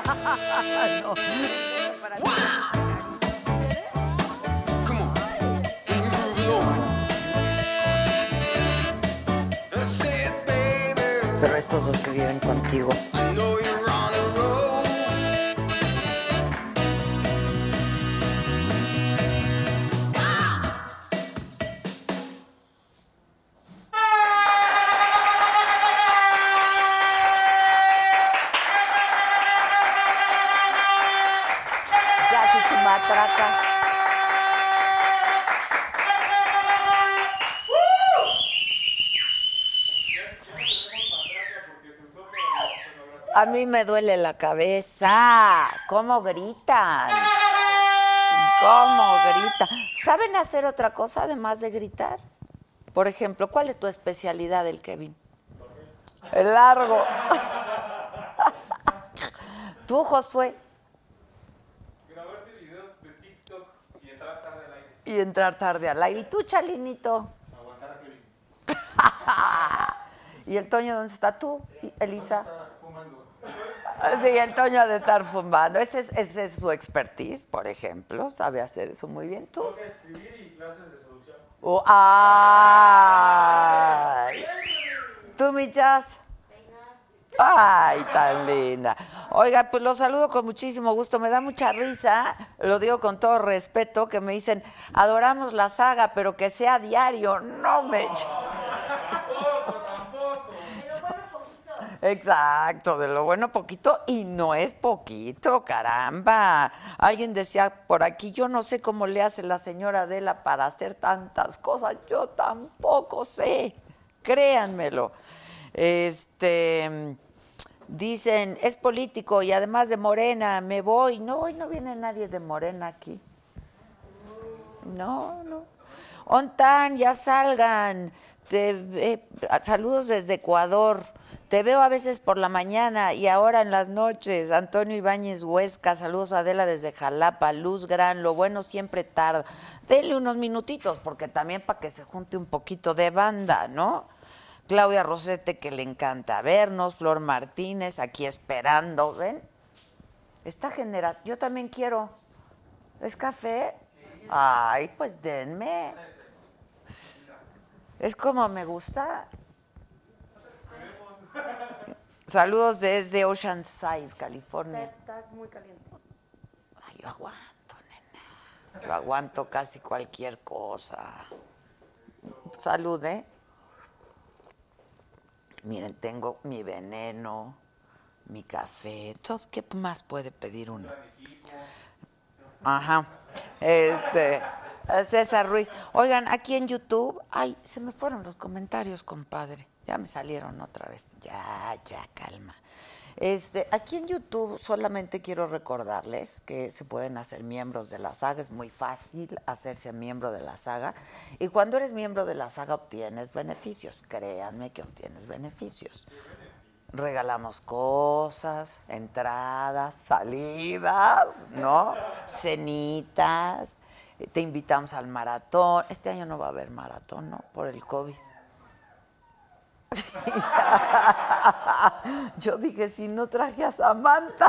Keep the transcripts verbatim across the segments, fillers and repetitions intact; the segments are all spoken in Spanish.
No. Para ti. Pero estos dos que viven contigo. Ya si tu matraca. A mí me duele la cabeza. ¿Cómo gritan? ¿Cómo gritan? ¿Saben hacer otra cosa además de gritar? Por ejemplo, ¿cuál es tu especialidad del Kevin? El largo. ¿Tú, Josué? Grabarte videos de TikTok y entrar tarde al aire. Y entrar tarde al aire. ¿Y tú, Chalinito? Aguantar a Kevin. ¿Y el Toño dónde está? ¿Tú, Elisa? Está fumando. Sí, el Toño ha de estar fumando. Ese es, ese es su expertise, por ejemplo. Sabe hacer eso muy bien. ¿Tú? Toca escribir y clases de seducción. Oh, ¡ay! ¿Tú, mi Jazz? ¡Ay, tan linda! Oiga, pues los saludo con muchísimo gusto. Me da mucha risa, lo digo con todo respeto, que me dicen, adoramos la saga, pero que sea diario. No me... Exacto, de lo bueno poquito, y no es poquito, caramba. Alguien decía por aquí, yo no sé cómo le hace la señora Adela para hacer tantas cosas, yo tampoco sé, créanmelo. Este, dicen, es político y además de Morena, me voy. No, hoy no viene nadie de Morena aquí. No, no. Ontan, ya salgan. Te, eh, saludos desde Ecuador. Te veo a veces por la mañana y ahora en las noches. Antonio Ibáñez Huesca, saludos a Adela desde Jalapa. Luz Gran, lo bueno siempre tarda. Denle unos minutitos, porque también para que se junte un poquito de banda, ¿no? Claudia Rosete, que le encanta vernos. Flor Martínez, aquí esperando, ¿ven? Esta generación, yo también quiero. ¿Es café? Ay, pues denme. Es como me gusta. Saludos desde Oceanside, California. Está, está muy caliente. Ay, yo aguanto, nena. Yo aguanto casi cualquier cosa. Salud, ¿eh? Miren, tengo mi veneno, mi café, todo. ¿Qué más puede pedir uno? Ajá. Este, César Ruiz. Oigan, aquí en YouTube, ay, se me fueron los comentarios, compadre. Ya me salieron otra vez. Ya, ya, calma. Este, aquí en YouTube solamente quiero recordarles que se pueden hacer miembros de la saga. Es muy fácil hacerse miembro de la saga. Y cuando eres miembro de la saga obtienes beneficios. Créanme que obtienes beneficios. Regalamos cosas, entradas, salidas, ¿no? Cenitas. Te invitamos al maratón. Este año no va a haber maratón, ¿no? Por el COVID. Yo dije, si no traje a Samantha.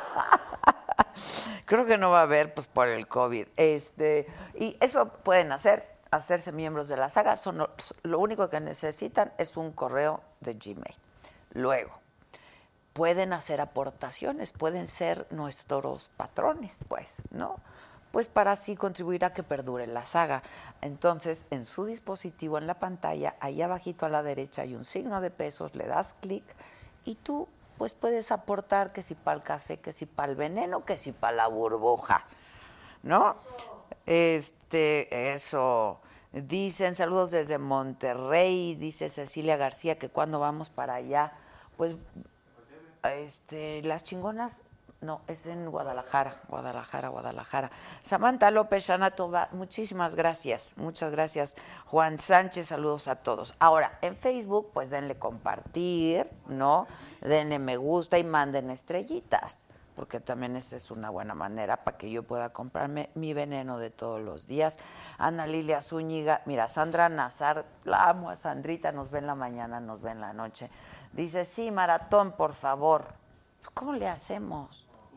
Creo que no va a haber, pues, por el COVID. Este, y eso pueden hacer, hacerse miembros de la saga. Son, lo único que necesitan es un correo de Gmail. Luego, pueden hacer aportaciones, pueden ser nuestros patrones, pues, ¿no? Pues para así contribuir a que perdure la saga. Entonces, en su dispositivo, en la pantalla, ahí abajito a la derecha hay un signo de pesos, le das clic y tú pues puedes aportar que si para el café, que si para el veneno, que si para la burbuja, ¿no? Este, eso. Dicen, saludos desde Monterrey, dice Cecilia García que cuando vamos para allá, pues, este, las chingonas. No, es en Guadalajara, Guadalajara, Guadalajara. Samantha López, Shanatova, muchísimas gracias, muchas gracias. Juan Sánchez, saludos a todos. Ahora, en Facebook, pues denle compartir, ¿no? Denle me gusta y manden estrellitas, porque también esa es una buena manera para que yo pueda comprarme mi veneno de todos los días. Ana Lilia Zúñiga, mira, Sandra Nazar, la amo a Sandrita, nos ve en la mañana, nos ve en la noche. Dice, sí, maratón, por favor. ¿Cómo le hacemos?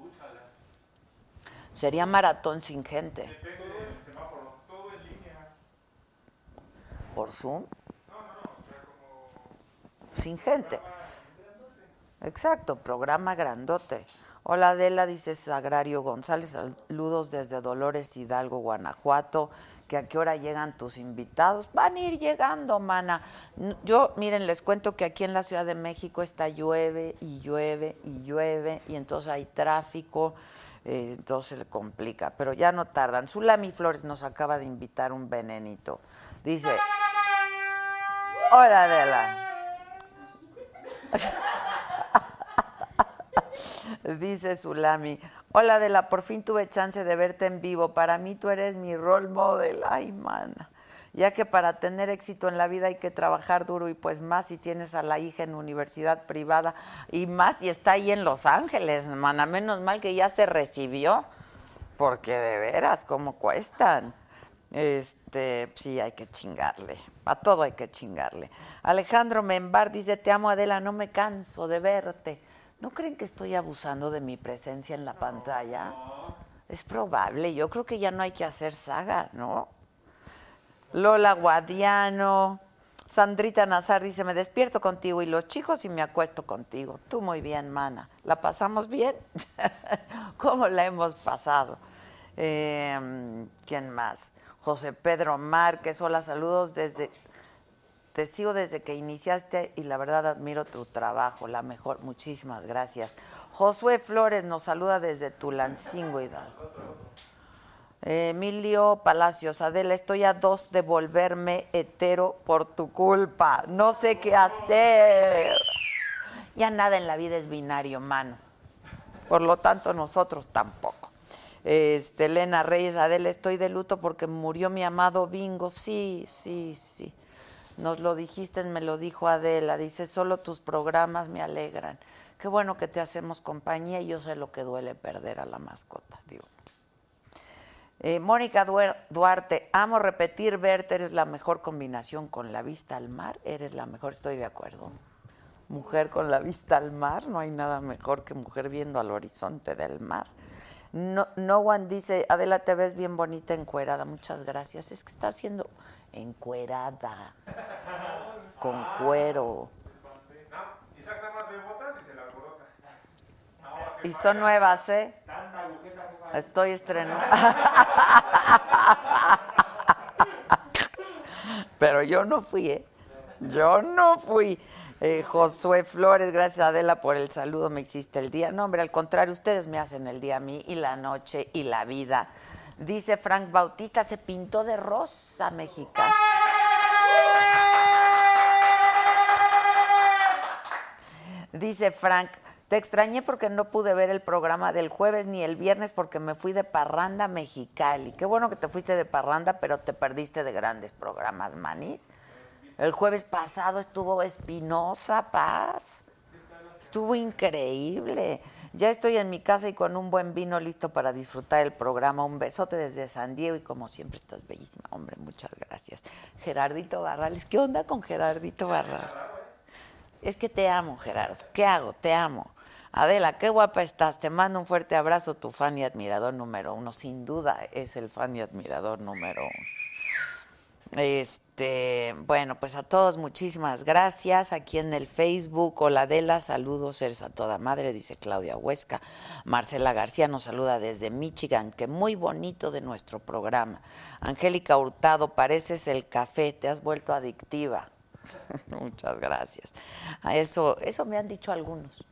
Sería maratón sin gente. Depende del semáforo, todo en línea. ¿Por Zoom? No, no, no, o sea, como Sin gente. programa grandote. Exacto, programa grandote. Hola Adela, dice Sagrario González, saludos desde Dolores Hidalgo, Guanajuato. ¿Que a qué hora llegan tus invitados? Van a ir llegando, mana. Yo, miren, les cuento que aquí en la Ciudad de México está llueve y llueve y llueve y entonces hay tráfico, eh, entonces se le complica, pero ya no tardan. Zulami Flores nos acaba de invitar un venenito. Dice, hola Adela. Dice Zulami, hola Adela, por fin tuve chance de verte en vivo. Para mí tú eres mi role model. Ay, mana. Ya que para tener éxito en la vida hay que trabajar duro y pues más si tienes a la hija en universidad privada y más si está ahí en Los Ángeles, mana. Menos mal que ya se recibió, porque de veras, ¿cómo cuestan? Este, sí, hay que chingarle. A todo hay que chingarle. Alejandro Membar dice, te amo Adela, no me canso de verte. ¿No creen que estoy abusando de mi presencia en la no, pantalla? No. Es probable, yo creo que ya no hay que hacer saga, ¿no? Lola Guadiano, Sandrita Nazar dice, me despierto contigo y los chicos y me acuesto contigo. Tú muy bien, mana. ¿La pasamos bien? ¿Cómo la hemos pasado? Eh, ¿Quién más? José Pedro Márquez, hola, saludos desde... Te sigo desde que iniciaste y la verdad admiro tu trabajo, la mejor, muchísimas gracias. Josué Flores nos saluda desde Tulancingo, Hidalgo. Eh, Emilio Palacios, Adela, estoy a dos de volverme hetero por tu culpa, no sé qué hacer. Ya nada en la vida es binario, mano. Por lo tanto, nosotros tampoco. Este, Elena Reyes, Adela, estoy de luto porque murió mi amado Bingo. Sí, sí, sí. Nos lo dijiste, me lo dijo Adela. Dice, solo tus programas me alegran. Qué bueno que te hacemos compañía y yo sé lo que duele perder a la mascota, digo. Eh, Mónica Duarte, amo repetir, verte, eres la mejor combinación con la vista al mar. Eres la mejor, estoy de acuerdo. Mujer con la vista al mar, no hay nada mejor que mujer viendo al horizonte del mar. No, no one dice, Adela, te ves bien bonita encuerada. Muchas gracias. Es que está haciendo... encuerada, con cuero. No, Isaac nada más ve botas y se la alborota. Y son nuevas, ¿eh? Estoy estrenando. Pero yo no fui, ¿eh? Yo no fui. Eh, Josué Flores, gracias Adela por el saludo, me hiciste el día. No, hombre, al contrario, ustedes me hacen el día a mí y la noche y la vida. Dice Frank Bautista, se pintó de rosa mexicana. Dice Frank, te extrañé porque no pude ver el programa del jueves ni el viernes porque me fui de parranda a Mexicali. Qué bueno que te fuiste de parranda, pero te perdiste de grandes programas, manis. El jueves pasado estuvo Espinosa Paz. Estuvo increíble. Ya estoy en mi casa y con un buen vino listo para disfrutar el programa. Un besote desde San Diego y como siempre estás bellísima. Hombre, muchas gracias. Gerardito Barrales, ¿qué onda con Gerardito Barrales? Es que te amo, Gerardo. ¿Qué hago? Te amo. Adela, qué guapa estás. Te mando un fuerte abrazo, tu fan y admirador número uno. Sin duda es el fan y admirador número uno. Este, bueno, pues a todos muchísimas gracias. Aquí en el Facebook, hola Adela, saludos, eres a toda madre, dice Claudia Huesca. Marcela García nos saluda desde Michigan, que muy bonito de nuestro programa. Angélica Hurtado, pareces el café, te has vuelto adictiva. Muchas gracias. A eso, eso me han dicho algunos.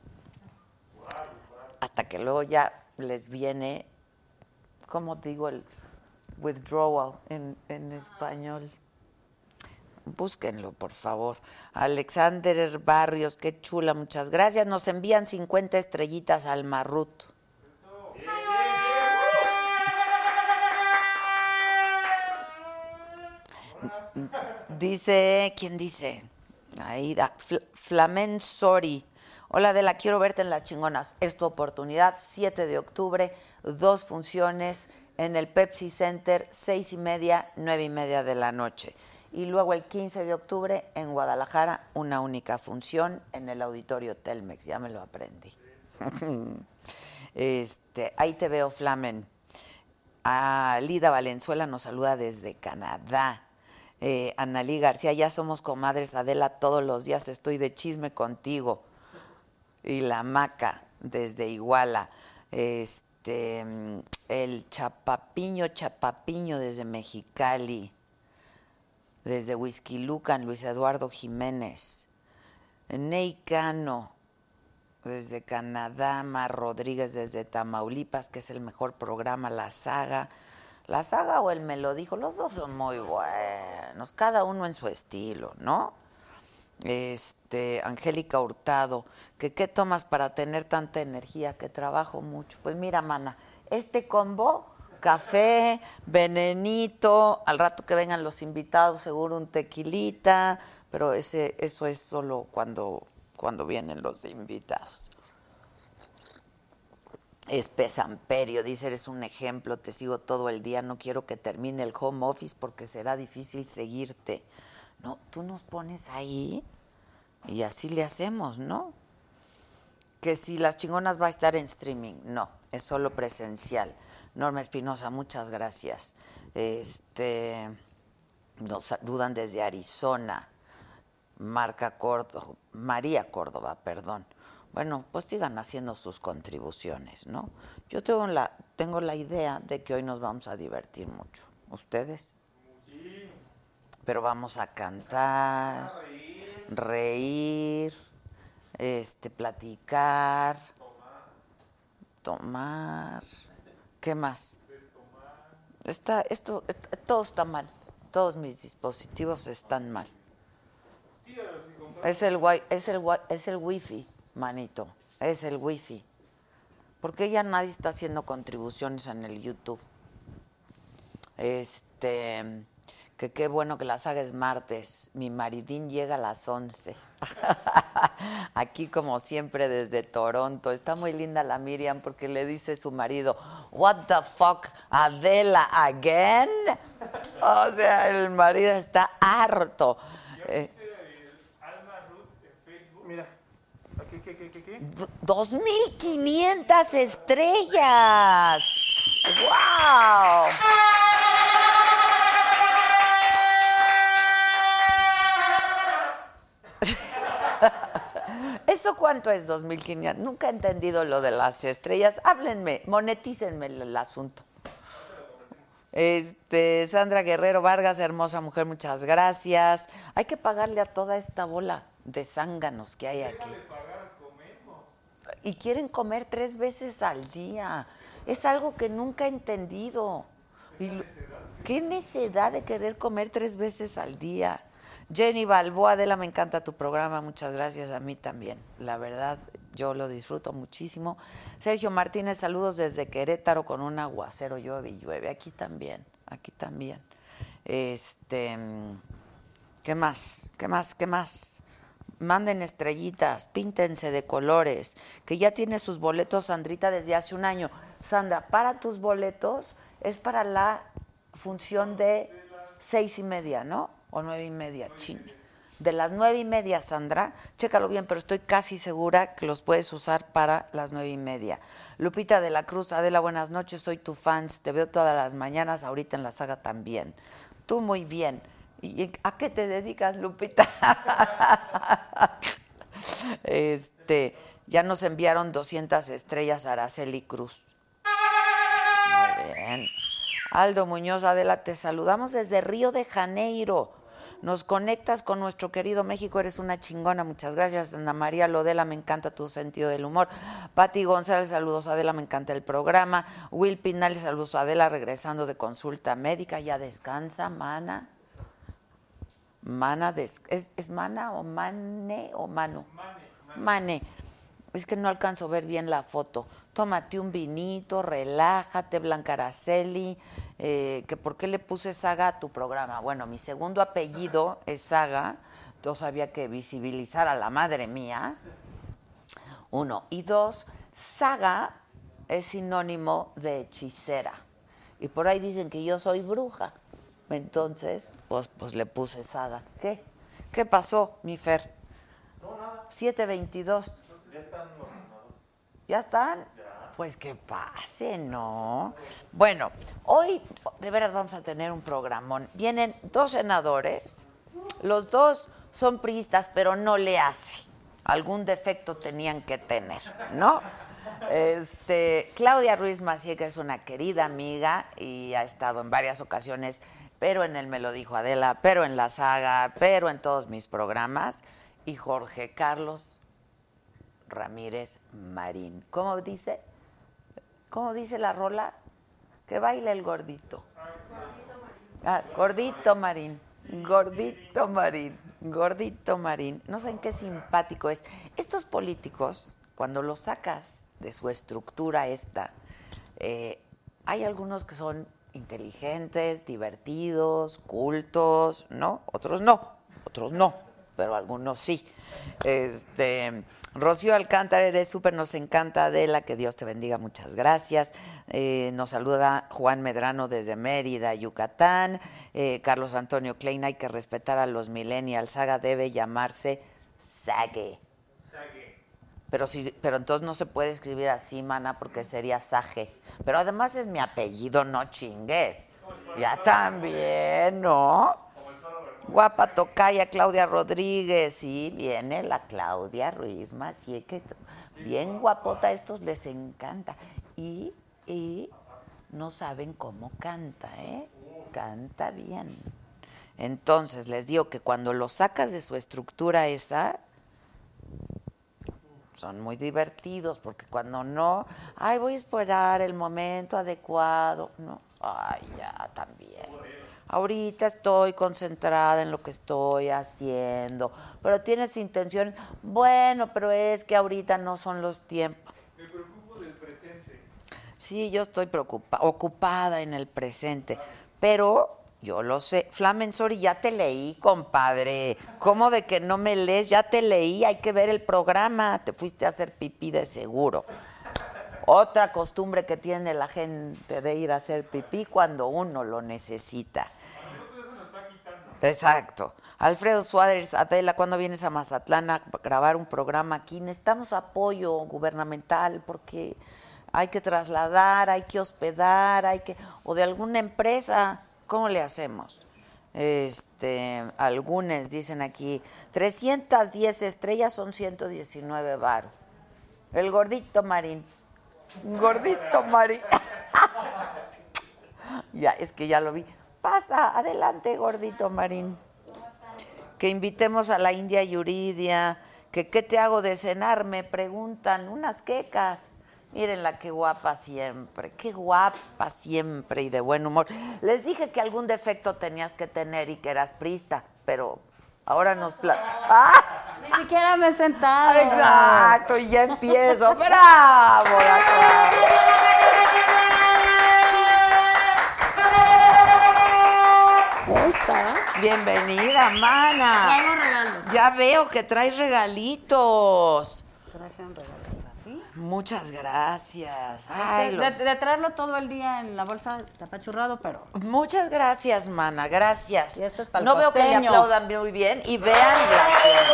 Hasta que luego ya les viene, ¿cómo digo el withdrawal en, en español? Búsquenlo, por favor. Alexander Barrios, qué chula, muchas gracias. Nos envían cincuenta estrellitas al Marrut. Dice, ¿quién dice? Aida, Fl Flamen Sori. Hola Adela, quiero verte en Las Chingonas. Es tu oportunidad, siete de octubre, dos funciones en el Pepsi Center, seis y media, nueve y media de la noche. Y luego el quince de octubre en Guadalajara, una única función en el Auditorio Telmex. Ya me lo aprendí. Este, ahí te veo, Flamen. Ah, Lida Valenzuela nos saluda desde Canadá. Eh, Analí García, ya somos comadres, Adela, todos los días estoy de chisme contigo. Y la Maca, desde Iguala. Este, el Chapapiño, Chapapiño desde Mexicali. Desde Whisky Lucan, Luis Eduardo Jiménez. Ney Cano, desde Canadá. Mar Rodríguez, desde Tamaulipas, que es el mejor programa, La Saga. La Saga o el Me lo dijo, los dos son muy buenos, cada uno en su estilo, ¿no? Este, Angélica Hurtado, que qué tomas para tener tanta energía, que trabajo mucho. Pues mira, mana, este combo, café, venenito, al rato que vengan los invitados, seguro un tequilita, pero ese, eso es solo cuando, cuando vienen los invitados. Espe Samperio dice, eres un ejemplo, te sigo todo el día, no quiero que termine el home office porque será difícil seguirte. No, tú nos pones ahí y así le hacemos, ¿no? Que si Las Chingonas va a estar en streaming, no, es solo presencial. Norma Espinosa, muchas gracias. Este, nos saludan desde Arizona. Marca Córdoba, María Córdoba, perdón. Bueno, pues sigan haciendo sus contribuciones, ¿no? Yo tengo la, tengo la idea de que hoy nos vamos a divertir mucho. ¿Ustedes? Sí. Pero vamos a cantar, a reír. reír, este, platicar, tomar, tomar. ¿Qué más? Está, esto, todo está mal. Todos mis dispositivos están mal. Es el, wi es, el, es el wifi, manito, es el wifi. Porque ya nadie está haciendo contribuciones en el YouTube. Este, que qué bueno que la saga es martes. Mi maridín llega a las once. Aquí como siempre desde Toronto. Está muy linda la Miriam porque le dice su marido, what the fuck, Adela again? O sea, el marido está harto. Eh, Mira, aquí, aquí, aquí, aquí. dos mil quinientas estrellas. ¡Wow! ¿Eso cuánto es, dos mil quinientos? Nunca he entendido lo de las estrellas. Háblenme, monetícenme el, el asunto. Este, Sandra Guerrero Vargas, hermosa mujer, muchas gracias. Hay que pagarle a toda esta bola de zánganos que hay aquí. Pagar, comemos. Y quieren comer tres veces al día. Es algo que nunca he entendido. Y lo, ¿qué necedad de querer comer tres veces al día? Jenny Balboa, Adela, me encanta tu programa, muchas gracias, a mí también. La verdad, yo lo disfruto muchísimo. Sergio Martínez, saludos desde Querétaro con un aguacero, llueve y llueve. Aquí también, aquí también. Este, ¿qué más? ¿Qué más? ¿Qué más? Manden estrellitas, píntense de colores, que ya tiene sus boletos Sandrita desde hace un año. Sandra, para tus boletos es para la función de seis y media, ¿no? O nueve y media, ching. De las nueve y media, Sandra, chécalo bien, pero estoy casi segura que los puedes usar para las nueve y media. Lupita de la Cruz, Adela, buenas noches, soy tu fans, te veo todas las mañanas, ahorita en la saga también. Tú muy bien. ¿Y a qué te dedicas, Lupita? Este, ya nos enviaron doscientas estrellas a Araceli Cruz. Muy bien. Aldo Muñoz, Adela, te saludamos desde Río de Janeiro. Nos conectas con nuestro querido México, eres una chingona, muchas gracias. Ana María Lodela, me encanta tu sentido del humor. Pati González, saludos, Adela, me encanta el programa. Will Pinales, saludos, Adela, regresando de consulta médica, ya descansa, mana. Mana, des ¿es, ¿es mana o mane o mano? Mane, mane. Mane. Es que no alcanzo a ver bien la foto. Tómate un vinito, relájate, Blanca Araceli. Eh, que ¿por qué le puse Saga a tu programa? Bueno, mi segundo apellido es Saga. Entonces había que visibilizar a la madre mía. Uno. Y dos, Saga es sinónimo de hechicera. Y por ahí dicen que yo soy bruja. Entonces, pues, pues le puse Saga. ¿Qué? ¿Qué pasó, mi Fer? No, nada. siete veintidós. Ya están los senadores. ¿Ya están? Pues que pase, ¿no? Bueno, hoy de veras vamos a tener un programón. Vienen dos senadores, los dos son priistas, pero no le hace. Algún defecto tenían que tener, ¿no? Este, Claudia Ruiz Massieu, que es una querida amiga y ha estado en varias ocasiones, pero en el Me lo dijo Adela, pero en La Saga, pero en todos mis programas, y Jorge Carlos Ramírez Marín. ¿Cómo dice? ¿Cómo dice la rola? Que baila el gordito. Ah, gordito Marín. Gordito Marín. Gordito Marín. No saben qué simpático es. Estos políticos, cuando los sacas de su estructura esta, eh, hay algunos que son inteligentes, divertidos, cultos, ¿no? Otros no. Otros no. Pero algunos sí. Este, Rocío Alcántara, eres súper, nos encanta. Adela, que Dios te bendiga, muchas gracias. Eh, nos saluda Juan Medrano desde Mérida, Yucatán. Eh, Carlos Antonio Klein, hay que respetar a los millennials. Saga debe llamarse Sage. Sage. Pero, si, pero entonces no se puede escribir así, mana, porque sería Sage. Pero además es mi apellido, no chingues. Ya también, ¿no? Guapa tocaya Claudia Rodríguez, sí, viene la Claudia Ruiz Massieu, que bien guapota, a estos les encanta. Y, y no saben cómo canta, ¿eh? Canta bien. Entonces, les digo que cuando lo sacas de su estructura esa, son muy divertidos, porque cuando no, ay, voy a esperar el momento adecuado, no, ay, ya, también. Ahorita estoy concentrada en lo que estoy haciendo, pero tienes intención, bueno, pero es que ahorita no son los tiempos. Me preocupo del presente. Sí, yo estoy preocupada, ocupada en el presente, pero yo lo sé. Flamensori, ya te leí, compadre. ¿Cómo de que no me lees? Ya te leí, hay que ver el programa. Te fuiste a hacer pipí de seguro. Otra costumbre que tiene la gente de ir a hacer pipí cuando uno lo necesita. Exacto. Alfredo Suárez, Adela, ¿cuándo vienes a Mazatlán a grabar un programa aquí? Necesitamos apoyo gubernamental porque hay que trasladar, hay que hospedar, hay que o de alguna empresa. ¿Cómo le hacemos? Este, algunos dicen aquí, trescientas diez estrellas son ciento diecinueve varos. El gordito Marín. Gordito Marín. Ya, es que ya lo vi. Pasa, adelante, gordito Marín. Que invitemos a la India Yuridia, que qué te hago de cenar, me preguntan, unas quecas. Mírenla, qué guapa siempre, qué guapa siempre y de buen humor. Les dije que algún defecto tenías que tener y que eras priista, pero ahora nos... Pla- ¡Ah! Ni siquiera me he sentado. Exacto, y ya empiezo. ¡Bravo! ¿Cómo estás? Bienvenida, mana. Traigo regalos. Ya veo que traes regalitos. Traje un regalo para ti. Muchas gracias. Ay, Este, los- de, de traerlo todo el día en la bolsa está apachurrado, pero... Muchas gracias, mana, gracias. Y esto es para el no veo que le costeño. aplaudan muy bien y vean la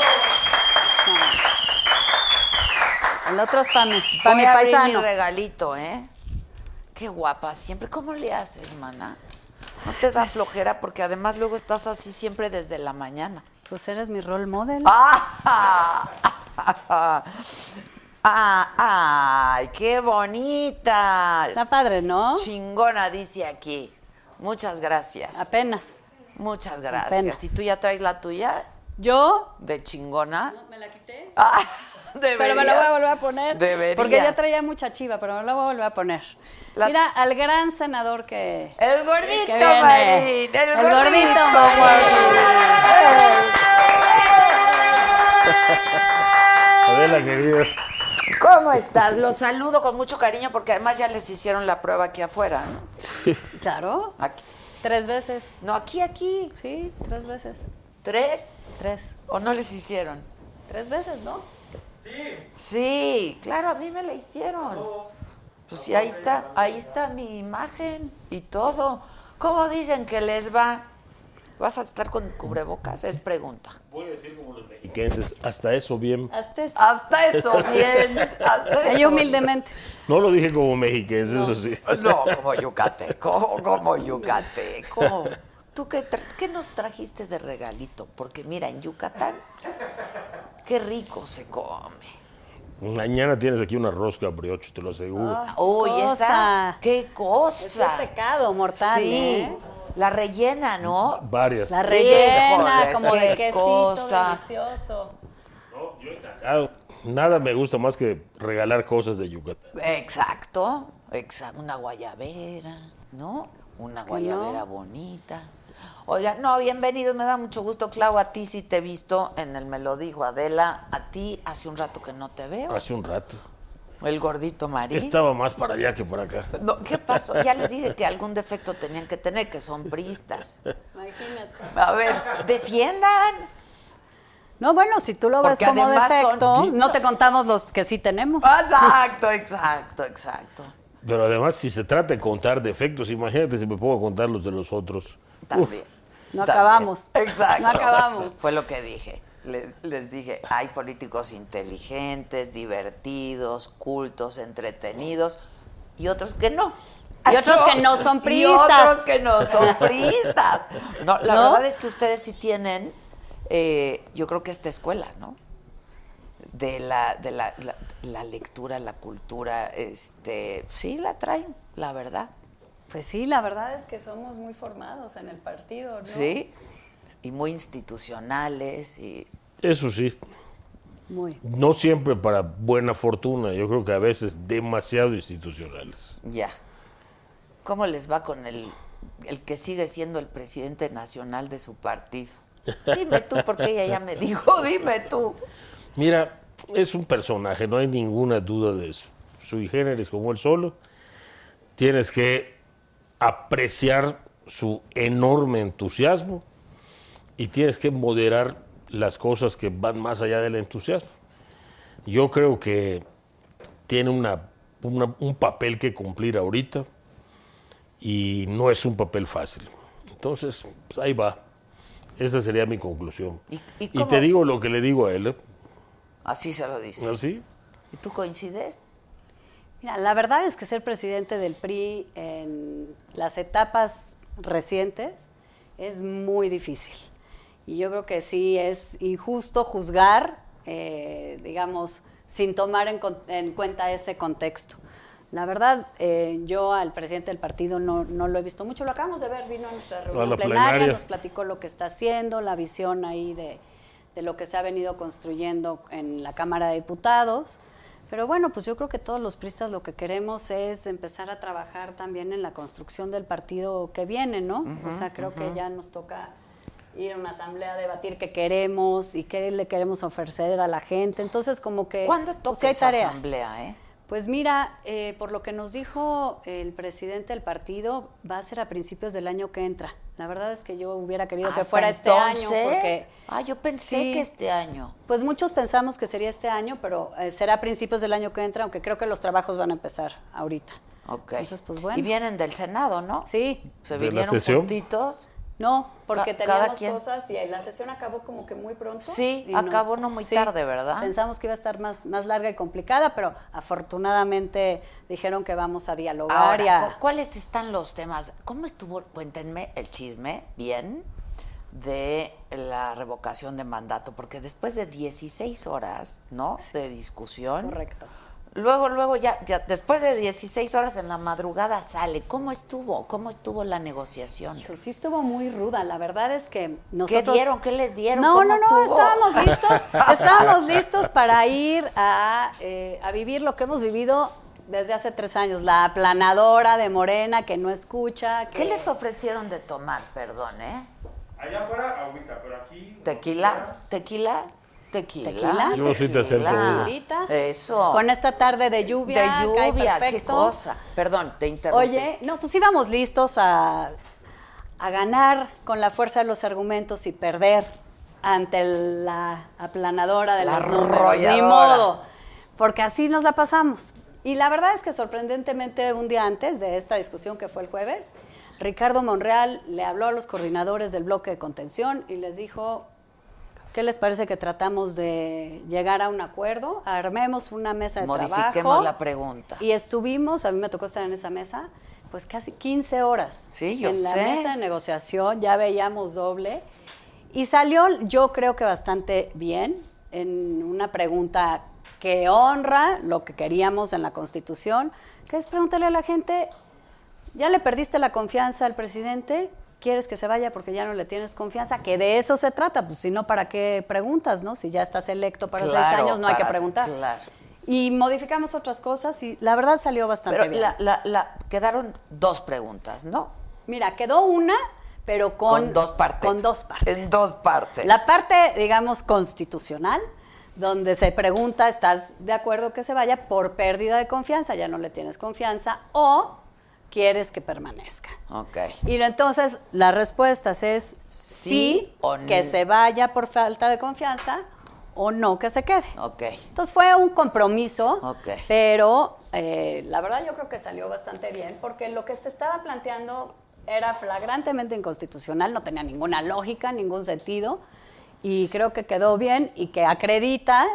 El otro es para mi, para mi Voy a abrir paisano. mi regalito, ¿eh? Qué guapa siempre. ¿Cómo le haces, mana? ¿No te da flojera? Porque además luego estás así siempre desde la mañana. Pues eres mi role model. ¡Ah! ¡Ah! ¡Ay, qué bonita! Está padre, ¿no? Chingona, dice aquí. Muchas gracias. Apenas. Muchas gracias. Apenas. ¿Y tú ya traes la tuya? Yo... ¿De chingona? No, me la quité. Ah, Pero me la voy a volver a poner. Deberías. Porque ya traía mucha chiva, pero me la voy a volver a poner. La- Mira, al gran senador que... El gordito que viene. Marín. El, El gordito, gordito Adela, querida. ¿Cómo estás? Los saludo con mucho cariño porque además ya les hicieron la prueba aquí afuera, ¿no? Claro. Aquí. Tres veces. No, aquí, aquí. Sí, tres veces. ¿Tres? Tres. ¿O no les hicieron? Tres veces, ¿no? Sí, claro, a mí me la hicieron. Pues sí, ahí está, ahí está mi imagen y todo. ¿Cómo dicen que les va? ¿Vas a estar con cubrebocas? Es pregunta. Voy a decir como los mexiquenses, hasta eso bien. Hasta eso. Hasta eso, bien. Hasta Ahí eso. humildemente. No lo dije como mexiquense, eso sí. No, como yucateco, como yucateco. ¿Tú qué, tra- qué nos trajiste de regalito? Porque mira, en Yucatán, qué rico se come. Mañana tienes aquí una rosca brioche, te lo aseguro. Ah. Uy, cosa. esa, qué Es cosa. un pecado mortal, Sí, ¿eh? la rellena, ¿no? Varias. La rellena, Híjole, como de qué quesito, cosa. delicioso. No, yo encantado. Nada me gusta más que regalar cosas de Yucatán. Exacto, exacto, una guayabera, ¿no? Una guayabera bonita. Oiga, no, bienvenido, me da mucho gusto, Clau, a ti sí te he visto en el Me lo dijo Adela, a ti hace un rato que no te veo, Hace un rato. el gordito Marín. Estaba más para allá que por acá. No, ¿qué pasó? Ya les dije que algún defecto tenían que tener, que son priistas. Imagínate. A ver, defiendan. No, bueno, si tú lo ves Porque como además son- defecto, no te contamos los que sí tenemos. Exacto, exacto, exacto. Pero además, si se trata de contar defectos, imagínate si me pongo a contar los de los otros. También. No También. acabamos. Exacto. No acabamos. Fue lo que dije. Le- les dije, hay políticos inteligentes, divertidos, cultos, entretenidos, y otros que no. Y otros que no son Y priistas. otros que no son priistas. No, la ¿No? verdad es que ustedes sí tienen, eh, yo creo que esta escuela, ¿no? De la, de la, la, la lectura, la cultura, este, sí la traen, la verdad. Pues sí, la verdad es que somos muy formados en el partido, ¿no? Sí, y muy institucionales y Eso sí, Muy. no siempre para buena fortuna. Yo creo que a veces demasiado institucionales. ya. ¿Cómo les va con el, el que sigue siendo el presidente nacional de su partido? Dime tú, porque ella ya me dijo, dime tú. Mira, es un personaje, no hay ninguna duda de eso. Sui generis como él solo. Tienes que apreciar su enorme entusiasmo y tienes que moderar las cosas que van más allá del entusiasmo. Yo creo que tiene una, una- un papel que cumplir ahorita y no es un papel fácil. Entonces, pues ahí va. Esa sería mi conclusión. ¿Y- y y cómo- te digo lo que le digo a él. ¿eh? Así se lo dices. ¿Así? ¿Y tú coincides? Mira, la verdad es que ser presidente del P R I en las etapas recientes es muy difícil. Y yo creo que sí es injusto juzgar, eh, digamos, sin tomar en, con- en cuenta ese contexto. La verdad, eh, yo al presidente del partido no, no lo he visto mucho. Lo acabamos de ver, vino a nuestra reunión la plenaria, plenaria. nos platicó lo que está haciendo, la visión ahí de, de lo que se ha venido construyendo en la Cámara de Diputados. Pero bueno, pues yo creo que todos los priistas lo que queremos es empezar a trabajar también en la construcción del partido que viene, ¿no? O sea, creo que ya nos toca ir a una asamblea a debatir qué queremos y qué le queremos ofrecer a la gente. Entonces, como que... ¿Cuándo pues, toca sí hay esa tareas. asamblea, eh? Pues mira, eh, por lo que nos dijo el presidente del partido, va a ser a principios del año que entra. La verdad es que yo hubiera querido que ¿Hasta fuera este año, entonces? porque... Ah, yo pensé Sí. que este año. Pues muchos pensamos que sería este año, pero eh, será a principios del año que entra, aunque creo que los trabajos van a empezar ahorita. Ok. Entonces, pues, bueno. Y vienen del Senado, ¿no? Sí, Se ¿De la vinieron sesión? juntitos. no, porque Ca- cada teníamos quien. cosas y la sesión acabó como que muy pronto. Sí, y acabó no muy tarde, ¿verdad? Pensamos que iba a estar más, más larga y complicada, pero afortunadamente dijeron que vamos a dialogar y Ahora, a... ¿cu- ¿cuáles están los temas? ¿Cómo estuvo, cuéntenme el chisme, bien, de la revocación de mandato? Porque después de dieciséis horas, ¿no?, de discusión. Correcto. Luego, luego ya, ya, después de dieciséis horas en la madrugada sale. ¿Cómo estuvo? ¿Cómo estuvo la negociación? Hijo, sí estuvo muy ruda. La verdad es que ¿Qué nosotros... dieron? ¿Qué les dieron? No, ¿Cómo no, no, estuvo? estábamos listos, estábamos listos para ir a, eh, a vivir lo que hemos vivido desde hace tres años, la aplanadora de Morena que no escucha. Que... ¿Qué les ofrecieron de tomar? Perdón, ¿eh? Allá afuera, agüita, pero aquí... ¿Tequila? ¿Tequila? ¿Tequila? ¿Tequila? Yo sí te acepto una. Tequilita. Eso. Con esta tarde de lluvia, De cae lluvia, qué perfecto. cosa. Perdón, te interrumpí. Oye, no, pues íbamos listos a, a ganar con la fuerza de los argumentos y perder ante la aplanadora de La los números. Ni arrolladora. modo, porque así nos la pasamos. Y la verdad es que sorprendentemente un día antes de esta discusión que fue el jueves, Ricardo Monreal le habló a los coordinadores del bloque de contención y les dijo, ¿qué les parece que tratamos de llegar a un acuerdo? Armemos una mesa de trabajo. Modifiquemos la pregunta. Y estuvimos, a mí me tocó estar en esa mesa, pues casi quince horas. Sí, yo en sé. la mesa de negociación, ya veíamos doble. Y salió, yo creo que bastante bien, en una pregunta que honra lo que queríamos en la Constitución, que es preguntarle a la gente, ¿ya le perdiste la confianza al presidente? ¿Quieres que se vaya porque ya no le tienes confianza? Que de eso se trata, pues si no, ¿para qué preguntas, no? Si ya estás electo para Claro, seis años, no hay que para- preguntar. claro. Y modificamos otras cosas y la verdad salió bastante Pero bien. la, la, la, quedaron dos preguntas, ¿no? Mira, quedó una, pero con, Con dos partes. Con dos partes. En dos partes. La parte, digamos, constitucional, donde se pregunta, ¿estás de acuerdo que se vaya por pérdida de confianza? Ya no le tienes confianza, o quieres que permanezca. Ok. Y lo- entonces, las respuestas es Sí sí, o que no. se vaya por falta de confianza, o no, que se quede. Ok. Entonces fue un compromiso, Ok. pero eh, la verdad yo creo que salió bastante bien, porque lo que se estaba planteando era flagrantemente inconstitucional, no tenía ninguna lógica, ningún sentido, y creo que quedó bien y que acredita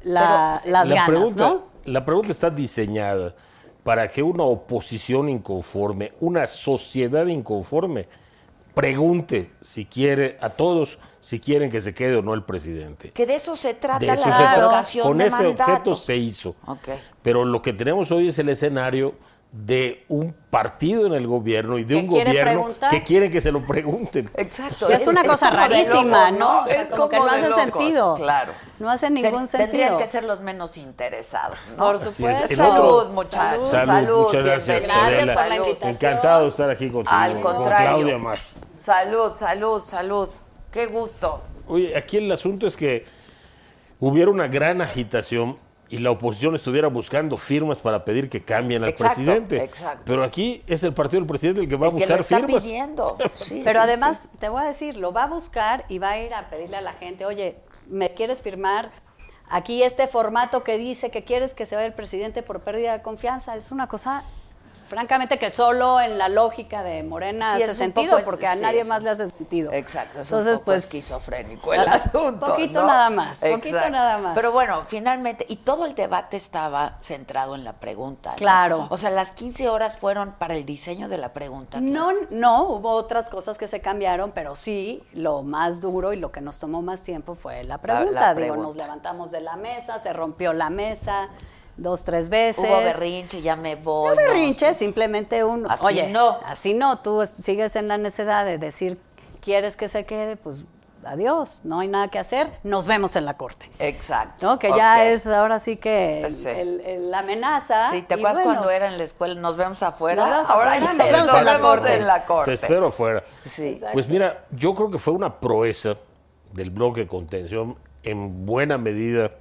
la- Pero, las la ganas, pregunta, ¿no? La pregunta está diseñada para que una oposición inconforme, una sociedad inconforme, pregunte si quiere a todos si quieren que se quede o no el presidente. Que de eso se trata De eso la se trata. revocación Con de ese mandato. objeto se hizo. Ok. Pero lo que tenemos hoy es el escenario de un partido en el gobierno y de Que un quiere gobierno preguntar. que quieren que se lo pregunten. Exacto. Sí, es una cosa como de rarísima, locos, ¿no? O sea, Es como que como no de hace locos, sentido. Claro. No hace ningún Se- Tendrían sentido. que ser los menos interesados, ¿no? Por Así es. supuesto. El Salud, otro- muchachos. Salud. Salud. Muchas gracias, bienvenidos. Gracias por la Salud. invitación. Encantado de estar aquí contigo. Al con contrario. Claudia más. Salud, salud, salud. Qué gusto. Oye, aquí el asunto es que hubiera una gran agitación y la oposición estuviera buscando firmas para pedir que cambien al Exacto, presidente. exacto. Pero aquí es el partido del presidente el que va a El que lo buscar está firmas. pidiendo. Sí, Pero sí, además, sí. te voy a decir, lo va a buscar y va a ir a pedirle a la gente, oye, ¿me quieres firmar aquí este formato que dice que quieres que se vaya el presidente por pérdida de confianza? Es una cosa, francamente, que solo en la lógica de Morena Sí, hace es un sentido, poco es- porque a sí, nadie es más un- le hace sentido. Exacto, es Entonces, un poco pues, esquizofrénico el ah, asunto. poquito ¿no? nada más, poquito Exacto. nada más. Pero bueno, finalmente, y todo el debate estaba centrado en la pregunta. ¿no? Claro. O sea, las quince horas fueron para el diseño de la pregunta. No, no, hubo otras cosas que se cambiaron, pero sí, lo más duro y lo que nos tomó más tiempo fue la pregunta. la Digo, pregunta. nos levantamos de la mesa, se rompió la mesa dos, tres veces. Hubo berrinche, ya me voy. No berrinche, no, sí. simplemente un... Así oye, no. así no, tú es- sigues en la necesidad de decir, ¿quieres que se quede? Pues adiós, no hay nada que hacer, nos vemos en la corte. Exacto. ¿No? Que ya Ok. es ahora sí que el- Sí. el- el- la amenaza. Sí, ¿te y acuerdas bueno, cuando era en la escuela? Nos vemos afuera. Nos vemos Ahora afuera, ya nos vemos nos en la vemos corte. en la corte. Te espero afuera. Sí. Exacto. Pues mira, yo creo que fue una proeza del bloque de contención, en buena medida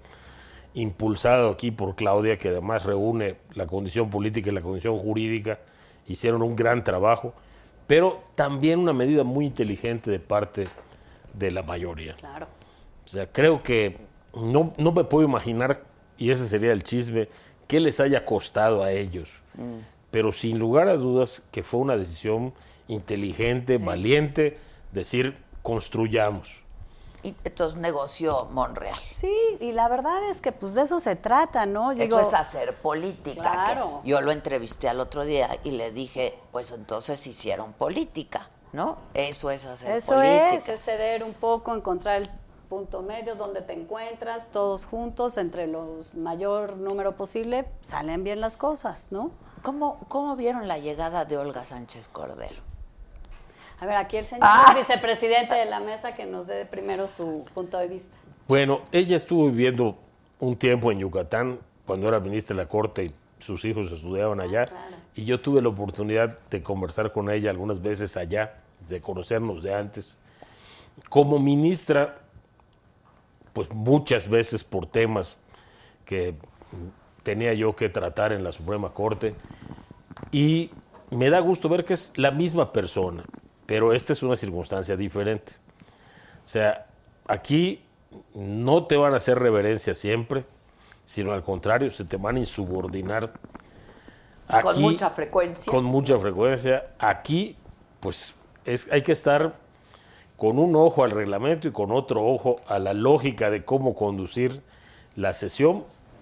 impulsado aquí por Claudia, que además reúne la condición política y la condición jurídica. Hicieron un gran trabajo, pero también una medida muy inteligente de parte de la mayoría. Claro. O sea, creo que no, no me puedo imaginar, y ese sería el chisme, qué les haya costado a ellos. Pero sin lugar a dudas que fue una decisión inteligente, valiente, decir, construyamos. Y entonces negoció Monreal. Sí, y la verdad es que pues de eso se trata, ¿no? Eso Digo, es hacer política. Claro. que yo lo entrevisté al otro día y le dije, pues entonces hicieron política, ¿no? Eso es hacer Eso política. es, es ceder un poco, encontrar el punto medio donde te encuentras, todos juntos, entre los mayor número posible, salen bien las cosas, ¿no? ¿Cómo, ¿Cómo vieron la llegada de Olga Sánchez Cordero? A ver, aquí el señor Ah. vicepresidente de la mesa que nos dé primero su punto de vista. Bueno, ella estuvo viviendo un tiempo en Yucatán cuando era ministra de la Corte y sus hijos estudiaban allá. claro. Y yo tuve la oportunidad de conversar con ella algunas veces allá, de conocernos de antes. Como ministra, pues muchas veces por temas que tenía yo que tratar en la Suprema Corte. Y me da gusto ver que es la misma persona, pero esta es una circunstancia diferente. O sea, aquí no te van a hacer reverencia siempre, sino al contrario, se te van a insubordinar. Con mucha frecuencia. Con mucha frecuencia. Aquí pues es, hay que estar con un ojo al reglamento y con otro ojo a la lógica de cómo conducir la sesión.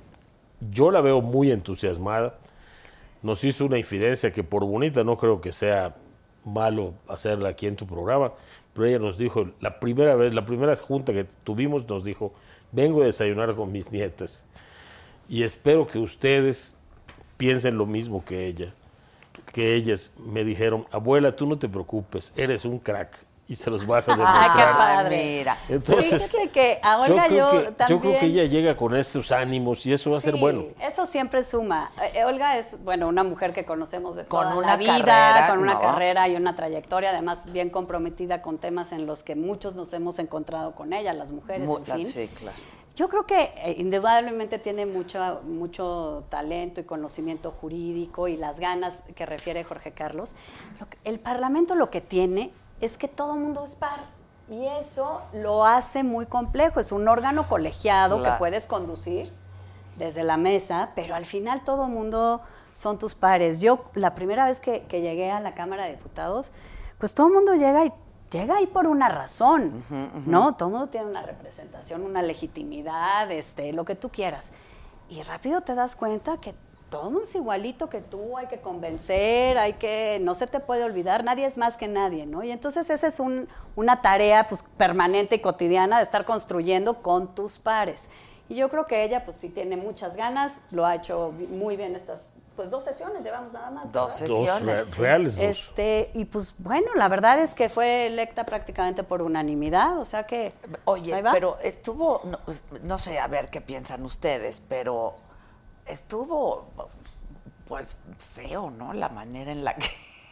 Yo la veo muy entusiasmada. Nos hizo una infidencia que por bonita no creo que sea malo hacerla aquí en tu programa, pero ella nos dijo, la primera vez, la primera junta que tuvimos, nos dijo, vengo a desayunar con mis nietas y espero que ustedes piensen lo mismo que ella, que ellas me dijeron, abuela, tú no te preocupes, eres un crack y se los vas a demostrar. ¡Ah, qué padre! Mira. Entonces, fíjate que a Olga yo, yo, creo que, también... yo creo que ella llega con esos ánimos y eso va a ser Sí, bueno. eso siempre suma. Eh, Olga es, bueno, una mujer que conocemos de Con toda una la vida, carrera, con una ¿no? carrera y una trayectoria, además bien comprometida con temas en los que muchos nos hemos encontrado con ella, las mujeres, Mu- en fin. Sí, claro. Yo creo que eh, indudablemente tiene mucho, mucho talento y conocimiento jurídico y las ganas que refiere Jorge Carlos. Lo que- el Parlamento lo que tiene es que todo mundo es par. Y eso lo hace muy complejo. Es un órgano colegiado Claro. que puedes conducir desde la mesa, pero al final todo mundo son tus pares. Yo, la primera vez que, que llegué a la Cámara de Diputados, pues todo el mundo llega y llega ahí por una razón, uh-huh, uh-huh. ¿no? Todo el mundo tiene una representación, una legitimidad, este, lo que tú quieras. Y rápido te das cuenta que todo el mundo es igualito que tú, hay que convencer, hay que, no se te puede olvidar, nadie es más que nadie, ¿no? Y entonces esa es un, una tarea pues, permanente y cotidiana de estar construyendo con tus pares. Y yo creo que ella pues sí tiene muchas ganas, lo ha hecho muy bien estas pues dos sesiones, llevamos nada más. Dos ¿verdad? sesiones. Dos re- reales dos. Este, y pues bueno, la verdad es que fue electa prácticamente por unanimidad, o sea que... Oye, ahí va. pero estuvo, no, no sé, a ver qué piensan ustedes, pero estuvo, pues, feo, ¿no? La manera en la que...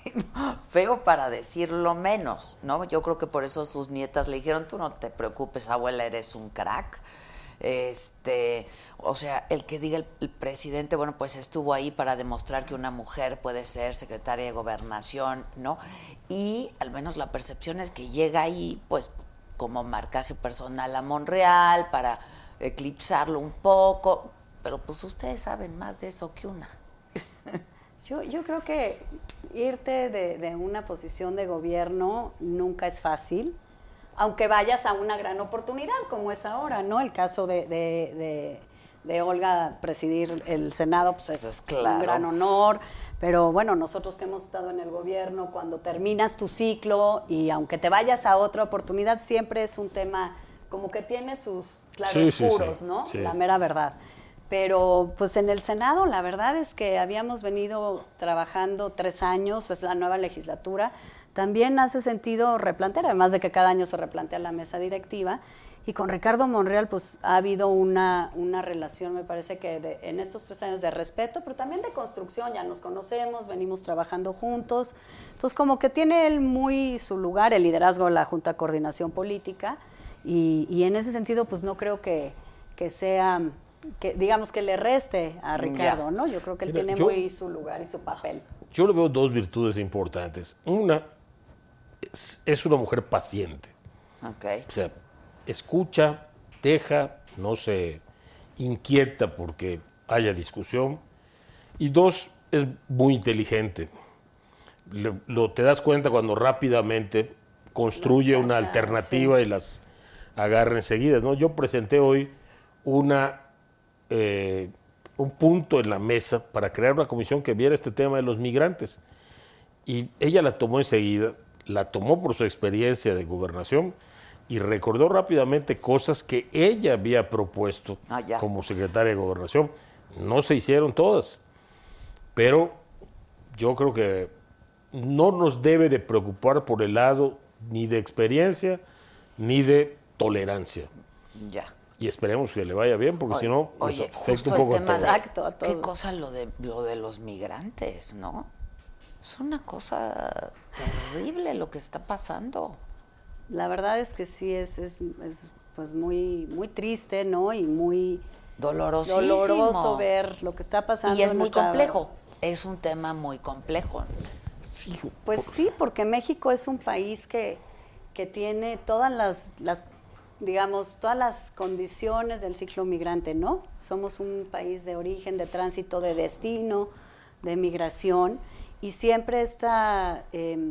feo para decirlo menos, ¿no? Yo creo que por eso sus nietas le dijeron, tú no te preocupes, abuela, eres un crack. Este, o sea, el que diga el, el presidente, bueno, pues estuvo ahí para demostrar que una mujer puede ser secretaria de Gobernación, ¿no? Y al menos la percepción es que llega ahí, pues, como marcaje personal a Monreal, para eclipsarlo un poco, pero pues ustedes saben más de eso que una. Yo, yo creo que irte de, de una posición de gobierno nunca es fácil, aunque vayas a una gran oportunidad como es ahora, ¿no? El caso de, de, de, de Olga presidir el Senado, pues es Pues claro. un gran honor, pero bueno, nosotros que hemos estado en el gobierno, cuando terminas tu ciclo y aunque te vayas a otra oportunidad, siempre es un tema como que tiene sus claroscuros, sí, sí, ¿no? sí. La mera verdad. Pero pues en el Senado la verdad es que habíamos venido trabajando tres años, es la nueva legislatura, también hace sentido replantear, además de que cada año se replantea la mesa directiva, y con Ricardo Monreal pues ha habido una, una relación, me parece que de, en estos tres años de respeto, pero también de construcción, ya nos conocemos, venimos trabajando juntos, entonces como que tiene él muy su lugar, el liderazgo de la Junta de Coordinación Política, y, y en ese sentido pues no creo que, que sea... que digamos que le reste a Ricardo, Ya. ¿no? Yo creo que él Mira, tiene yo- muy su lugar y su papel. Yo le veo dos virtudes importantes. Una, es, es una mujer paciente. Ok. O sea, escucha, deja, no se inquieta porque haya discusión. Y dos, es muy inteligente. Le- lo, te das cuenta cuando rápidamente construye Las una cacha, alternativa y las agarra enseguida, ¿no? Yo presenté hoy una, eh, un punto en la mesa para crear una comisión que viera este tema de los migrantes. Y ella la tomó enseguida, la tomó por su experiencia de gobernación y recordó rápidamente cosas que ella había propuesto Ah, ya. como secretaria de gobernación. No se hicieron todas, pero yo creo que no nos debe de preocupar por el lado ni de experiencia ni de tolerancia. Ya. Y esperemos que le vaya bien, porque Oye, si no, nos oye, afecta justo un el poco a tema todos. de- Exacto, a Qué todos. cosa lo de lo de los migrantes, ¿no? Es una cosa terrible lo que está pasando. La verdad es que sí es, es, es pues muy, muy triste, ¿no? Y muy Dolorosísimo. doloroso ver lo que está pasando. Y es en muy nuestra- complejo. Es un tema muy complejo. Sí, Pues sí, porque México es un país que, que tiene todas las, las, digamos, todas las condiciones del ciclo migrante, ¿no? Somos un país de origen, de tránsito, de destino, de migración, y siempre esta, eh,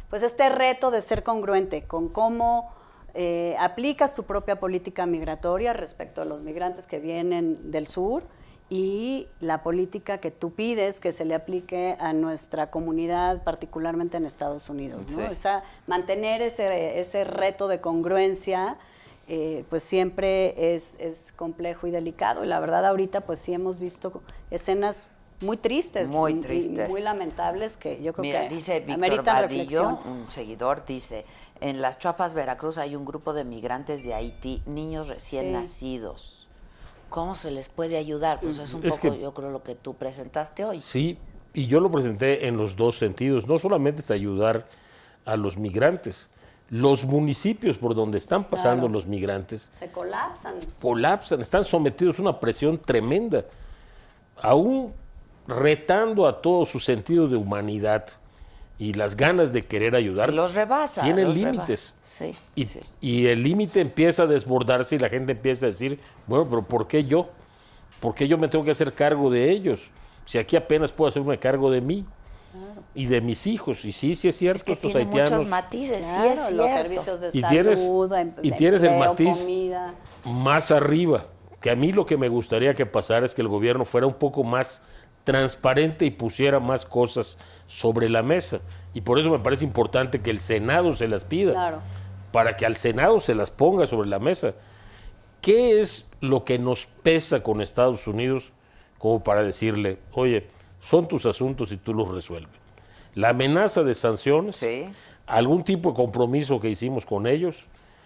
pues este reto de ser congruente con cómo eh, aplicas tu propia política migratoria respecto a los migrantes que vienen del sur y la política que tú pides que se le aplique a nuestra comunidad, particularmente en Estados Unidos, ¿no? Sí. O sea, mantener ese, ese reto de congruencia, eh, pues siempre es, es complejo y delicado. Y la verdad ahorita pues sí hemos visto escenas muy tristes, Muy y- tristes. y muy lamentables que yo creo Mira, que dice Víctor ameritan Vadillo, reflexión. un seguidor, dice, en Las Chuapas, Veracruz, hay un grupo de migrantes de Haití, niños recién Sí. nacidos. ¿Cómo se les puede ayudar? Pues es un Es poco, que- yo creo, lo que tú presentaste hoy. Sí, y yo lo presenté en los dos sentidos. No solamente es ayudar a los migrantes, los municipios por donde están pasando Claro. los migrantes Se colapsan. colapsan, están sometidos a una presión tremenda, aún retando a todo su sentido de humanidad y las ganas de querer ayudar. Los rebasa. Tienen los límites. rebasa. Sí, Y, sí. y el límite empieza a desbordarse y la gente empieza a decir, bueno, pero ¿por qué yo? ¿Por qué yo me tengo que hacer cargo de ellos? Si aquí apenas puedo hacerme cargo de mí y de mis hijos. Y sí, sí es cierto, Es que estos tiene haitianos. muchos matices, sí Claro, es cierto. los servicios de Y salud, tienes- em- y tienes el empleo, matiz. comida. Más arriba, que a mí lo que me gustaría que pasara es que el gobierno fuera un poco más transparente y pusiera más cosas sobre la mesa. Y por eso me parece importante que el Senado se las pida, Claro. para que al Senado se las ponga sobre la mesa. ¿Qué es lo que nos pesa con Estados Unidos como para decirle, oye, son tus asuntos y tú los resuelves? La amenaza de sanciones, Sí. algún tipo de compromiso que hicimos con ellos,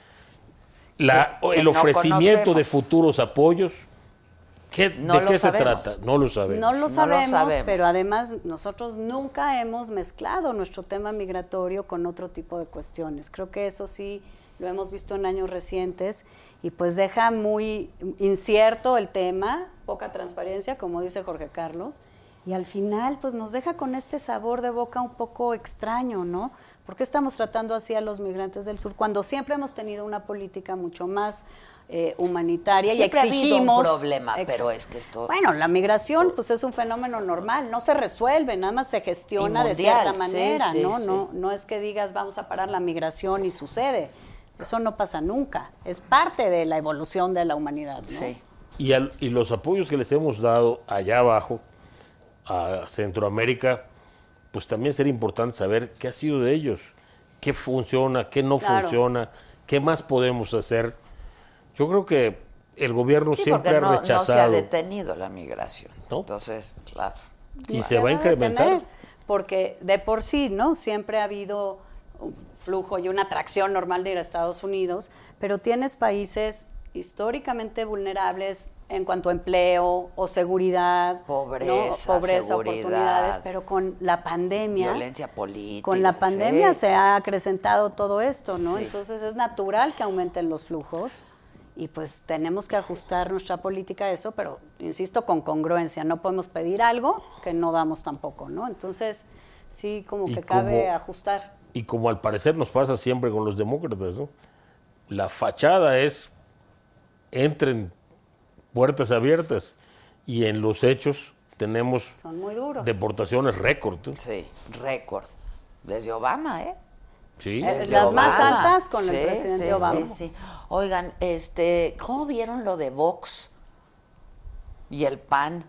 la- Que- que el no ofrecimiento de conocemos. futuros apoyos. ¿Qué- No ¿De lo qué sabemos. se trata? No lo sabemos. No lo No lo sabemos, sabemos. pero además nosotros nunca hemos mezclado nuestro tema migratorio con otro tipo de cuestiones. Creo que eso sí lo hemos visto en años recientes y pues deja muy incierto el tema, poca transparencia, como dice Jorge Carlos, y al final pues nos deja con este sabor de boca un poco extraño, ¿no? ¿Por qué estamos tratando así a los migrantes del sur cuando siempre hemos tenido una política mucho más eh, humanitaria Siempre y ha habido un exigimos... problema, Ex- pero es que esto- Bueno, la migración pues es un fenómeno normal, no se resuelve, nada más se gestiona Y de mundial, cierta sí, manera, sí, ¿no? sí. No no es que digas vamos a parar la migración y sucede. Eso no pasa nunca, es parte de la evolución de la humanidad, ¿no? Sí. Y, al- y los apoyos que les hemos dado allá abajo, a Centroamérica, pues también sería importante saber qué ha sido de ellos, qué funciona, qué no Claro. funciona, qué más podemos hacer. Yo creo que el gobierno Sí, siempre porque ha no, no se ha rechazado. detenido la migración. ¿No? Entonces, claro. Y No se va a debe incrementar. tener, porque de por sí, ¿no? Siempre ha habido un flujo y una atracción normal de ir a Estados Unidos, pero tienes países históricamente vulnerables en cuanto a empleo o seguridad, ¿no? Pobreza, pobreza, seguridad, oportunidades, pero con la pandemia, Violencia política. con la pandemia sí. se ha acrecentado todo esto, ¿no? Sí. Entonces es natural que aumenten los flujos y pues tenemos que ajustar nuestra política a eso, pero insisto, con congruencia. No podemos pedir algo que no damos tampoco, ¿no? Entonces sí, como Y que cabe como- ajustar. Y como al parecer nos pasa siempre con los demócratas, ¿no? La fachada es entren puertas abiertas y en los hechos tenemos Son muy duros. deportaciones récord. ¿no? Sí, récord. Desde Obama, ¿eh? Sí. Eh, Desde las más Obama. altas con el Sí, presidente sí, Obama. Sí, sí. Oigan, este, ¿cómo vieron lo de Vox y el P A N?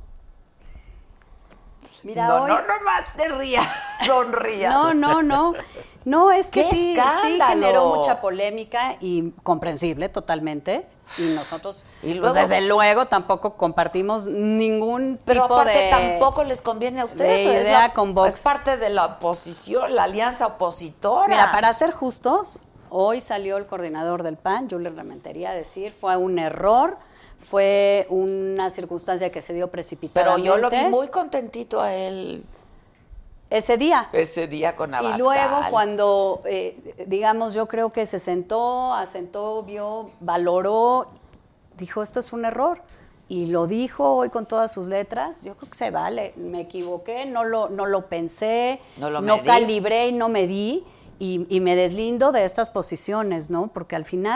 Mira, no, hoy... no, no más te rías, sonrías. No, no, no. No, es que ¡Qué sí, sí escándalo! generó mucha polémica y comprensible totalmente. Y nosotros, Y pues, luego- desde luego, tampoco compartimos ningún Pero tipo aparte de... tampoco les conviene a ustedes. de pues, es idea la- con Vox. Es parte de la oposición, la alianza opositora. Mira, para ser justos, hoy salió el coordinador del P A N, Julio Rementería, a decir fue un error, fue una circunstancia que se dio Pero precipitadamente. yo lo vi muy contentito a él Ese día. ese día con Abascal. Y luego cuando, eh, digamos, yo creo que se sentó, asentó, vio, valoró, dijo, esto es un error. Y lo dijo hoy con todas sus letras, yo creo que se vale. Me equivoqué, no lo, no lo pensé, No lo medí. calibré y no medí. Y, y me deslindo de estas posiciones, ¿no? Porque al final,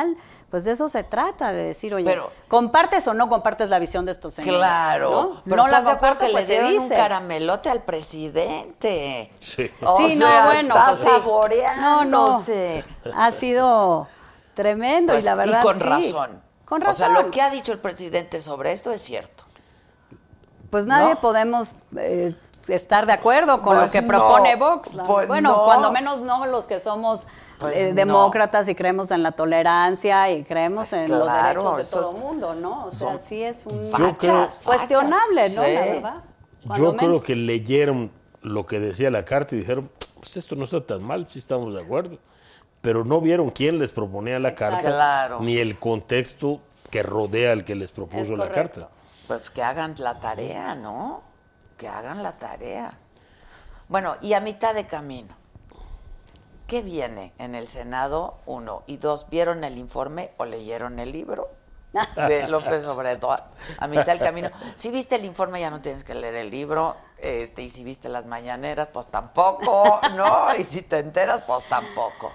pues de eso se trata, de decir, oye, Pero- ¿compartes o no compartes la visión de estos señores? Claro, ¿no? pero no ¿estás de acuerdo comparto, que pues le se dieron un dice. caramelote al presidente? Sí. O Sí, no, sea, bueno, está pues sí. saboreándose. No, no, ha sido tremendo Pues, y la verdad y con sí. razón. Con O sea, razón. lo que ha dicho el presidente sobre esto es cierto. Pues nadie ¿No? podemos eh, estar de acuerdo con Pues lo que no, propone Vox. la- pues bueno, no. cuando menos no los que somos Pues eh, no. demócratas y creemos en la tolerancia y creemos Pues en los claro, derechos de esos todo el mundo, ¿no? O sea, son sí es un Yo creo- Fachas, fachas. cuestionable, ¿no? Sí. La verdad. Cuando Yo creo menos. que leyeron lo que decía la carta y dijeron, pues esto no está tan mal, sí estamos de acuerdo. Pero no vieron quién les proponía la Exacto. carta, Claro. ni el contexto que rodea al que les propuso Es la correcto. carta. Pues que hagan la tarea, ¿no? Que hagan la tarea. Bueno, y a mitad de camino, ¿qué viene en el Senado? Uno. Y dos, ¿vieron el informe o leyeron el libro de López Obrador? A mitad del camino. Si viste el informe ya no tienes que leer el libro. Este, y si viste las mañaneras, pues tampoco, ¿no? Y si te enteras, pues tampoco.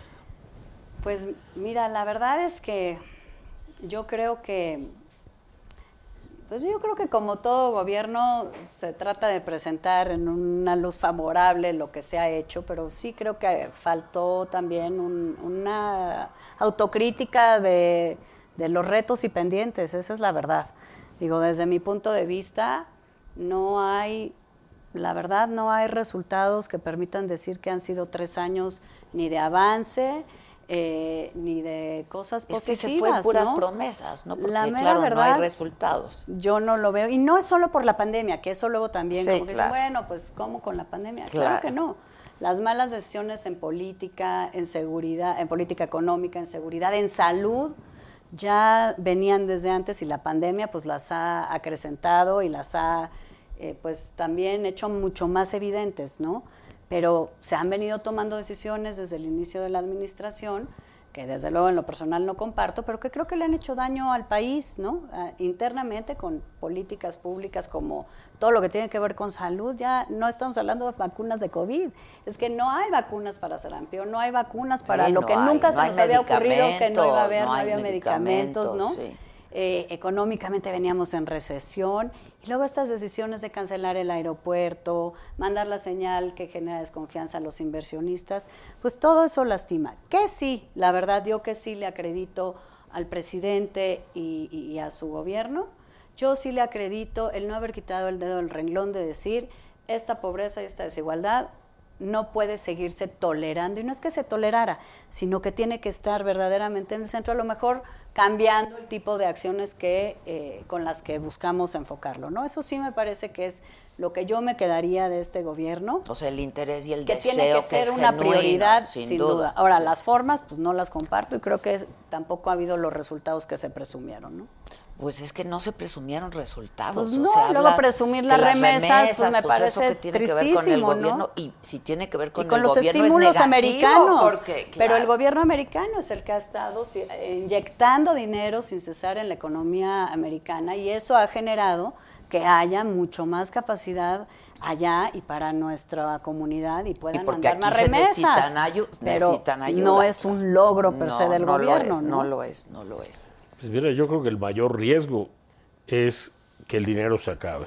Pues mira, la verdad es que yo creo que, pues yo creo que como todo gobierno se trata de presentar en una luz favorable lo que se ha hecho, pero sí creo que faltó también un- una autocrítica de, de los retos y pendientes, esa es la verdad. Digo, desde mi punto de vista, no hay, la verdad, no hay resultados que permitan decir que han sido tres años ni de avance, eh, ni de cosas Es que positivas, se fue en puras ¿no? promesas, ¿no? Porque, La mera claro, no verdad, hay resultados. Yo no lo veo. Y no es solo por la pandemia, que eso luego también, Sí, como que claro. dicen, bueno, pues ¿cómo con la pandemia? Claro. Claro que no. Las malas decisiones en política, en seguridad, en política económica, en seguridad, en salud, ya venían desde antes y la pandemia pues las ha acrecentado y las ha eh, pues también hecho mucho más evidentes, ¿no? Pero se han venido tomando decisiones desde el inicio de la administración que desde luego en lo personal no comparto, pero que creo que le han hecho daño al país, ¿no? Ah, internamente con políticas públicas como todo lo que tiene que ver con salud. Ya no estamos hablando de vacunas de COVID, es que no hay vacunas para sarampión, no hay vacunas para Sí, lo no que hay, nunca no se hay nos había ocurrido que no iba a haber, medicamentos, no, no hay había medicamentos, ¿no? medicamentos, sí. Eh, económicamente veníamos en recesión y luego estas decisiones de cancelar el aeropuerto, mandar la señal que genera desconfianza a los inversionistas, pues todo eso lastima. Que sí, la verdad yo que sí le acredito al presidente y, y- y a su gobierno, yo sí le acredito el no haber quitado el dedo del renglón de decir esta pobreza y esta desigualdad no puede seguirse tolerando, y no es que se tolerara, sino que tiene que estar verdaderamente en el centro, a lo mejor cambiando el tipo de acciones que eh, con las que buscamos enfocarlo, ¿no? Eso sí me parece que es lo que yo me quedaría de este gobierno, O sea, el interés y el que deseo tiene que ser es una genuino, prioridad, sin, sin, duda. duda. Ahora, Sí. las formas, pues no las comparto y creo que tampoco ha habido los resultados que se presumieron, ¿no? Pues es que no se presumieron resultados. Pues o no, sea, luego habla presumir que las remesas, pues me eso parece que tiene que ver con el tristísimo, ¿no? gobierno, y si tiene que ver con, y con el los gobierno estímulos es negativo, americanos. porque, Pero el claro, gobierno americano es el que ha estado si- inyectando dinero sin cesar en la economía americana y eso ha generado que haya mucho más capacidad allá y para nuestra comunidad y puedan Y porque mandar más aquí se remesas. necesitan ayu- pero necesitan ayuda. no es un logro per no, se del no gobierno, lo es, ¿no? no lo es, no lo es. Pues mira, yo creo que el mayor riesgo es que el dinero se acabe.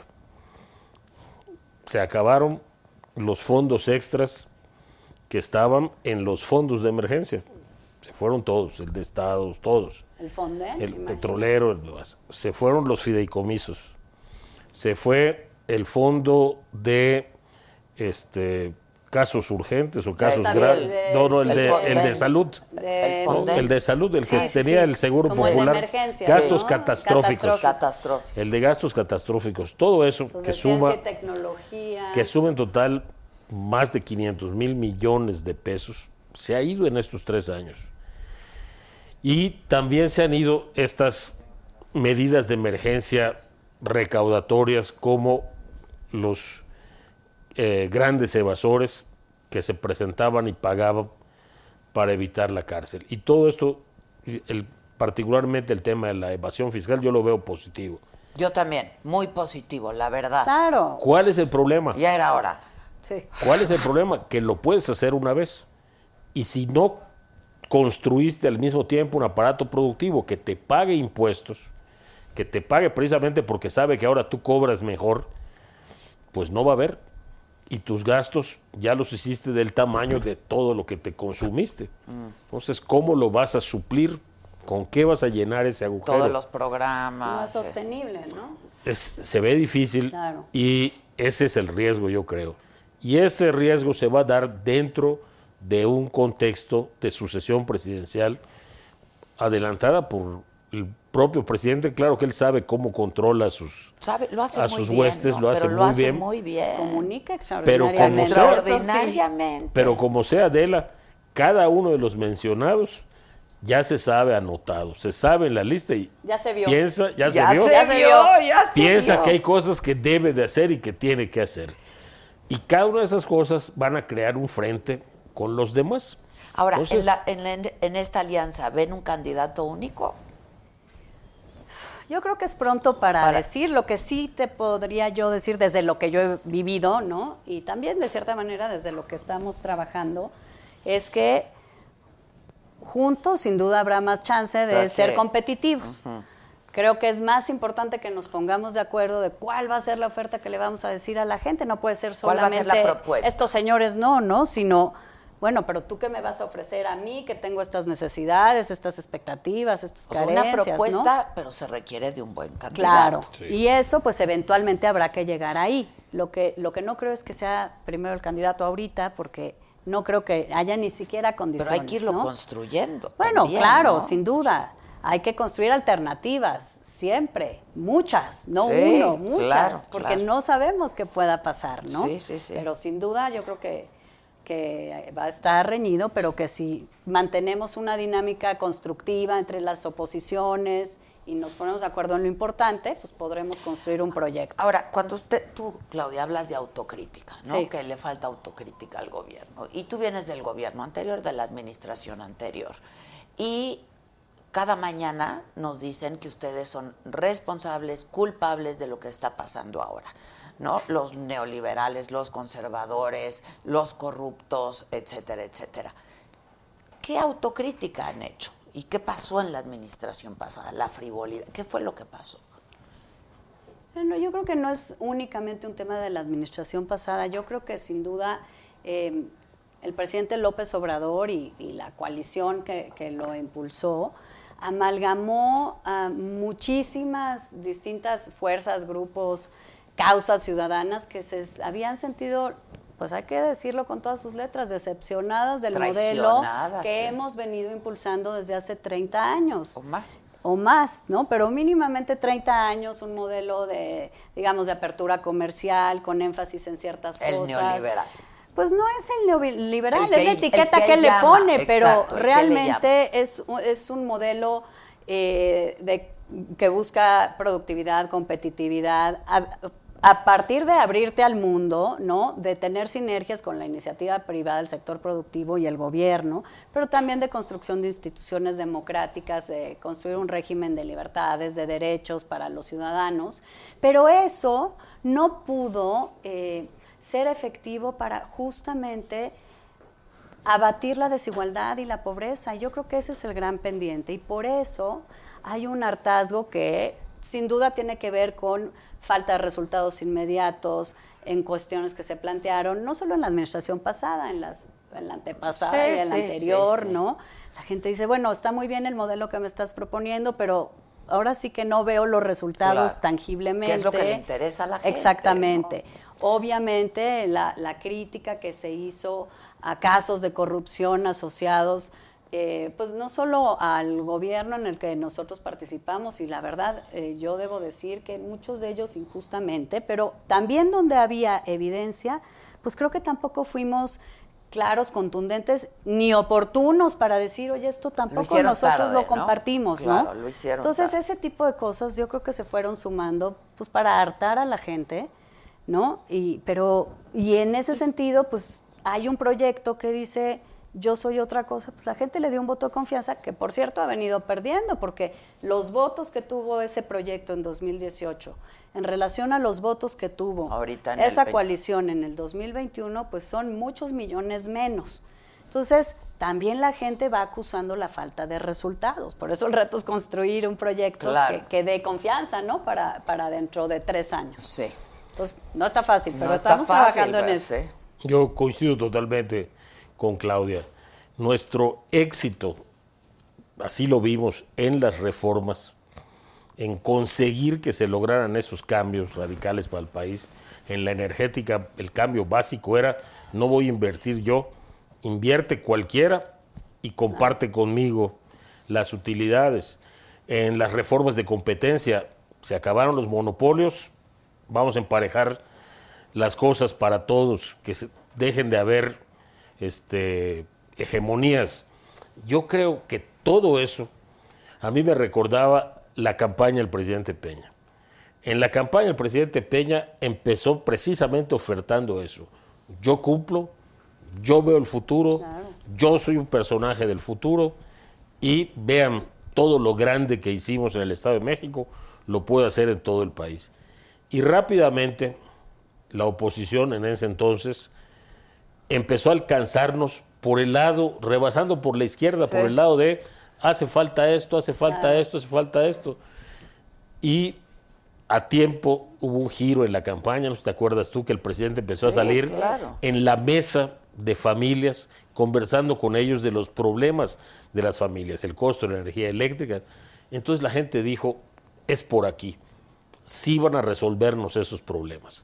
Se acabaron los fondos extras que estaban en los fondos de emergencia. Se fueron todos, el de estados, todos. El Fonden, El imagino. petrolero, el demás. Se fueron los fideicomisos. Se fue el fondo de este, casos urgentes o casos Está bien, graves. de- No, no, el el de, Fonden. el de salud. De- El ¿no? Fonden. El de salud, el que Sí, sí, tenía sí. el seguro Como el de popular. emergencias, gastos ¿no? catastróficos. Catastróficos. El de gastos catastróficos. Todo eso Pues que de ciencia suma, y tecnología. que suma en total más de quinientos mil millones de pesos, se ha ido en estos tres años. Y también se han ido estas medidas de emergencia recaudatorias como los eh, grandes evasores que se presentaban y pagaban para evitar la cárcel. Y todo esto, el, particularmente el tema de la evasión fiscal, yo lo veo positivo. Yo también, muy positivo, la verdad. Claro. ¿Cuál es el problema? Ya era hora. Sí. ¿Cuál es el problema? Que lo puedes hacer una vez. Y si no construiste al mismo tiempo un aparato productivo que te pague impuestos, que te pague precisamente porque sabe que ahora tú cobras mejor, pues no va a haber. Y tus gastos ya los hiciste del tamaño de todo lo que te consumiste. Mm. Entonces, ¿cómo lo vas a suplir? ¿Con qué vas a llenar ese agujero? Todos los programas. No es sostenible, ¿no? Es, se ve difícil, claro. Y ese es el riesgo, yo creo. Y ese riesgo se va a dar dentro de un contexto de sucesión presidencial adelantada por el propio presidente. Claro que él sabe cómo controla sus, sabe, lo hace a muy sus bien, huestes, ¿no? lo hace, Pero muy, lo hace bien, muy bien. Se comunica pero extraordinariamente. como extraordinariamente. Sea, pero como sea, Adela, cada uno de los mencionados ya se sabe anotado, se sabe en la lista y ya se vio. Piensa, ya, ya se vio, se vio, ya se piensa vio. que hay cosas que debe de hacer y que tiene que hacer. Y cada una de esas cosas van a crear un frente con los demás. Ahora, Entonces, en, la, en, en, en esta alianza, ¿ven un candidato único? Yo creo que es pronto para, Para- decir. Lo que sí te podría yo decir desde lo que yo he vivido, ¿no? Y también de cierta manera desde lo que estamos trabajando, es que juntos sin duda habrá más chance de Ya sé. ser competitivos. Uh-huh. Creo que es más importante que nos pongamos de acuerdo de cuál va a ser la oferta que le vamos a decir a la gente. No puede ser ¿Cuál va a ser solamente la propuesta? estos señores no, ¿no? Sino, bueno, pero tú qué me vas a ofrecer a mí, que tengo estas necesidades, estas expectativas, estas O sea, carencias, una propuesta, ¿no? pero se requiere de un buen candidato. Claro, Sí. y eso pues eventualmente habrá que llegar ahí. Lo que, lo que no creo es que sea primero el candidato ahorita, porque no creo que haya ni siquiera condiciones. Pero hay que irlo ¿no? construyendo. Bueno, también, claro, ¿no? sin duda. Hay que construir alternativas, siempre, muchas, no Sí, uno, muchas, claro, porque claro. no sabemos qué pueda pasar, ¿no? Sí, sí, sí. Pero sin duda yo creo que, que va a estar reñido, pero que si mantenemos una dinámica constructiva entre las oposiciones y nos ponemos de acuerdo en lo importante, pues podremos construir un proyecto. Ahora, cuando usted, tú, Claudia, hablas de autocrítica, ¿no? Sí. Que le falta autocrítica al gobierno. Y tú vienes del gobierno anterior, de la administración anterior. Y cada mañana nos dicen que ustedes son responsables, culpables de lo que está pasando ahora, ¿no? Los neoliberales, los conservadores, los corruptos, etcétera, etcétera. ¿Qué autocrítica han hecho? ¿Y qué pasó en la administración pasada? La frivolidad. ¿Qué fue lo que pasó? Bueno, yo creo que no es únicamente un tema de la administración pasada. Yo creo que sin duda eh, el presidente López Obrador y, y la coalición que, que lo impulsó amalgamó a muchísimas distintas fuerzas, grupos, causas ciudadanas que se habían sentido, pues hay que decirlo con todas sus letras, decepcionadas del modelo Traicionadas, que sí. hemos venido impulsando desde hace treinta años. ¿O más? O más, ¿no? Pero mínimamente treinta años, un modelo de, digamos, de apertura comercial, con énfasis en ciertas El cosas. neoliberal. Pues no es el neoliberal, El que- es la etiqueta el que que, él le llama, pone, exacto, pero el que le realmente es, es un modelo eh, de, que busca productividad, competitividad, a, a partir de abrirte al mundo, ¿no? De tener sinergias con la iniciativa privada, el sector productivo y el gobierno, pero también de construcción de instituciones democráticas, de construir un régimen de libertades, de derechos para los ciudadanos, pero eso no pudo eh, ser efectivo para justamente abatir la desigualdad y la pobreza. Yo creo que ese es el gran pendiente y por eso hay un hartazgo que sin duda tiene que ver con falta de resultados inmediatos en cuestiones que se plantearon, no solo en la administración pasada, en, las, en la antepasada Sí, y en la sí, anterior, sí, sí. ¿no? La gente dice, bueno, está muy bien el modelo que me estás proponiendo, pero ahora sí que no veo los resultados Claro. tangiblemente. ¿Qué es lo que le interesa a la gente? Exactamente. Obviamente, la, la crítica que se hizo a casos de corrupción asociados, eh, pues no solo al gobierno en el que nosotros participamos, y la verdad, eh, yo debo decir que muchos de ellos injustamente, pero también donde había evidencia, pues creo que tampoco fuimos claros, contundentes, ni oportunos para decir, oye, esto tampoco hicieron nosotros tarde, lo ¿no? compartimos, Claro, ¿no? lo hicieron Entonces, tarde. ese tipo de cosas yo creo que se fueron sumando pues para hartar a la gente, ¿no? Y, pero, y en ese sentido, pues hay un proyecto que dice, yo soy otra cosa, pues la gente le dio un voto de confianza, que por cierto ha venido perdiendo, porque los votos que tuvo ese proyecto en dos mil dieciocho, en relación a los votos que tuvo Ahorita en esa el coalición en el dos mil veintiuno, pues son muchos millones menos. Entonces, también la gente va acusando la falta de resultados. Por eso el reto es construir un proyecto Claro. que, que dé confianza, ¿no? Para, para dentro de tres años. Sí. Entonces, no está fácil, pero No estamos está fácil, trabajando en pues, eso. sí. Yo coincido totalmente con Claudia. Nuestro éxito, así lo vimos en las reformas, en conseguir que se lograran esos cambios radicales para el país. En la energética, el cambio básico era, no voy a invertir yo, invierte cualquiera y comparte conmigo las utilidades. En las reformas de competencia, se acabaron los monopolios, vamos a emparejar las cosas para todos, que se dejen de haber este, hegemonías. Yo creo que todo eso a mí me recordaba la campaña del presidente Peña. En la campaña del presidente Peña empezó precisamente ofertando eso. Yo cumplo, yo veo el futuro, claro. Yo soy un personaje del futuro y vean todo lo grande que hicimos en el Estado de México, lo puedo hacer en todo el país. Y rápidamente la oposición en ese entonces empezó a alcanzarnos por el lado, rebasando por la izquierda, sí. Por el lado de hace falta esto, hace falta claro. esto, hace falta esto. Y a tiempo hubo un giro en la campaña, no sé si te acuerdas tú que el presidente empezó sí, a salir claro. En la mesa de familias, conversando con ellos de los problemas de las familias, el costo de la energía eléctrica. Entonces la gente dijo, es por aquí, sí van a resolvernos esos problemas.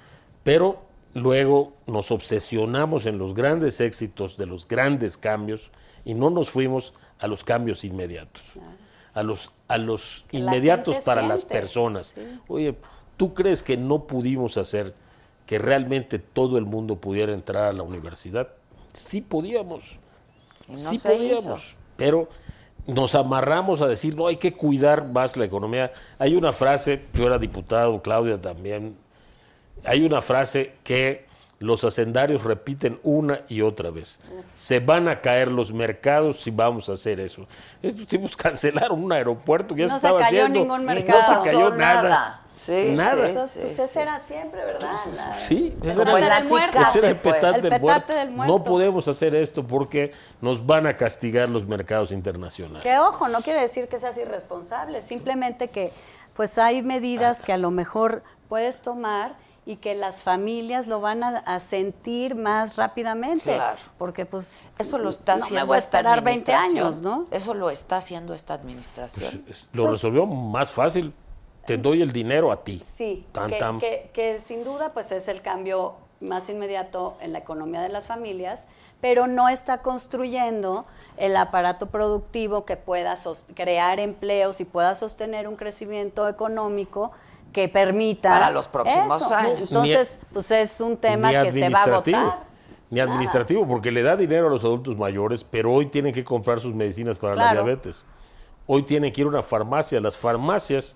Pero luego nos obsesionamos en los grandes éxitos de los grandes cambios y no nos fuimos a los cambios inmediatos, claro. a los, a los inmediatos para siente. Las personas. Sí. Oye, ¿tú crees que no pudimos hacer que realmente todo el mundo pudiera entrar a la universidad? Sí podíamos, no sí podíamos, hizo. Pero nos amarramos a decir, no, hay que cuidar más la economía. Hay una frase, yo era diputado, Claudia también, hay una frase que los hacendarios repiten una y otra vez. Uf. Se van a caer los mercados si vamos a hacer eso. Estos tipos cancelaron un aeropuerto que ya no se estaba haciendo. No se cayó ningún mercado. No se cayó nada. nada. Sí, nada. Entonces, sí, pues ese era siempre, ¿verdad? Entonces, la, sí, el ese era, era, el muerto, ese era el petate, pues. del, el petate muerto. del muerto. No podemos hacer esto porque nos van a castigar los mercados internacionales. Que ojo, no quiere decir que seas irresponsable, simplemente que pues hay medidas que a lo mejor puedes tomar y que las familias lo van a, a sentir más rápidamente. Claro. Porque pues eso lo está no haciendo me voy a esperar esta veinte años, ¿no? Eso lo está haciendo esta administración. Pues, lo pues, resolvió más fácil. Te doy el dinero a ti. Sí, tan, que, tan. Que, que sin duda pues es el cambio más inmediato en la economía de las familias, pero no está construyendo el aparato productivo que pueda crear empleos y pueda sostener un crecimiento económico que permita para los próximos eso. años. Entonces, ni, pues es un tema que se va a agotar. Ni administrativo, Nada. Porque le da dinero a los adultos mayores, pero hoy tienen que comprar sus medicinas para claro. la diabetes. Hoy tienen que ir a una farmacia. Las farmacias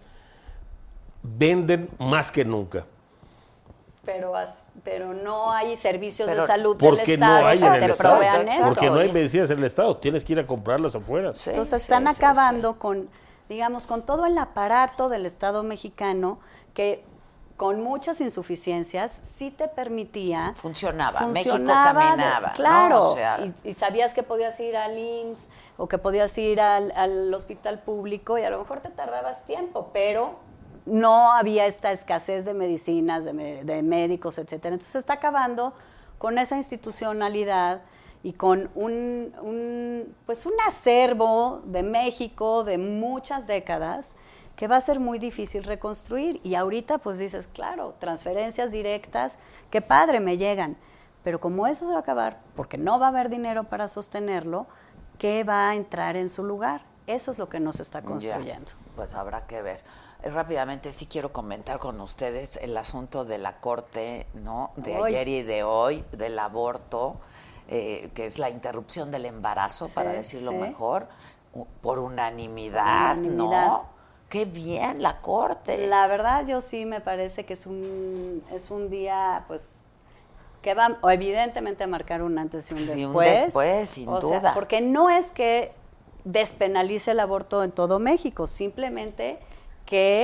venden más que nunca. Pero, pero no hay servicios pero de salud porque del Estado no hay que en el te Estado, provean eso. Porque no hay medicinas en el Estado, tienes que ir a comprarlas afuera. Sí, Entonces están sí, acabando sí, sí. con, digamos, con todo el aparato del Estado mexicano que con muchas insuficiencias sí te permitía... Funcionaba, funcionaba México caminaba. De, claro, ¿no? O sea, y, y sabías que podías ir al I M S S o que podías ir al, al hospital público y a lo mejor te tardabas tiempo, pero... no había esta escasez de medicinas, de, de médicos, etcétera. Entonces se está acabando con esa institucionalidad y con un, un, pues un acervo de México de muchas décadas que va a ser muy difícil reconstruir. Y ahorita pues dices, claro, transferencias directas, qué padre, me llegan. Pero como eso se va a acabar, porque no va a haber dinero para sostenerlo, ¿qué va a entrar en su lugar? Eso es lo que nos está construyendo. Ya, pues habrá que ver. Rápidamente sí quiero comentar con ustedes el asunto de la Corte, ¿no? De hoy. Ayer y de hoy, del aborto, eh, que es la interrupción del embarazo, sí, para decirlo sí. mejor, por unanimidad, por unanimidad, ¿no? Qué bien la Corte. La verdad yo sí me parece que es un, es un día, pues, que va evidentemente a marcar un antes y un sí, después. Un después, sin o duda. Sea, porque no es que despenalice el aborto en todo México, simplemente... que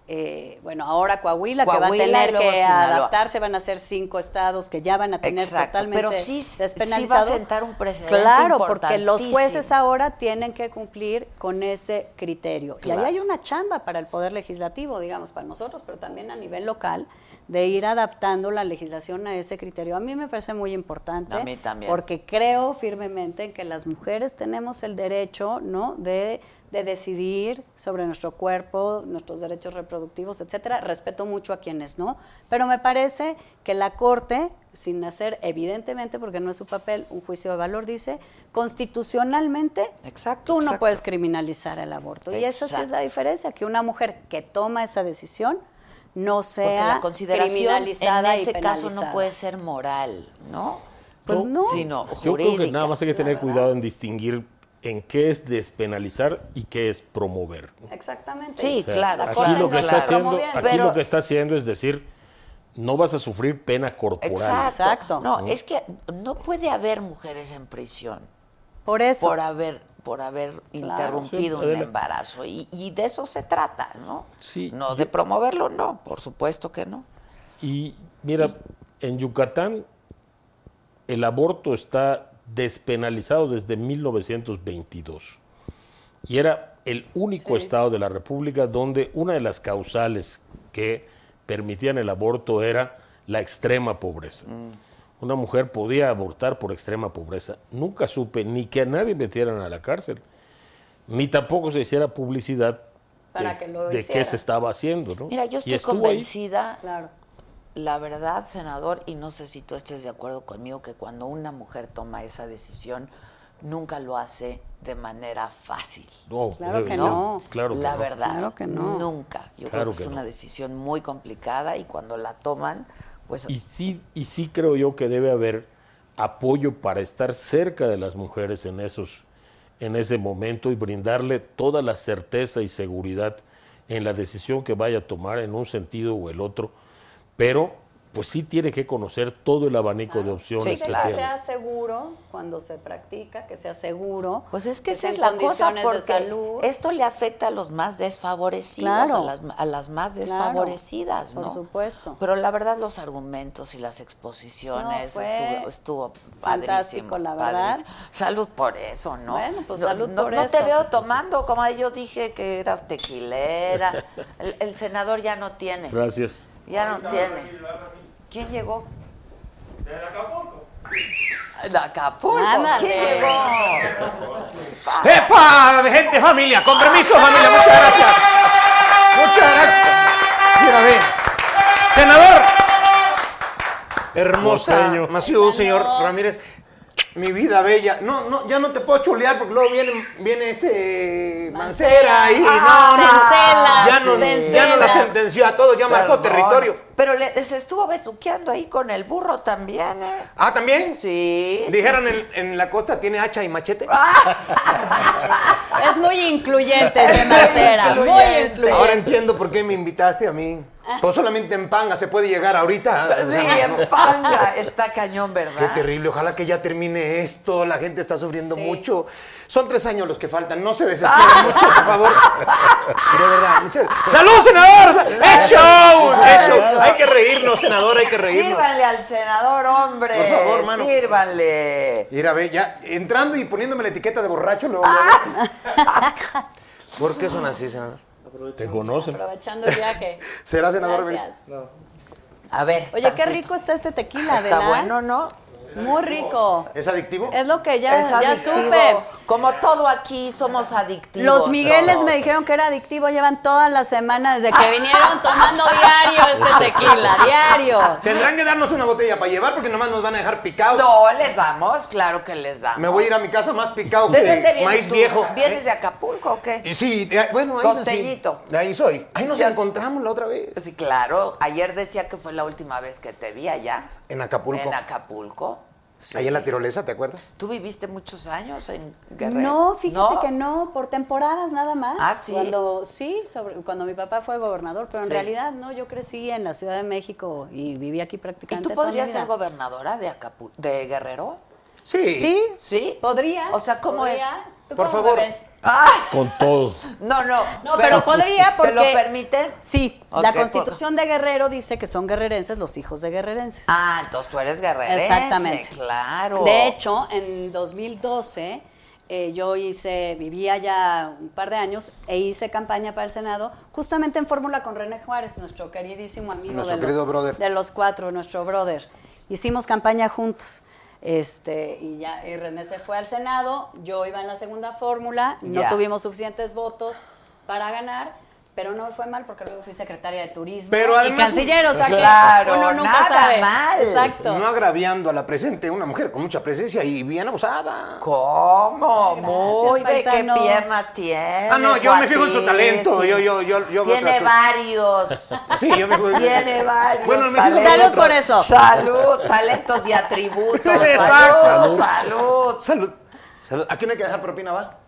eh, bueno, ahora Coahuila, Coahuila, que va a tener y luego que Sinaloa. adaptarse, van a ser cinco estados que ya van a tener Exacto, totalmente pero sí, despenalizado. sí va a sentar un precedente Claro, porque los importantísimo. jueces ahora tienen que cumplir con ese criterio. Claro. Y ahí hay una chamba para el Poder Legislativo, digamos, para nosotros, pero también a nivel local, de ir adaptando la legislación a ese criterio. A mí me parece muy importante. A mí también. Porque creo firmemente en que las mujeres tenemos el derecho, ¿no?, de, de decidir sobre nuestro cuerpo, nuestros derechos reproductivos, etcétera. Respeto mucho a quienes no, pero me parece que la Corte, sin hacer evidentemente, porque no es su papel, un juicio de valor, dice, constitucionalmente, Exacto, tú no exacto. puedes criminalizar el aborto. Y esa sí es la Exacto. diferencia, que una mujer que toma esa decisión no Porque sea la consideración en criminalizada y ese caso no penalizada. puede ser moral, ¿no? Pues no. Sino Yo creo que jurídica. nada más hay que la tener verdad. cuidado en distinguir en qué es despenalizar y qué es promover. Exactamente. Sí, O sea, claro, aquí claro, lo que está claro. haciendo, Promoviendo. aquí Pero- lo que está haciendo es decir, no vas a sufrir pena corporal. Exacto. Exacto. No, es que no puede haber mujeres en prisión Por eso. por haber por haber interrumpido Sí, un Adela. embarazo y, y de eso se trata, ¿no? Sí, No yo- de promoverlo, no, por supuesto que no. Y mira, en Yucatán el aborto está despenalizado desde mil novecientos veintidós. Y era el único Sí. estado de la República donde una de las causales que permitían el aborto era la extrema pobreza. Una mujer podía abortar por extrema pobreza. Nunca supe ni que a nadie metieran a la cárcel, ni tampoco se hiciera publicidad Para de, que lo de qué hicieras. se estaba haciendo, ¿no? Mira, yo Y estoy estuvo ahí. convencida, Claro. la verdad, senador, y no sé si tú estés de acuerdo conmigo, que cuando una mujer toma esa decisión, nunca lo hace de manera fácil. No, Claro que no, no. Claro que la no. verdad, Claro que no. nunca. Yo Claro creo que que es no. una decisión muy complicada y cuando la toman, pues Y sí, y sí creo yo que debe haber apoyo para estar cerca de las mujeres en esos, en ese momento y brindarle toda la certeza y seguridad en la decisión que vaya a tomar en un sentido o el otro, pero pues sí tiene que conocer todo el abanico de opciones Sí, De que claro. que tiene. sea seguro cuando se practica, que sea seguro. Pues es que esa sea es en la cosa, condiciones porque de salud. esto le afecta a los más desfavorecidos, Claro. a, las, a las más Claro, desfavorecidas, por ¿no? supuesto. Pero la verdad los argumentos y las exposiciones No, fue estuvo, estuvo fantástico, padrísimo. la verdad. padrísimo. Salud por eso, ¿no? Bueno, pues no, salud no- por no eso. te veo tomando, como yo dije que eras tequilera. El, el senador ya no tiene, Gracias. ya no tiene. ¿Quién llegó? ¿De Acapulco? De Acapulco. Ándale. ¿Quién llegó? ¡Epa! Gente, familia, con permiso, familia, muchas gracias. Muchas gracias. Mira, ve. Senador. Hermosa. Costeño. Maciú, señor Ramírez. Mi vida bella. No, no, ya no te puedo chulear porque luego viene, viene este Mancera ahí. Ah, no, no, no. Cencela, Ya no, Cencela. ya no la sentenció a todos, ya marcó Perdón. territorio. Pero le, se estuvo besuqueando ahí con el burro también, ¿eh? Ah, ¿también? Sí. Dijeron sí, sí. En, en la costa tiene hacha y machete. Es muy incluyente ese Mancera, muy incluyente. incluyente. Ahora entiendo por qué me invitaste a mí. Pues solamente en Panga se puede llegar ahorita. O Sí, sea, no. en Panga. Está cañón, ¿verdad? Qué terrible, ojalá que ya termine esto, la gente está sufriendo Sí. mucho. Son tres años los que faltan, no se desesperen mucho, por favor. De verdad, muchas ¡Salud, senador! ¡Es show! ¡Es show! Hay que reírnos, senador, hay que reírnos. Sírvanle al senador, hombre. Por favor, mano. Sírvanle. Mira, ve, ya entrando y poniéndome la etiqueta de borracho, luego... luego. ¿Por qué son así, senador? ¿Te conocen? Aprovechando el viaje. ¿Será senador? Gracias. A ver. Oye, qué tantito. rico está este tequila, Está ¿verdad? bueno, ¿no? Muy rico. ¿Es adictivo? Es lo que ya, Es ya adictivo. supe. Como todo aquí somos adictivos. Los Migueles todos. me dijeron que era adictivo, llevan toda la semana desde que vinieron tomando diario este tequila, diario. Tendrán que darnos una botella para llevar porque nomás nos van a dejar picados. No, les damos, claro que les damos. Me voy a ir a mi casa más picado ¿De dónde que vienes maíz tú? viejo. ¿Vienes de Acapulco o qué? Y sí, de- bueno, ahí nací. Costeñito. De ahí soy. Ahí nos Ya- encontramos la otra vez. Sí, claro. Ayer decía que fue la última vez que te vi allá. En Acapulco. En Acapulco. Sí. Ahí en la tirolesa, ¿te acuerdas? ¿Tú viviste muchos años en Guerrero? No, fíjate que no, por temporadas nada más. Ah, ¿sí? Cuando, sí, sobre, cuando mi papá fue gobernador, pero en Sí. realidad no, yo crecí en la Ciudad de México y viví aquí ¿Y prácticamente tú toda mi podrías vida. ser gobernadora de Acapulco, de Guerrero? Sí. Sí, ¿Sí? podría. O sea, ¿cómo podría. ¿Tú Por cómo favor. me ves? Con todos. No, no. No, pero podría porque... ¿Te lo permiten? Sí, Ok, la por- Constitución de Guerrero dice que son guerrerenses los hijos de guerrerenses. Ah, entonces tú eres guerrerense. Exactamente. Claro. De hecho, en dos mil doce eh, yo hice, vivía ya un par de años e hice campaña para el Senado, justamente en fórmula con René Juárez, nuestro queridísimo amigo Nuestro de, querido los, brother. de los cuatro, nuestro brother. Hicimos campaña juntos. Este, y ya y René se fue al Senado, yo iba en la segunda fórmula, no Ya. tuvimos suficientes votos para ganar, pero no me fue mal porque luego fui secretaria de turismo Pero y además- canciller, o sea Claro, que uno nunca nada sabe. mal. Exacto. No agraviando a la presente, una mujer con mucha presencia y bien abusada. ¿Cómo? Gracias, Muy bien. ¿Qué paisano. piernas tienes? Ah, no, yo me fijo en su talento. guapísimo. Yo, yo, yo, yo veo Tiene otras cosas. varios. Sí, yo me fijo en Tiene varios. Bueno, me fijo en talentos. Salud otras. por eso. Salud, talentos y atributos. Exacto. Salud, salud. Salud. Salud. ¿A quién hay que dejar propina, va?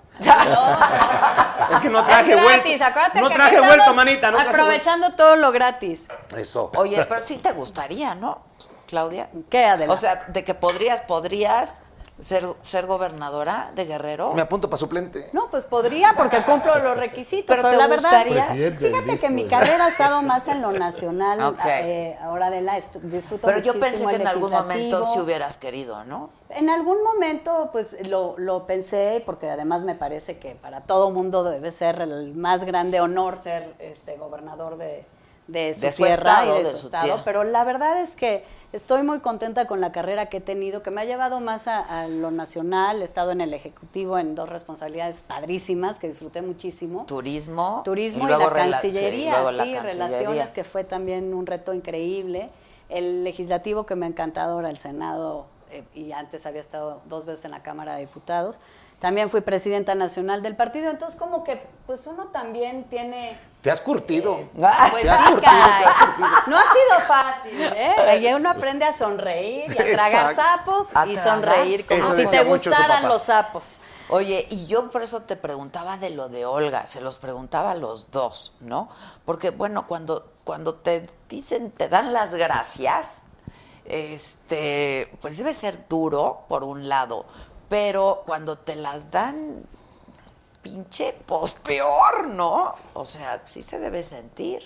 No, Es que no traje es vuelto. gratis, acuérdate No que traje aquí vuelto, estamos manita. No traje aprovechando todo lo gratis. vuelto. Eso. Oye, pero sí te gustaría, ¿no, Claudia? ¿Qué, Adela? O sea, de que podrías, podrías ser, ser gobernadora de Guerrero. Me apunto para suplente. No, pues podría porque cumplo los requisitos, Pero pero, ¿te la verdad, gustaría? Presidente del fíjate D I F, que mi pues. carrera ha estado más en lo nacional. Ok. eh, ahora de la disfruto Pero yo muchísimo pensé que el en algún momento legislativo. sí hubieras querido, ¿no? En algún momento, pues lo, lo pensé, porque además me parece que para todo mundo debe ser el más grande honor ser este gobernador de, de su De su tierra estado, y de, de su su estado. tierra. Pero la verdad es que estoy muy contenta con la carrera que he tenido, que me ha llevado más a, a lo nacional. He estado en el Ejecutivo en dos responsabilidades padrísimas que disfruté muchísimo. Turismo. Turismo y, luego la rela- Cancillería, luego la sí, Cancillería. relaciones, que fue también un reto increíble. El legislativo, que me ha encantado, ahora el Senado, eh, y antes había estado dos veces en la Cámara de Diputados. También fui presidenta nacional del partido, entonces como que pues uno también tiene... Te has curtido. Pues Te has sí, curtido, caray. te has curtido. No ha sido fácil, ¿eh? Ahí uno aprende a sonreír y a tragar Exacto. sapos A y tragar sonreír como Eso si decía te mucho su gustaran papá. los sapos. Oye, y yo por eso te preguntaba de lo de Olga, se los preguntaba a los dos, ¿no? Porque, bueno, cuando, cuando te dicen, te dan las gracias, este, pues debe ser duro, por un lado, pero cuando te las dan, pinche, pues peor, ¿no? O sea, sí se debe sentir.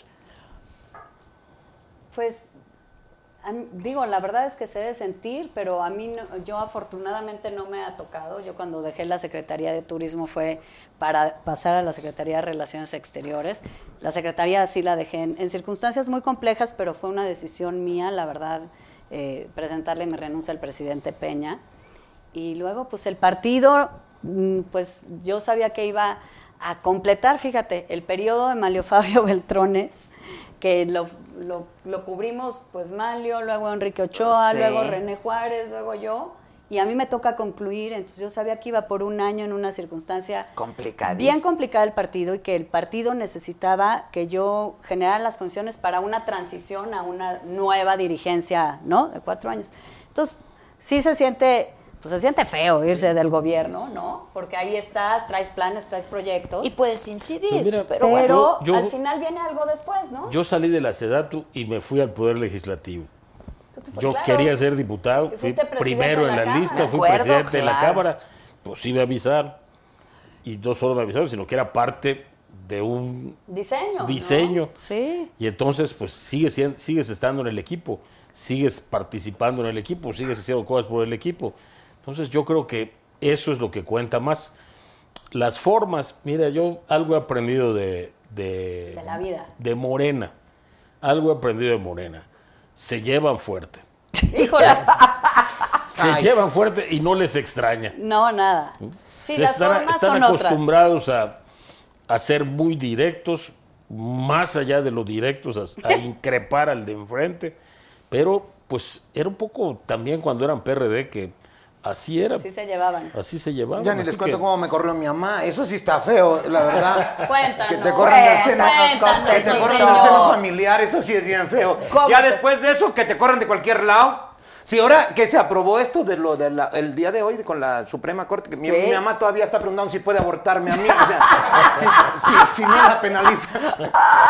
Pues a mí- digo, la verdad es que se debe sentir, pero a mí, no- yo afortunadamente no me ha tocado. Yo cuando dejé la Secretaría de Turismo fue para pasar a la Secretaría de Relaciones Exteriores. La Secretaría sí la dejé en, en circunstancias muy complejas, pero fue una decisión mía, la verdad, eh, presentarle mi renuncia al presidente Peña. Y luego, pues el partido, mm, pues yo sabía que iba a completar, fíjate, el periodo de Manlio Fabio Beltrones, que lo, lo, lo cubrimos pues Manlio, luego Enrique Ochoa, Sí. luego René Juárez, luego yo, y a mí me toca concluir, entonces yo sabía que iba por un año en una circunstancia Complicadísimo. bien complicada el partido y que el partido necesitaba que yo generara las condiciones para una transición a una nueva dirigencia, ¿no? De cuatro años. Entonces, sí se siente... Pues se siente feo irse del gobierno, ¿no? Porque ahí estás, traes planes, traes proyectos. Y puedes incidir, Pues mira, pero pero bueno. yo- yo- al final viene algo después, ¿no? Yo salí de la SEDATU y me fui al Poder Legislativo. Tú te fu- Yo claro. quería ser diputado, Y fui fuiste presidente primero de en la la Cámara. lista, De fui acuerdo, presidente de la claro. Cámara, pues sí me avisaron. Y no solo me avisaron, sino que era parte de un Diseño. ¿no? diseño. Sí. Y entonces, pues sigues, sien- sigues estando en el equipo, sigues participando en el equipo, sigues haciendo cosas por el equipo. Entonces yo creo que eso es lo que cuenta más. Las formas, mira, yo algo he aprendido de... De, De la vida. De Morena. Algo he aprendido de Morena. Se llevan fuerte. Híjole. Se Ay. llevan fuerte y no les extraña. No, nada. Sí, Se las están, formas están son otras. acostumbrados a, a ser muy directos, más allá de lo directos, a, a increpar al de enfrente. Pero, pues, era un poco también cuando eran P R D que así era. Sí se llevaban. Así se llevaban. Ya ni les así cuento que- cómo me corrió mi mamá. Eso sí está feo, la verdad. Cuéntanos. Que te corran del seno. Cuéntanos, Que te corran del costeño. seno familiar, eso sí es bien feo. ¿Cómo Ya te- después de eso, que te corran de cualquier lado. Sí, ahora que se aprobó esto de lo del el día de hoy con la Suprema Corte, que mi, Sí. mi mamá todavía está preguntando si puede abortarme a mí. O sea, si, si- si no la penaliza.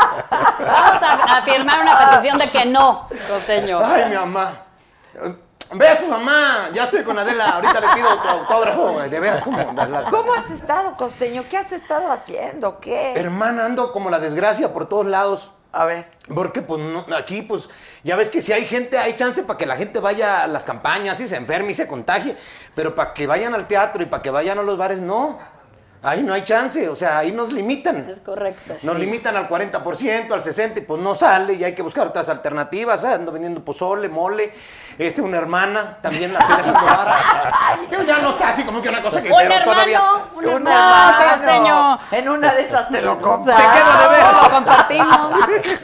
Vamos a, a firmar una petición de que no, costeño. Ay, mi mamá. Besos, mamá. Ya estoy con Adela. Ahorita le pido tu autógrafo. De veras, ¿cómo? La- ¿Cómo has estado, Costeño? ¿Qué has estado haciendo? ¿Qué? Hermana, ando como la desgracia por todos lados. A ver. Porque pues no- aquí pues ya ves que si hay gente, hay chance para que la gente vaya a las campañas y se enferme y se contagie, pero para que vayan al teatro y para que vayan a los bares, no. Ahí no hay chance, o sea, ahí nos limitan. Es correcto. Nos limitan al cuarenta por ciento, al sesenta por ciento, y pues no sale y hay que buscar otras alternativas. ¿eh? Ando vendiendo pozole, mole, este, una hermana, también la estoy dejando vara. Yo ya no está así como que una cosa que Un pero hermano, todavía. un Un hermano, hermano. Costeño. En una de esas te lo compro. Exacto, Te quedo de ver. lo compartimos.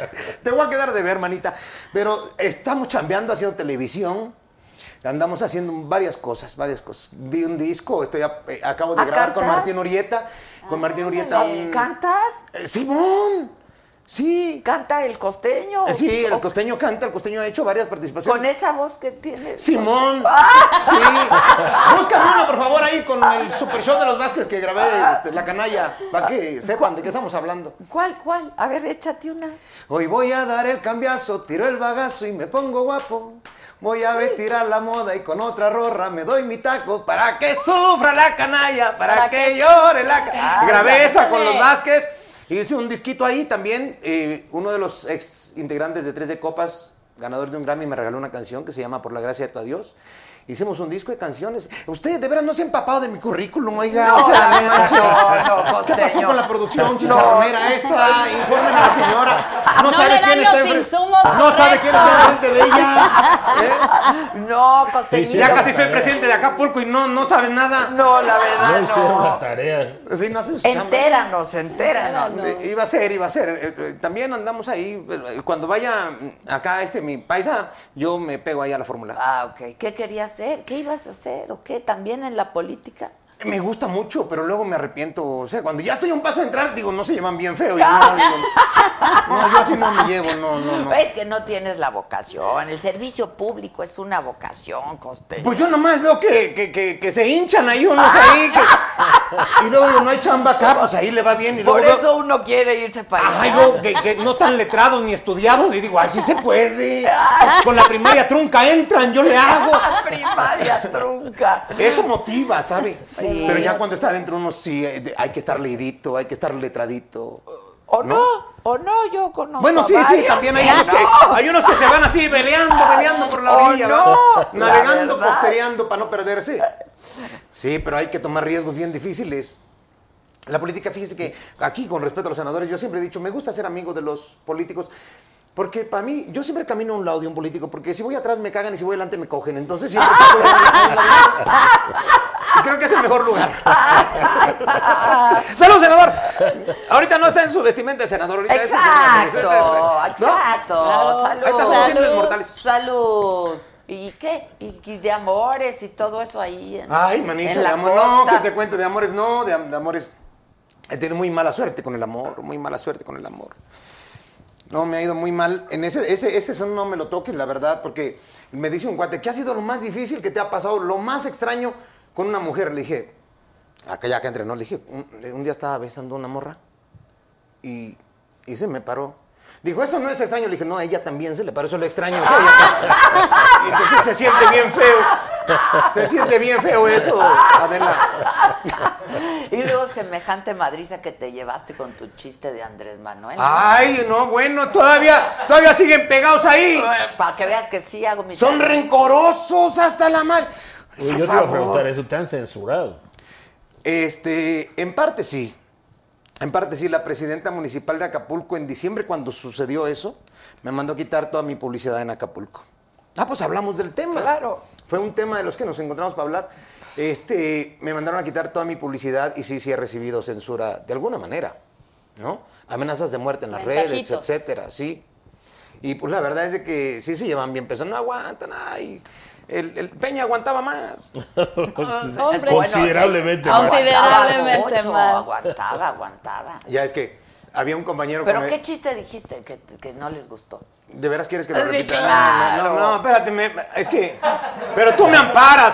Te voy a quedar de ver, hermanita. Pero estamos chambeando, haciendo televisión. Andamos haciendo varias cosas, varias cosas. Di un disco, estoy a- eh, acabo de ¿Ah, grabar con cantas? Martín Urieta. Con Martín Urieta. un- ¿Cantas? Eh, Simón. Sí. ¿Canta el Costeño? Eh, Sí, el ¿O- costeño canta, el costeño ha hecho varias participaciones. Con esa voz que tiene. Simón. Sí. Búscame uno, por favor, ahí con el super show de los Vázquez que grabé, este, La Canalla, para que sepan de qué estamos hablando. ¿Cuál, cuál? A ver, échate una. Hoy voy a dar el cambiazo, tiro el bagazo y me pongo guapo. Voy a vestir a la moda y con otra rorra me doy mi taco para que sufra la canalla, para, Para que, que llore la canalla. Ah, Grabé esa ándale. con los Vázquez, hice un disquito ahí también. eh, uno de los ex integrantes de Tres de Copas, ganador de un Grammy, me regaló una canción que se llama Por la gracia de tu adiós. Hicimos un disco de canciones. Usted de veras no se ha empapado de mi currículum, oiga. O sea, no manches. No, no, ¿Qué Costeño. pasó con la producción chicharronera esta? Infórmeme a la señora. No, No sabe le dan quién está los enfrente- insumos No sabe quién está correctos. enfrente de ella. ¿eh? No, Costeñito. Ya casi soy presidente de Acapulco y no, no sabe nada. No, la verdad No no. hicieron la tarea. Sí, no hace su chamba. Entéranos, entéranos. Eh, Iba a ser, iba a ser. Eh, eh, También andamos ahí. eh, Cuando vaya mm, acá este mi paisa, yo me pego ahí a la fórmula. Ah, ok. ¿Qué querías hacer? ¿Qué ibas a hacer? ¿O qué? ¿También en la política? Me gusta mucho, pero luego me arrepiento. O sea, cuando ya estoy a un paso de entrar, digo, no se llevan bien feo. Y no, digo, no, yo así no me llevo, no, no, no. Es que no tienes la vocación. El servicio público es una vocación, Costeño. Pues yo nomás veo que, que, que, que se hinchan ahí unos ahí. que- y luego digo, no hay chamba acá, pues ahí le va bien. Y luego Por veo- eso uno quiere irse para allá. Ay, luego que, que no están letrados ni estudiados. Y digo, así se puede. Con la primaria trunca entran, yo le hago. Primaria trunca. Eso motiva, ¿sabe? Sí. Pero ya cuando está dentro uno sí, eh, de- hay que estar leidito, hay que estar letradito. O no, ¿No? o no, yo conozco. Bueno, a sí, sí, varios también hay que unos, no. que, hay unos que se van así peleando, peleando por la Oh, orilla, no, ¿verdad? la Navegando, verdad. postereando para no perderse. Sí, pero hay que tomar riesgos bien difíciles. La política, fíjese que aquí, con respeto a los senadores, yo siempre he dicho, me gusta ser amigo de los políticos, porque para mí, yo siempre camino a un lado de un político, porque si voy atrás me cagan y si voy adelante me cogen, entonces siempre estoy a un lado. Y creo que es el mejor lugar. ¡Salud, senador! Ahorita no está en su vestimenta de senador, ahorita es el senador. Exacto, ¿No? exacto. Claro. Salud. Ahí estamos simples mortales. Salud. ¿Y qué? ¿Y, y de amores y todo eso ahí? En, Ay, manita, en de la amor, no, costa? que te cuento de amores, no, de, am- de amores. He tenido muy mala suerte con el amor, muy mala suerte con el amor. No, me ha ido muy mal. En ese, ese, ese son no me lo toques, la verdad, porque me dice un cuate, ¿qué ha sido lo más difícil que te ha pasado, lo más extraño con una mujer? Le dije, acá ya que entrenó, le dije, un, un día estaba besando a una morra y, y se me paró. Dijo, eso no es extraño. Le dije, no, a ella también se le paró, eso es lo extraño. que ella- y entonces se siente bien feo. Se siente bien feo eso, Adela. Y luego semejante madriza que te llevaste con tu chiste de Andrés Manuel. Ay, no, bueno, todavía, todavía siguen pegados ahí. Para que veas que sí hago mi Son tarea. rencorosos hasta la madre. Oye, Por yo te iba a favor. preguntar, ¿eso te han censurado? Este, en parte sí. En parte sí, la presidenta municipal de Acapulco en diciembre, cuando sucedió eso, me mandó a quitar toda mi publicidad en Acapulco. Ah, pues hablamos del tema. Claro. Fue un tema de los que nos encontramos para hablar. Este, me mandaron a quitar toda mi publicidad y sí, sí he recibido censura de alguna manera, ¿no? Amenazas de muerte en las redes, Mensajitos. etcétera, sí. Y pues la verdad es de que sí se llevan bien pesados, no aguantan, ay. El, el Peña aguantaba más. Hombre. Considerablemente Bueno, más. sí. Considerablemente mucho, más. Aguantaba, aguantaba. Ya es que había un compañero ¿Pero que me- qué chiste dijiste que, que no les gustó? ¿De veras quieres que lo Sí, repita? claro. No, no, no, espérate, me- es que... Pero tú me amparas.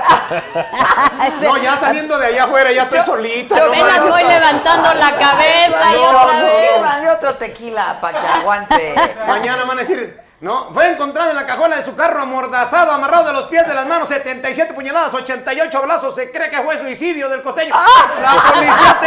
No, ya saliendo de allá afuera, ya estoy solito. Yo no apenas manches. voy levantando la cabeza y No, otra no, vez. sírvanle otro tequila para que aguante. Mañana van a decir, ¿no? Fue encontrado en la cajuela de su carro amordazado, amarrado de los pies, de las manos, setenta y siete puñaladas, ochenta y ocho balazos. Se cree que fue suicidio del costeño. La policía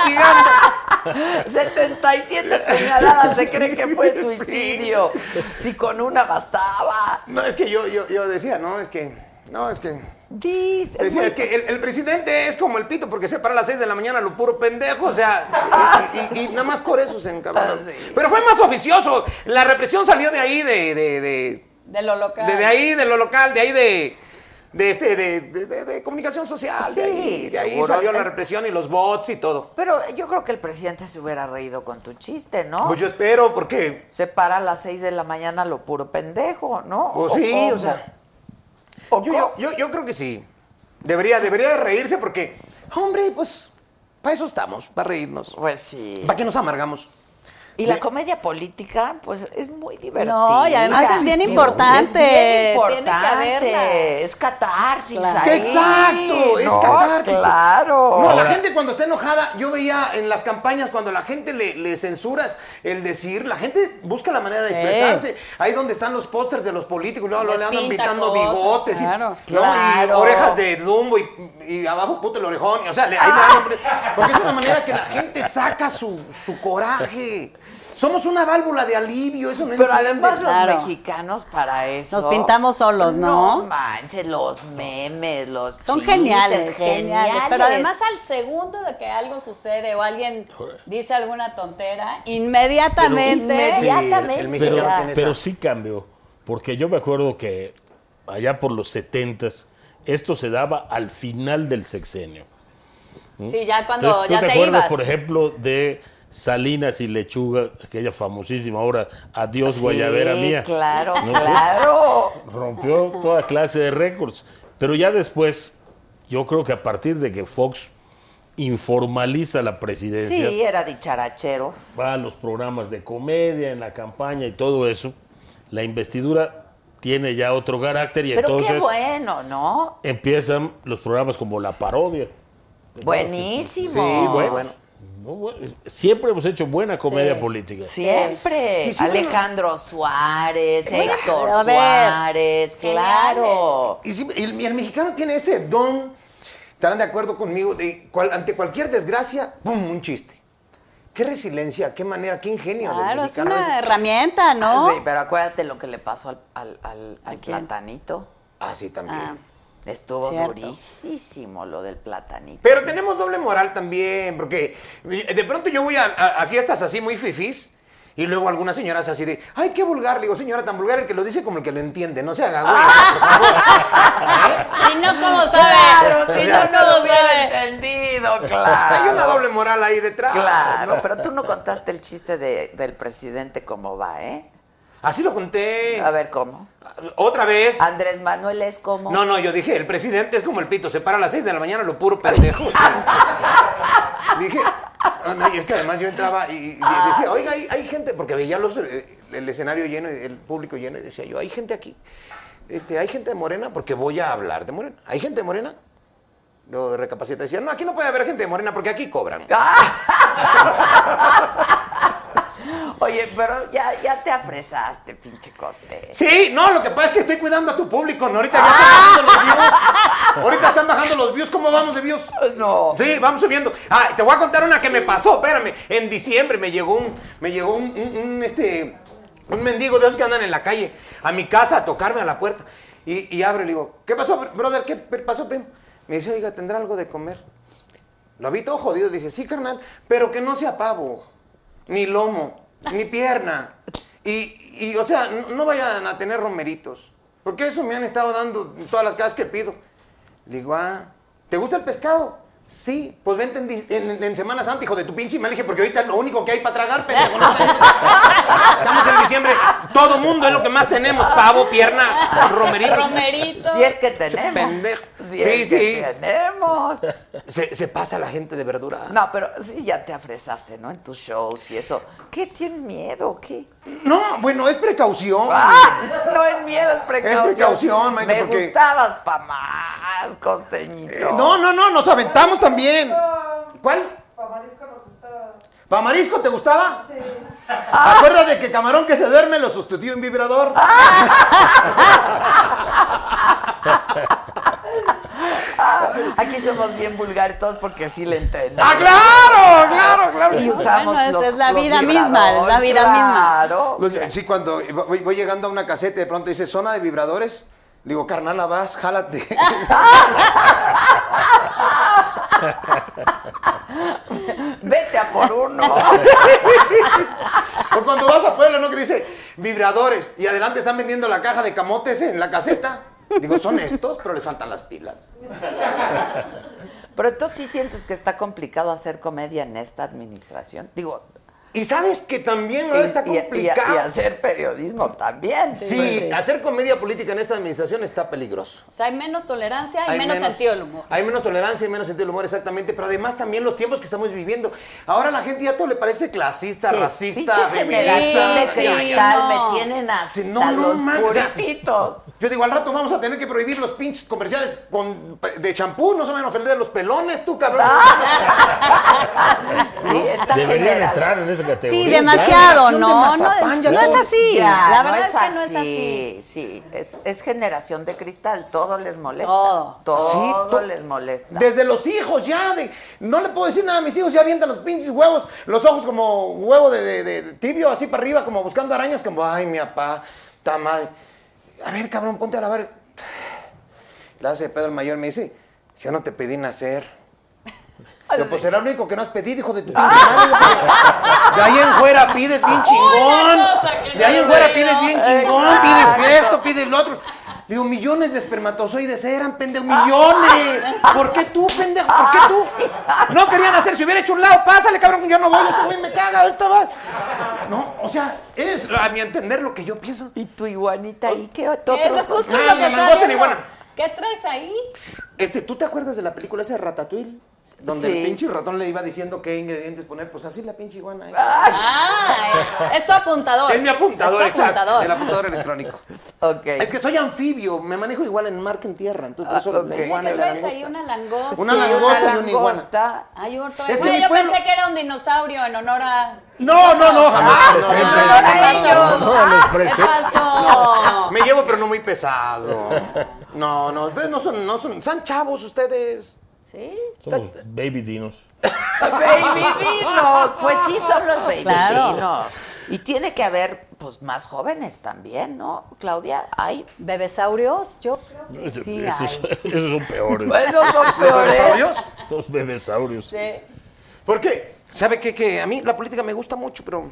está investigando. setenta y siete puñaladas, se cree que fue suicidio. Si con una bastaba. No, es que yo, yo, yo decía, no, es que, no, es que... Dis, es, Decía, muy... es que el, el presidente es como el pito porque se para a las seis de la mañana lo puro pendejo, o sea, y, y, y nada más por eso se encabrona. Ah, sí. Pero fue más oficioso. La represión salió de ahí, de... De, de, De lo local. de, de ahí, de lo local, de ahí de... De, este, de, de, de, de comunicación social. Sí, de ahí, de ahí seguro. salió la represión y los bots y todo. Pero yo creo que el presidente se hubiera reído con tu chiste, ¿no? Pues yo espero, porque... Se para a las seis de la mañana lo puro pendejo, ¿no? Pues ¿O sí, cómo? o sea... ¿O Yo, cómo? yo, yo, yo creo que sí. Debería, debería de reírse porque, hombre, pues, para eso estamos, para reírnos. Pues sí. ¿Para qué nos amargamos? Y la De- comedia política, pues, es muy divertida. No, y además es bien importante. Es bien Tiene que importante. haberla. Es catarsis Claro. ahí. Exacto, es No, catártico. Claro. No, la Ahora- gente cuando está enojada, yo veía en las campañas cuando la gente le, le censuras el decir, la gente busca la manera de Sí. expresarse. Ahí donde están los pósters de los políticos, luego Les le andan pinta pintando cosas, bigotes y, claro. ¿no? y Claro. orejas de Dumbo y, y abajo puto el orejón. Y, o sea, le- ahí le dan- porque es una manera que la gente saca su, su coraje. Somos una válvula de alivio, eso no Pero entienden. además los Claro. mexicanos para eso... Nos pintamos solos, ¿no? No manches, los memes, los Son chistes, geniales, geniales, geniales. Pero además al segundo de que algo sucede o alguien dice alguna tontera, inmediatamente... Pero Sí, inmediatamente. el Pero, mexicano tiene pero esa- sí cambió, porque yo me acuerdo que allá por los setentas, esto se daba al final del sexenio. Sí, ya cuando Entonces, ¿tú ya te, te, acuerdas, ibas. por ejemplo, de Salinas y Lechuga, aquella famosísima obra Adiós Sí, Guayabera Mía? claro, ¿No? claro. Rompió toda clase de récords. Pero ya después, yo creo que a partir de que Fox informaliza la presidencia, Sí, era dicharachero. va a los programas de comedia, en la campaña y todo eso, la investidura tiene ya otro carácter y Pero entonces qué bueno, ¿no? empiezan los programas como La Parodia. Buenísimo. Sí, bueno, bueno. No, bueno, siempre hemos hecho buena comedia Sí. política. Siempre. Y siempre- Alejandro Suárez, Héctor A ver, Suárez, claro. Y, sí, el, y el mexicano tiene ese don, estarán de acuerdo conmigo, de cual- ante cualquier desgracia, ¡pum!, un chiste. Qué resiliencia, qué manera, qué ingenio del Claro, es mexicano. una herramienta, ¿no? Sí, pero acuérdate lo que le pasó al, al, al, al ¿A quién? platanito. Ah, sí, también. Ah. Estuvo Cierto. durísimo lo del platanito. Pero tenemos doble moral también, porque de pronto yo voy a, a- a fiestas así muy fifís y luego algunas señoras así de, ay, qué vulgar. Le digo, señora, tan vulgar el que lo dice como el que lo entiende. No se haga güey, por favor. Si no, ¿cómo sabe? Claro, si Si no, no, no lo ¿cómo hubiera sabe? entendido, Hay una claro. doble moral ahí detrás. Claro, ¿no? pero tú no contaste el chiste de- del presidente cómo va, ¿eh? Así lo conté. A ver, ¿cómo? Otra vez. Andrés Manuel es como... No, no, yo dije, el presidente es como el pito, se para a las seis de la mañana lo puro pendejo. Dije, no, no, y es que además yo entraba y, y decía, oiga, hay, hay gente, porque veía los, eh, el escenario lleno, y el público lleno, y decía yo, hay gente aquí, este, hay gente de Morena, porque voy a hablar de Morena. ¿Hay gente de Morena? Luego recapacita y decía, no, aquí no puede haber gente de Morena porque aquí cobran. Oye, pero ya, ya te afresaste, pinche coste. Sí, no, lo que pasa es que estoy cuidando a tu público, ¿no? Ahorita ya están bajando los views. Ahorita están bajando los views, ¿cómo vamos de views? No. Sí, vamos subiendo. Ah, te voy a contar una que me pasó, espérame. En diciembre me llegó un, me llegó un, un, un, este, un mendigo de esos que andan en la calle a mi casa a tocarme a la puerta. Y, y abre y le digo, ¿qué pasó, brother? ¿Qué pasó, primo? Me dice, oiga, ¿tendrá algo de comer? Lo vi todo jodido. Le dije, sí, carnal, pero que no sea pavo, ni lomo, ni pierna. Y, y o sea, no, no vayan a tener romeritos. Porque eso me han estado dando en todas las casas que pido. Le digo, ah, ¿te gusta el pescado? Sí, pues vente en, di- en- en Semana Santa, hijo de tu pinche madre. Le dije, porque ahorita es lo único que hay para tragar, pendejo. ¿No? Estamos en diciembre, todo mundo es lo que más tenemos: pavo, pierna, romerito. Romerito. Si es que tenemos. Pendejo. Si Sí, es sí. que tenemos. Se, se pasa la gente de verdura. No, pero sí ya te afresaste, ¿no? En tus shows y eso. ¿Qué? ¿Tienes miedo o qué? No, bueno, es precaución. ¡Ah! No es miedo, es precaución. Es precaución, Maite, Me porque- gustabas pa' más, costeñito. Eh, no, no, no, nos aventamos también. ¿Cuál? Pa' marisco nos gustaba. ¿Pa marisco te gustaba? Sí. Acuérdate que camarón que se duerme lo sustituyó en vibrador. Aquí somos bien vulgares todos porque sí le entendemos. ¡Ah, claro! ¡Claro, claro! Y usamos Bueno, los, esa es la los vida misma, vibradores, es la vida claro. Los- Sí, cuando voy, voy llegando a una caseta y de pronto dice zona de vibradores, le digo, carnala, vas, jálate. Vete a por uno. O cuando vas a Puebla, ¿no? Que dice vibradores y adelante están vendiendo la caja de camotes en la caseta. Digo, son estos, pero les faltan las pilas. Pero tú sí sientes que está complicado hacer comedia en esta administración. Digo, Y sabes que también ahora está y, y- complicado. y hacer periodismo también. Sí, hacer comedia política en esta administración está peligroso. O sea, hay menos tolerancia y Hay menos, sentido del humor. Hay menos tolerancia y menos sentido del humor, exactamente. Pero además también los tiempos que estamos viviendo. Ahora la gente ya todo le parece clasista, Sí, racista, pinche generación de Sí, cristal no. me tienen hasta Sí, no, no, los man, o sea, purititos. Yo digo, al rato vamos a tener que prohibir los pinches comerciales con, de champú, no se van a ofender los pelones, tú, cabrón. Sí, esta Deberían generación. entrar en esa categoría. Sí, ya. demasiado, generación de no, no, mazapán, ya no es todo. así. Ya, La no verdad es es, que no es así. Sí, es, es generación de cristal, todo les molesta. Todo. Todo Sí, to- les molesta. Desde los hijos ya, de, no le puedo decir nada a mis hijos, ya avientan los pinches huevos, los ojos como huevo de, de- de- de tibio, así para arriba, como buscando arañas, como, ay, mi papá, está mal. A ver, cabrón, ponte a lavar. Le hace de pedo el mayor, me dice, yo no te pedí nacer. Yo, pues era lo único que no has pedido, hijo de tu pinche madre. De ahí en fuera pides bien chingón. cosa que De ahí en no fuera veo. pides bien chingón, pides esto, pides lo otro. Digo, millones de espermatozoides eran, pendejo, millones. ¿Por qué tú, pendejo? ¿Por qué tú? No querían hacer, si hubiera hecho un lado, pásale, cabrón, yo no voy, este güey me caga, ahorita vas. No, o sea, es a mi entender lo que yo pienso. ¿Y tu iguanita ahí? ¿Qué Eso otros es son? justo Ah, lo que la está langosta ni viendo. buena. ¿Qué traes ahí? Este, ¿tú te acuerdas de la película esa de Ratatouille? Donde Sí. el pinche ratón le iba diciendo qué ingredientes poner, pues así la pinche iguana. esa. Ah, es, es tu apuntador. Es mi apuntador, Es tu exacto. apuntador. El apuntador electrónico. Ok. Es que soy anfibio, me manejo igual en mar que en tierra, entonces por Ah, eso ok. la iguana y ¿Qué la traes ahí? langosta. Una langosta. Una Sí, langosta y una iguana. langosta. Hay otro. Es que Bueno, mi yo pueblo- pensé que era un dinosaurio en honor a... No, no, no, jamás. No, Siempre no, no, no, no, no, ellos. no. No, los ¿Qué presento. pasó? Me llevo, pero no muy pesado. No, no, ustedes no son, no son, son chavos ustedes. ¿Sí? Somos baby dinos. Baby dinos. Pues sí, son los baby Claro. dinos. Y tiene que haber, pues, más jóvenes también, ¿no, Claudia? Hay. ¿Bebesaurios? Yo creo que Esos, sí esos- hay. esos son peores. Esos son ¿Los peores. dinosaurios? Esos bebesaurios. Sí. ¿Por qué? ¿Sabe qué? Que a mí la política me gusta mucho, pero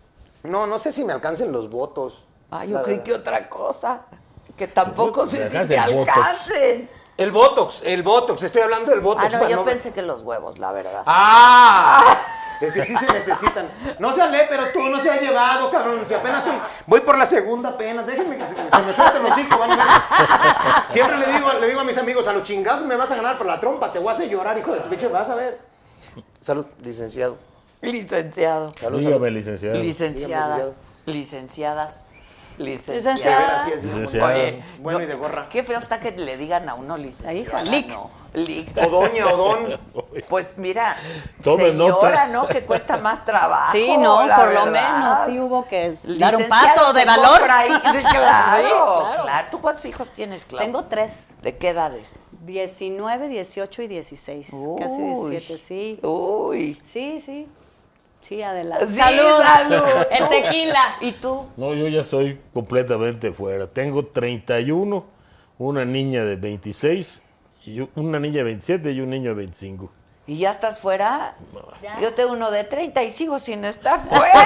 no, no sé si me alcancen los votos. Ah, yo La creí verdad. que otra cosa. Que tampoco sé si te Alcancen votos. alcancen. El Botox, el Botox, estoy hablando del Ah, Botox. no, para yo no- pensé que los huevos, la verdad. ¡Ah! Es que sí se necesitan. No se ale, pero tú no se has llevado, cabrón. Si apenas estoy- voy por la segunda apenas. Déjenme que se, se me suelten los hijos. Van a ver. Siempre le digo, le digo a mis amigos, a los chingazos me vas a ganar por la trompa. Te voy a hacer llorar, hijo de tu pinche. Vas a ver. Salud, licenciado. Licenciado. Salud, Dígame, salud. licenciado. Licenciada. licenciado. Licenciadas. De Licenciada. veras, sí es Licenciada. Oye, bueno no, y de gorra. Qué feo está que le digan a uno licenciada. Lic. No. Lic. O doña, o don. Pues mira, Tome señora, nota. ¿no? Que cuesta más trabajo. Sí, no, la por lo verdad. menos sí hubo que dar un Licenciado paso de se valor. compra ahí. Sí, claro, Sí, claro. claro. ¿Tú cuántos hijos tienes, Clau? Tengo tres. ¿De qué edades? diecinueve, dieciocho y dieciséis. Casi Uy. diecisiete, sí. Uy. Sí, sí. Sí, adelante. Sí, salud. salud. El tequila. ¿Y tú? No, yo ya estoy completamente fuera. Tengo treinta y uno, una niña de veintiséis, y una niña de veintisiete y un niño de veinticinco. ¿Y ya estás fuera? Ya. Yo tengo uno de treinta y sigo sin estar fuera.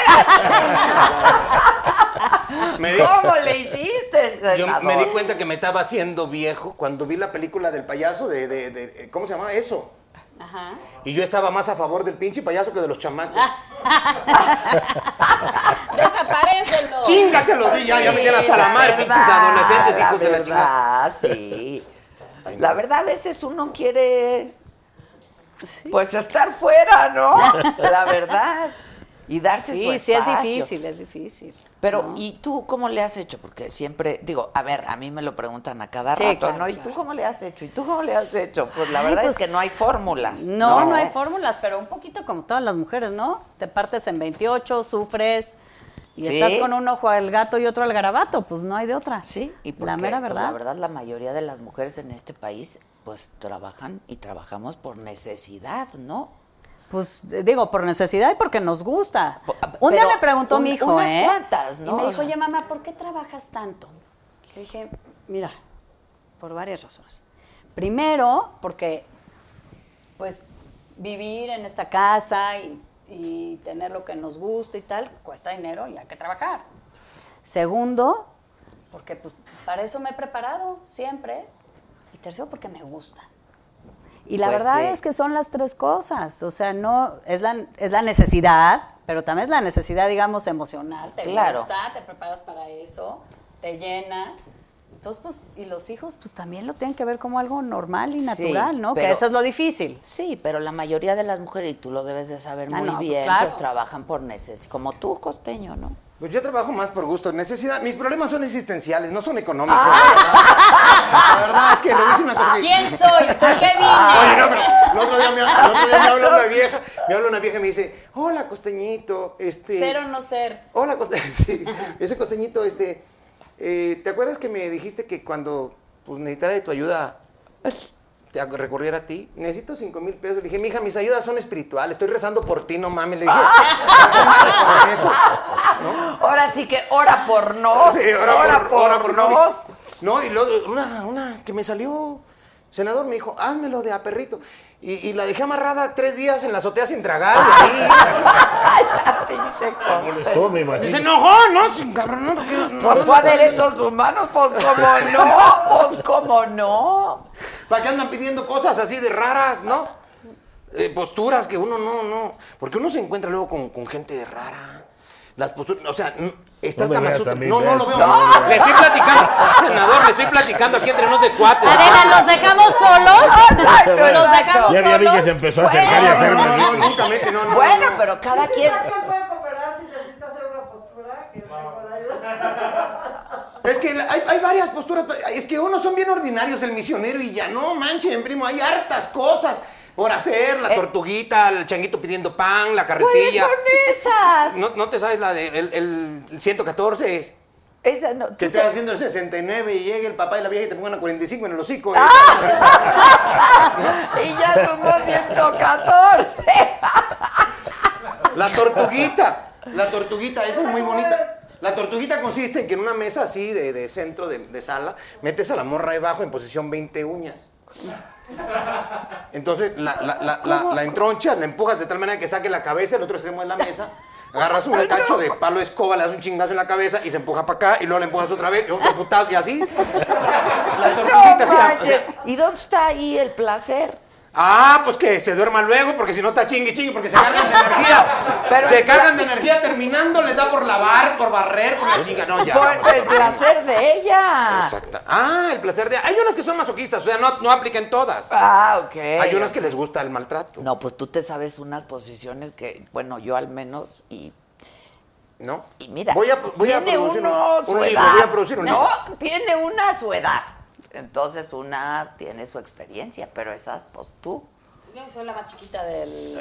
Me di- ¿Cómo le hiciste, Yo senador? me di cuenta que me estaba haciendo viejo cuando vi la película del payaso de, de, de- ¿cómo se llama eso? Ajá. Y yo estaba más a favor del pinche payaso que de los chamacos. Desaparécelo. ¡Chíngatelos! Sí, ya, ya me tienen hasta la madre, pinches verdad, adolescentes, hijos la de la chingada. verdad, sí. La verdad, a veces uno quiere, pues, estar fuera, ¿no? La verdad. Y darse Sí, su sí, es espacio. difícil, es difícil. Pero, ¿no? ¿y tú cómo le has hecho? Porque siempre, digo, a ver, a mí me lo preguntan a cada Sí, rato, claro, ¿no? ¿Y claro. tú cómo le has hecho? ¿Y tú cómo le has hecho? Pues la Ay, verdad pues, es que no hay fórmulas. No, no, hay fórmulas, pero un poquito como todas las mujeres, ¿no? Te partes en veintiocho, sufres y Sí. estás con un ojo al gato y otro al garabato, pues no hay de otra. Sí, y porque, la mera pues, verdad. la verdad, la mayoría de las mujeres en este país, pues trabajan y trabajamos por necesidad, ¿no? Pues eh, digo, por necesidad y porque nos gusta. Po- Un día pero me preguntó un- mi hijo, unas ¿eh? cuantas, ¿no? Y me O dijo, sea. oye, mamá, ¿por qué trabajas tanto? Le dije, mira, por varias razones. Primero, porque, pues, vivir en esta casa y, y tener lo que nos gusta y tal, cuesta dinero y hay que trabajar. Segundo, porque, pues, para eso me he preparado siempre. Y tercero, porque me gusta. Y la Pues verdad sí. es que son las tres cosas, o sea, no es la, es la necesidad, pero también es la necesidad, digamos, emocional, te Claro. gusta, te preparas para eso, te llena. Entonces, pues, y los hijos, pues también lo tienen que ver como algo normal y Sí, natural, ¿no? pero- Que eso es lo difícil. Sí, pero la mayoría de las mujeres, y tú lo debes de saber Ah, muy no, pues, bien, claro. pues trabajan por necesidad, como tú, costeño, ¿no? Pues yo trabajo más por gusto, necesidad. Mis problemas son existenciales, no son económicos. Ah. La verdad es que le hice una cosa que... ¿Quién soy? ¿A qué vine? Oye, no, pero el otro día me, el otro día me habla una vieja, me habla una vieja y me dice, hola, costeñito, este... Ser o no ser. Hola, costeñito, sí, ese costeñito, este, eh, ¿te acuerdas que me dijiste que cuando pues, necesitara de tu ayuda, te recurriera a ti? Necesito cinco mil pesos. Le dije, mija, mis ayudas son espirituales, estoy rezando por ti, no mames. Le dije, por eso, ¿no? Ahora sí que ora por nos, Sí, ora, ora por, por, ora por nos. nos. No, y luego una, una que me salió, senador, me dijo, házmelo de a perrito. Y, y la dejé amarrada tres días en la azotea sin tragar. Y ahí, Se molestó, me imagino. y se enojó, ¿no? Sin cabrón, no, porque no, no, Pues no, fue a no, derechos humanos, pues cómo no, pues cómo no. ¿Para qué andan pidiendo cosas así de raras, no? Eh, posturas que uno no, no. Porque uno se encuentra luego con, con gente rara. Las posturas, o sea, n- está No el me Kama veas Sutra. a mí, No, no ven. lo veo. No. Le estoy platicando, senador, le estoy platicando aquí entre nos de cuatro. Adela, ¿los dejamos solos? Exacto, ¿Los exacto. dejamos Ya, ya vi que solos? se empezó a acercar y a Bueno, hacer No, no, no, besito. nunca mete, no, no. Bueno, no, no. pero cada quien. ¿Será que puede cooperar si necesita hacer una postura que te pueda ayudar? Es que la- hay, hay varias posturas. Es que unos son bien ordinarios, el misionero y ya. No manchen, primo, hay hartas cosas por hacer. La tortuguita, el changuito pidiendo pan, la ¿Cuáles carretilla. son esas? ¿No, ¿No te sabes la de el, el ciento catorce? Esa no. Que tú estés te- haciendo el sesenta y nueve y llegue el papá y la vieja y te pongan a cuarenta y cinco en el hocico. ¿eh? Y ya sumó ciento catorce. La tortuguita. La tortuguita, esa es muy bonita. La tortuguita consiste en que en una mesa así de, de centro de, de sala metes a la morra debajo en posición veinte uñas. Entonces la, la, la, la, la entronchas, la empujas de tal manera que saque la cabeza, el otro extremo de la mesa. Agarras un cacho de palo de escoba, le das un chingazo en la cabeza y se empuja para acá y luego la empujas otra vez y otro putazo y así. La No tortuguita así. manches. o sea, ¿Y dónde está ahí el placer? Ah, pues que se duerma luego, porque si no está chingue chingue, porque se cargan de energía. Pero se el cargan de energía terminando, les da por lavar, por barrer, por la chinga. No, ya. Por vamos a el poner- placer de ella. Exacto. Ah, el placer de... Hay unas que son masoquistas, o sea, no, no aplican todas. Ah, ok. Hay unas que les gusta el maltrato, No, pues tú te sabes unas posiciones que, bueno, yo al menos, y, ¿no? y mira, voy a, voy a tiene producir uno un, su un libro, edad. voy a producir un No, libro. tiene una a su edad. Entonces una tiene su experiencia, pero esas, pues tú. Yo soy la más chiquita del...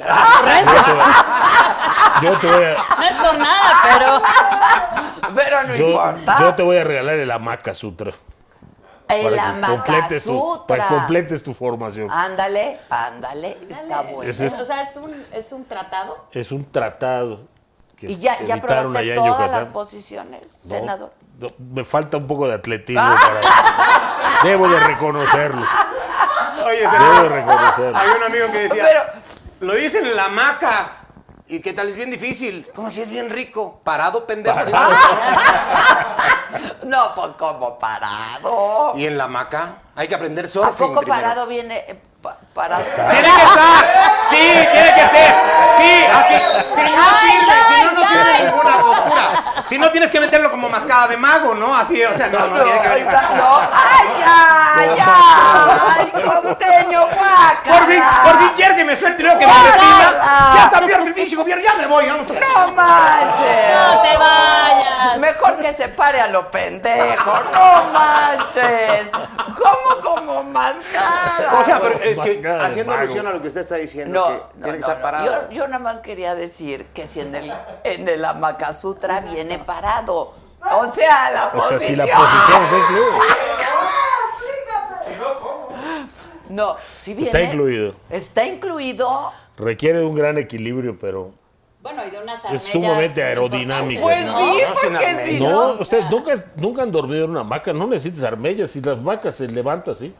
Yo te voy a, No es por nada, pero... Pero no yo, importa. yo te voy a regalar el Amaka Sutra. El Para que completes tu, Amaka-Sutra. para que completes tu formación. Ándale, ándale, está bueno. Ese es- O sea, es un, es un tratado. Es un tratado que Y ya, ya editaron probaste allá en todas las Yucatán. posiciones, No, senador. no, me falta un poco de atletismo para... Debo de reconocerlo. Oye, Debo senador, de reconocerlo. hay un amigo que decía, Pero- lo dicen en la hamaca. ¿Y qué tal? Es bien difícil. ¿Cómo si es bien rico? Parado, pendejo. No, pues como parado. Y en la hamaca hay que aprender ¿A surfing poco primero. parado viene eh, pa- parado? ¡Tiene que estar! ¡Sí, tiene que ser! ¡Sí, así! Si no Ay, sirve, si no, no ay, sirve ay. ninguna postura. Si no, tienes que meterlo como mascada de mago, ¿no? Así, o sea, no, no, tiene que venir. No, ¡ay, ya! ¡Ya! ¡Ay, costeño, guácala! Por fin, por fin quiere que me suelte y luego que me reprima. Ya cambiar el pinche gobierno, ya me voy, vamos a la ¡No chingada. manches! ¡No te vayas! Mejor que se pare a lo pendejo. ¡No manches! ¿Cómo como mascada? O sea, pero es que Mascada de haciendo mago. alusión a lo que usted está diciendo, No, que no, tiene que no, estar no. parado. Yo, yo nada más quería decir que si en el, en el Amakasutra viene parado. O sea, la O sea, posición. si la posición está incluida. No, si viene. Está incluido. Está incluido. Requiere de un gran equilibrio, pero Bueno, y de unas Es armellas sumamente aerodinámico. Pues ¿no? sí, No, sin porque arnés. si no, no. ustedes nunca, nunca han dormido en una hamaca, no necesitas armellas, si las hamacas se levantan así.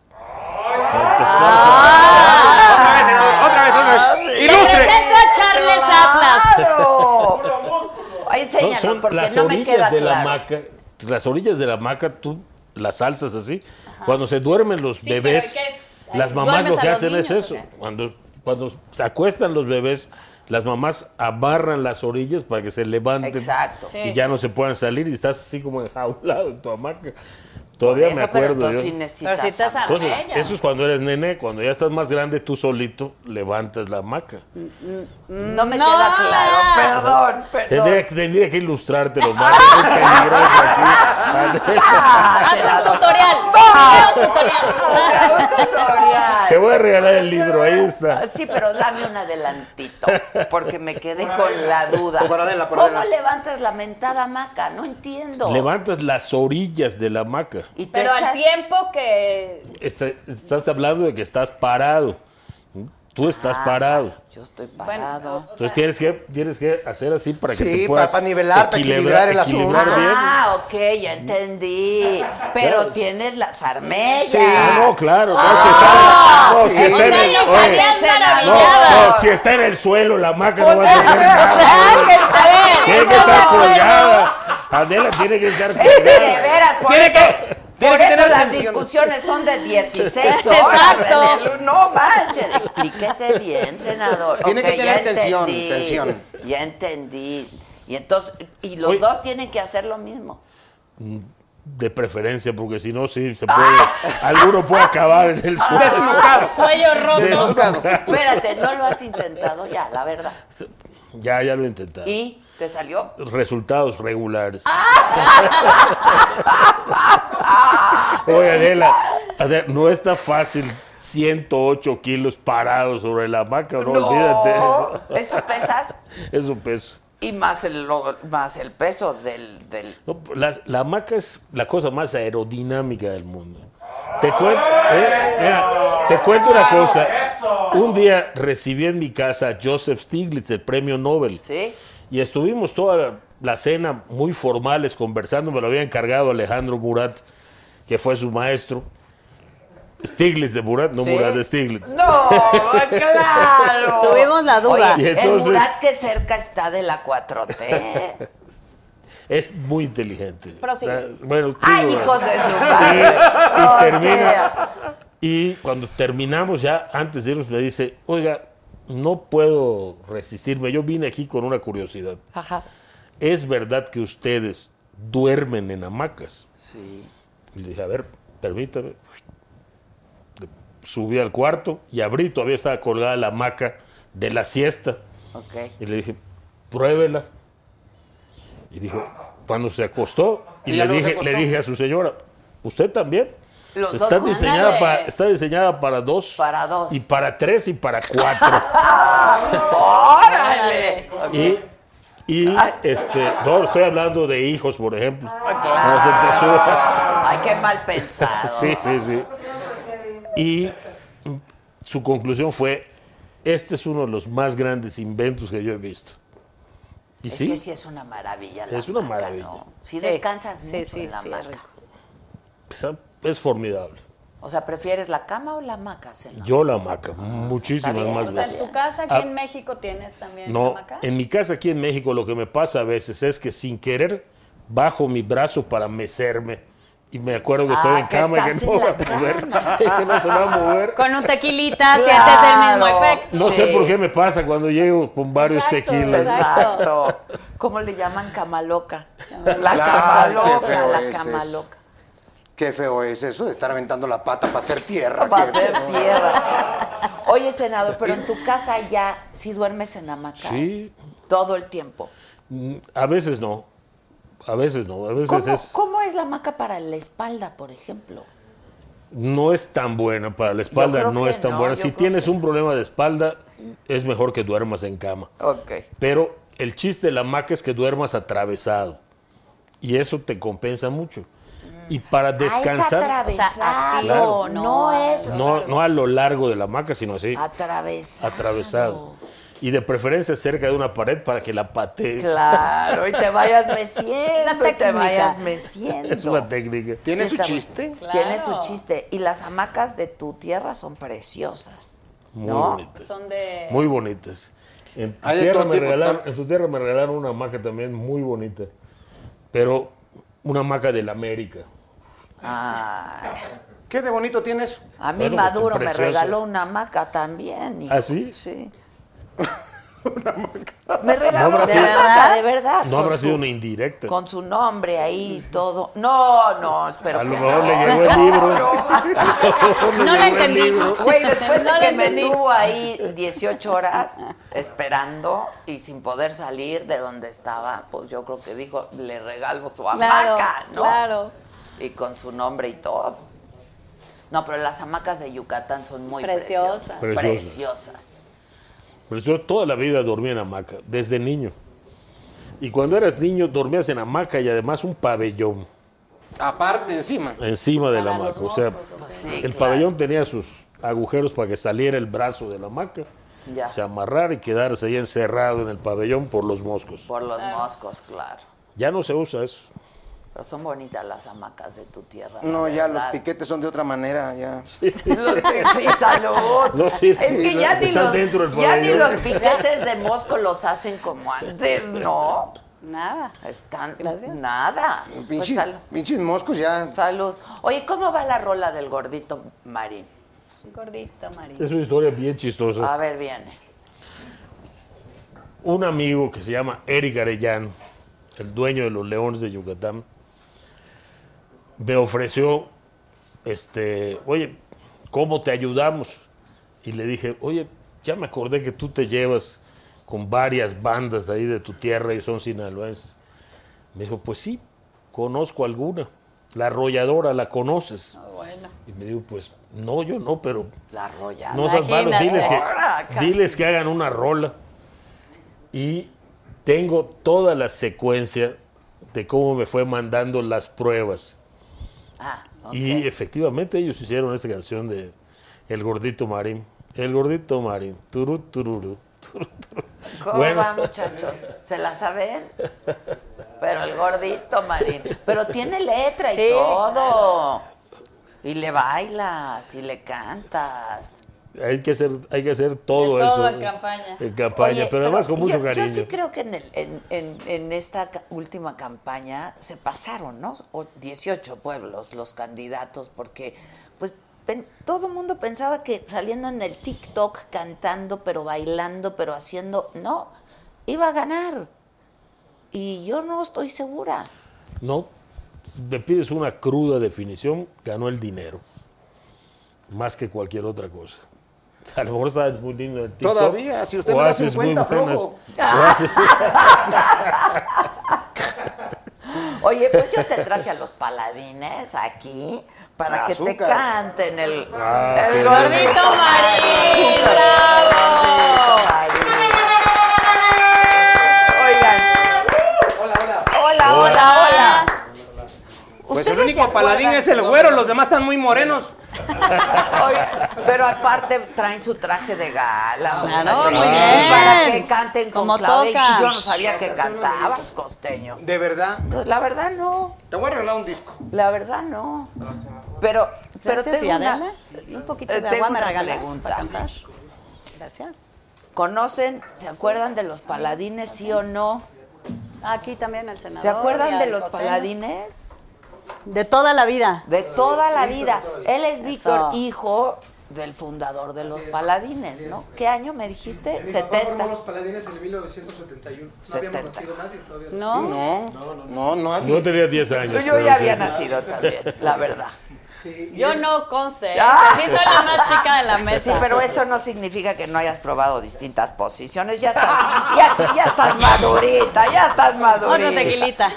Otra vez, senador, otra vez, otra vez. ¡Ilustre! Presento a Charles Atlas. ¡Claro! Ay, No, enséñalo, son porque las no me orillas queda de la claro. hamaca, las orillas de la hamaca, tú las alzas así. Cuando se duermen los Sí, pero bebés, ¿y qué? las mamás ¿Duermes lo que a los hacen es niños eso. o qué? Cuando, cuando se acuestan los bebés, las mamás amarran las orillas para que se levanten Exacto. Sí. y ya no se puedan salir y estás así como enjaulado en tu hamaca. Todavía Eso, me pero acuerdo entonces yo. sí necesitas. Pero si estás amor. Entonces, armellas. eso es cuando eres nene, cuando ya estás más grande, tú solito levantas la hamaca. No me No. queda claro. Perdón, perdón. Tendría, tendría que ilustrártelo más. Es muy peligroso aquí. Ah, Haz senador. un tutorial. Video tutorial. Tutorial. Te voy a regalar el libro, ahí está. Sí, pero dame un adelantito, porque me quedé con la duda. Por Adela, por ¿Cómo Adela. levantas la mentada hamaca? No entiendo. Levantas las orillas de la hamaca. Y te Pero echas- al tiempo que... Está- estás hablando de que estás parado. Tú estás Ah, parado. Yo estoy Bueno, parado. o- o Entonces sea, tienes que, tienes que hacer así para que Sí, te puedas para- para nivelar, para equilibrar el asunto. bien. Ah, ok, ya entendí. Pero Claro. tienes las armellas. Sí. Ah, no, claro. No, Ah, si está, no, sí. si está o en sea, el, yo oye, estaría senador. no, maravillada. no, si está en el suelo la hamaca Pues no vas a hacer o sea, nada. que- a ver, Tiene que estar colgada. Adela tiene que estar Es que de colgada. veras, por Tiene eso, que- tiene por que eso tener las tensión. discusiones son de dieciséis horas. Exacto. en el- no manches, explíquese bien, senador. Tiene Ok, que tener ya tensión, entendí, tensión. Ya entendí. Y entonces, y los Oye. dos tienen que hacer lo mismo. De preferencia, porque si no, sí, se puede. Alguno puede acabar en el suelo. Desnucado. Cuello roto. Desnucado. Espérate, no lo has intentado ya, la verdad. Ya, ya lo he intentado. ¿Y te salió? Resultados regulares. Ah. Oye, Adela, Adela, no está fácil ciento ocho kilos parados sobre la hamaca, no, olvídate. Eso pesas Eso peso. y más el, lo- más el peso del... del... No, la, la hamaca es la cosa más aerodinámica del mundo. Te cuento, eh, mira, te cuento una cosa. Un día recibí en mi casa a Joseph Stiglitz, el premio Nobel. ¿Sí? Y estuvimos toda la, la cena muy formales conversando. Me lo había encargado Alejandro Murat, que fue su maestro. Stiglitz de Murat, no ¿Sí? Murat de Stiglitz. No, claro. Tuvimos la duda. Oye, Y entonces- el Murat que cerca está de la cuatro T. Es muy inteligente. Prosigue. Está- Bueno, sí, Ay, bueno. hijos de su Sí, madre. y O termina. sea. Y cuando terminamos ya, antes de irnos, me dice, oiga, no puedo resistirme. Yo vine aquí con una curiosidad. Ajá. ¿Es verdad que ustedes duermen en hamacas? Sí. Y le dije, a ver, permítame. Subí al cuarto y abrí, todavía estaba colgada la hamaca de la siesta. Ok. Y le dije, pruébela. Y dijo, cuando se acostó, y, Y ya le, luego se dije, le acostó. dije a su señora, ¿usted también? Los dos está, juntos. diseñada Ándale. para, está diseñada para dos. Para dos. Y para tres y para cuatro. ¡Órale! y y este, no, estoy hablando de hijos, por ejemplo. Claro. No se te suba. Ay, qué mal pensado. Sí, sí, sí. Y su conclusión fue, este es uno de los más grandes inventos que yo he visto. Y Es sí, que sí es una maravilla la Es una hamaca, maravilla. ¿no? Sí, Sí. descansas Sí, mucho sí, en la sí, es hamaca. rico. es formidable. O sea, ¿prefieres la cama o la hamaca, senador? Yo la hamaca, muchísimas Está bien. más O sea, en veces. tu casa aquí Ah, en México tienes también No, hamaca. en mi casa aquí en México lo que me pasa a veces es que sin querer bajo mi brazo para mecerme y me acuerdo que Ah, estoy en que cama y que estás no en va a la mover, cama. que no se va a mover. Con un tequilita Claro. sientes el mismo efecto. No sé Sí. por qué me pasa cuando llego con varios Exacto, tequilas. Exacto. ¿Cómo le llaman cama loca? La Claro, cama qué loca, feo la es cama eso. loca. Qué feo es eso de estar aventando la pata para hacer tierra. Para qué hacer feo. tierra. Oye, senador, pero en tu casa ya sí duermes en hamaca. Sí. Todo el tiempo. A veces no. A veces no. A veces ¿Cómo, es... ¿Cómo es la hamaca para la espalda, por ejemplo? No es tan buena para la espalda, creo no que es tan no, buena. yo Si creo tienes que- un problema de espalda, es mejor que duermas en cama. Ok. Pero el chiste de la hamaca es que duermas atravesado. Y eso te compensa mucho. Y para descansar, Ah, es atravesado, O sea, así, no, no, es no, no a lo largo de la hamaca, sino así, atravesado. atravesado. Y de preferencia cerca de una pared para que la patees. Claro, y te vayas meciendo, La y te técnica. vayas meciendo. Es una técnica. ¿Tiene Sí, su está chiste? bien. Tiene su Claro. chiste. Y las hamacas de tu tierra son preciosas. Muy ¿no? bonitas. Son de... Muy bonitas. En tu, Hay de tierra todo me tipo, regalaron, tal. en tu tierra me regalaron una hamaca también muy bonita. Pero una hamaca de la América. Ay, ¿Qué de bonito tiene eso? a mí Bueno, Maduro me precioso. regaló una hamaca también. hijo. ¿Ah, sí? Sí. Me regaló ¿No habrá una sido- hamaca, de verdad. No con habrá su- sido una indirecta. Con su nombre ahí y todo. No, no, espero A lo que mejor no. le llegó el libro. No la entendí. Güey, después No de la que me entendí. tuvo ahí dieciocho horas esperando y sin poder salir de donde estaba, pues yo creo que dijo, le regalo su Claro, hamaca, ¿no? claro. Y con su nombre y todo. No, pero las hamacas de Yucatán son muy Preciosas. preciosas. Preciosas. Preciosas. Pero yo toda la vida dormí en hamaca, desde niño. Y cuando eras niño dormías en hamaca y además un pabellón Aparte, encima. encima de la Para los hamaca. O sea, moscos, ¿o qué? Pues sí, el claro. pabellón tenía sus agujeros para que saliera el brazo de la hamaca, Ya. se amarrara y quedarse ahí encerrado en el pabellón por los moscos. Por los moscos, claro. Ya no se usa eso. Pero son bonitas las hamacas de tu tierra. No, la ya los verdad. piquetes son de otra manera, ya. Los pi- sí, salud. No sirve. Es que ya, ni Están los, dentro del ya ni pabellón. los piquetes de mosco los hacen como antes, ¿no? Nada. Están Gracias. nada. Pues Pinches, salud. pinches moscos ya. Salud. Oye, ¿cómo va la rola del gordito Marín? Gordito, María. Es una historia bien chistosa. A ver, viene. Un amigo que se llama Eric Arellano, el dueño de los Leones de Yucatán, me ofreció, este, oye, ¿cómo te ayudamos? Y le dije, oye, ya me acordé que tú te llevas con varias bandas ahí de tu tierra y son sinaloenses. Me dijo, pues sí, conozco alguna. La Arrolladora, ¿la conoces? Ah, bueno. Y me dijo, pues no, yo no, pero La roya. no seas malo, Imagínate. diles Ahora, que, casi. diles que hagan una rola. Y tengo toda la secuencia de cómo me fue mandando las pruebas. Ah, ok. Y efectivamente ellos hicieron esa canción de El Gordito Marín. El Gordito Marín. Turu, tururu, turu, turu. ¿Cómo Bueno. va, muchachos? ¿Se la saben? Pero el gordito Marín. Pero tiene letra y Sí, todo. Y le bailas y le cantas. Hay que hacer, hay que hacer todo De eso. todo en campaña. En campaña, Oye, pero además con mucho yo, cariño. Yo sí creo que en, el- en, en- en esta ca- última campaña se pasaron, ¿no? O dieciocho pueblos los candidatos, porque pues pen- todo el mundo pensaba que saliendo en el TikTok cantando, pero bailando, pero haciendo, no, iba a ganar. Y yo no estoy segura. No, si me pides una cruda definición, ganó el dinero. Más que cualquier otra cosa. O sea, a lo mejor sabes muy lindo en el TikTok. Todavía, si usted o me da haces muy cincuenta, buenas- flojo. o haces- Oye, pues yo te traje a los paladines aquí para que te Azúcar. canten el, Ah, el qué gordito Gordito Marín, Azúcar. bravo. Gordito Marín. Oigan. Hola, hola. Hola, hola, hola. Pues el ¿Ustedes único se paladín acuerdan? es el güero, los demás están muy morenos. Oigan, pero aparte traen su traje de gala, Claro, muchachos. muy Y para bien. que canten con Como Claudia. toca. Y yo no sabía que cantabas, costeño. De verdad. Pues la verdad no, Te voy a regalar un disco. la verdad no. Pero, pero Gracias, tengo y una, Adela. Un poquito eh, de tengo agua me una regalas pregunta. para cantar. Gracias. ¿Conocen, se acuerdan de los paladines, sí o no? Aquí también el senador. ¿Se acuerdan y de al los costeño. paladines? De toda la vida. De toda la vida. Él es Víctor, Eso. hijo del fundador de los paladines, ¿no? ¿Qué año me dijiste? Mi papá formó setenta. los paladines en mil novecientos setenta y uno. No setenta. habíamos nacido nadie todavía. ¿No? No, no, no. No tenía diez años. Yo pero ya sí. había nacido también, la verdad. Sí, y Yo es- no conste, ¿eh? Ah. Que sí soy la más chica de la Sí, mesa. pero eso no significa que no hayas probado distintas posiciones. Ya estás, ya, ya estás madurita, ya estás madurita. Otro tequilita.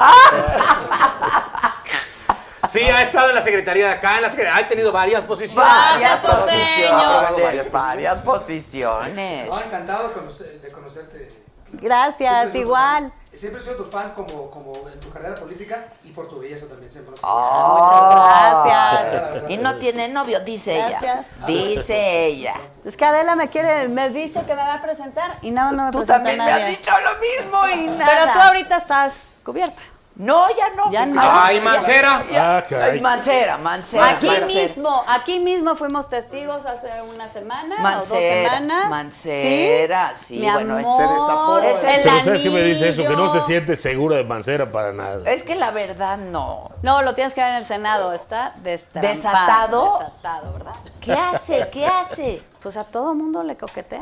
Sí, ha estado en la secretaría de acá, en la secretaría, ha tenido varias posiciones. Gracias, Varias costeño. posiciones, Ha probado varias varias posiciones. No, encantado de, conocer- de conocerte. Gracias, Siempre he sido tu igual. fan. Siempre he sido tu fan como, como en tu carrera política y por tu belleza también. Siempre. Ah. Muchas gracias. Y no tiene novio, dice Gracias. ella. Dice ella. Es que Adela me quiere, me dice que me va a presentar y nada, no me Tú presenta también me nadie. has dicho lo mismo y nada. Pero tú ahorita estás cubierta. No, ya no. Ya no. Ay, Mancera. Ah, caray. Ay, Mancera, Mancera. Aquí Mancera. mismo, aquí mismo fuimos testigos hace una semana o dos Mancera, semanas. Mancera, sí, Mi bueno, amor, se destapó. el Pero ¿sabes qué me dice eso? Que no se anillo. siente segura de Mancera para nada. Es que la verdad no. No, lo tienes que ver en el Senado, está destrampado. ¿Desatado? Desatado, ¿verdad? ¿Qué hace? ¿Qué hace? Pues a todo mundo le coquetea.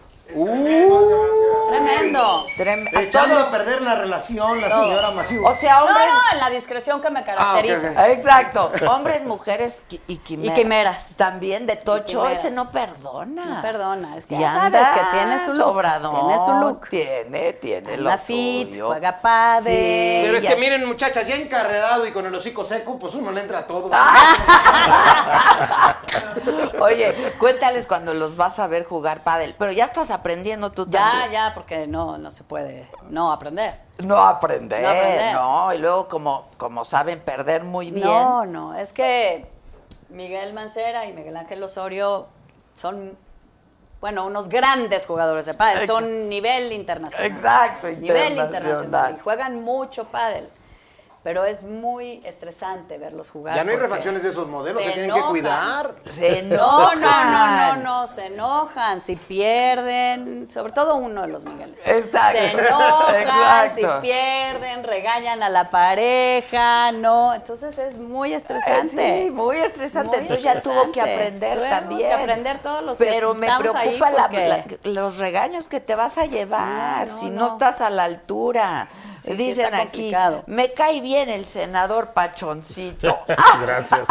Uh, Tremendo. Trem- a echando todo- a perder la relación, la Todo. señora Masivo. O sea, No, hombres. no, en la discreción que me caracteriza. Ah, ok, Exacto. Hombres, mujeres qui- y quimeras. Y quimeras. También de Tocho, quimeras. ese no perdona. No perdona, es que Y ya anda sabes que tiene su look. sobradón, Tiene su look. Tiene, tiene Anda lo fit, suyo. juega pádel. Sí, Pero es ya- que miren, muchachas, ya encarrerado y con el hocico seco, pues uno le entra a todo. Oye, cuéntales cuando los vas a ver jugar pádel. Pero ya estás aprendiendo tú Ya, también. ya, porque no, no se puede no aprender. No aprender, No aprender. no. Y luego como, como saben perder muy bien. No, no, es que Miguel Mancera y Miguel Ángel Osorio son, bueno, unos grandes jugadores de pádel, Exacto. son nivel internacional. Exacto, Nivel internacional. internacional. Y juegan mucho pádel. Pero es muy estresante verlos jugar. Ya no hay porque refacciones de esos modelos, se se tienen que enojan. cuidar. Se No, enojan. no, no, no, no, se enojan, si pierden, sobre todo uno de los Migueles. Exacto. Se enojan, Exacto. si pierden, regañan a la pareja, no, entonces es muy estresante. Sí, muy estresante. Muy Entonces ya tuvo que estresante. aprender Tuvimos también. que aprender todos los que Pero me estamos ahí preocupa la- porque- la- los regaños que te vas a llevar No, no, si no, no. estás a la altura. Sí, sí, Dicen está aquí, complicado. me cae bien el senador Pachoncito. Gracias.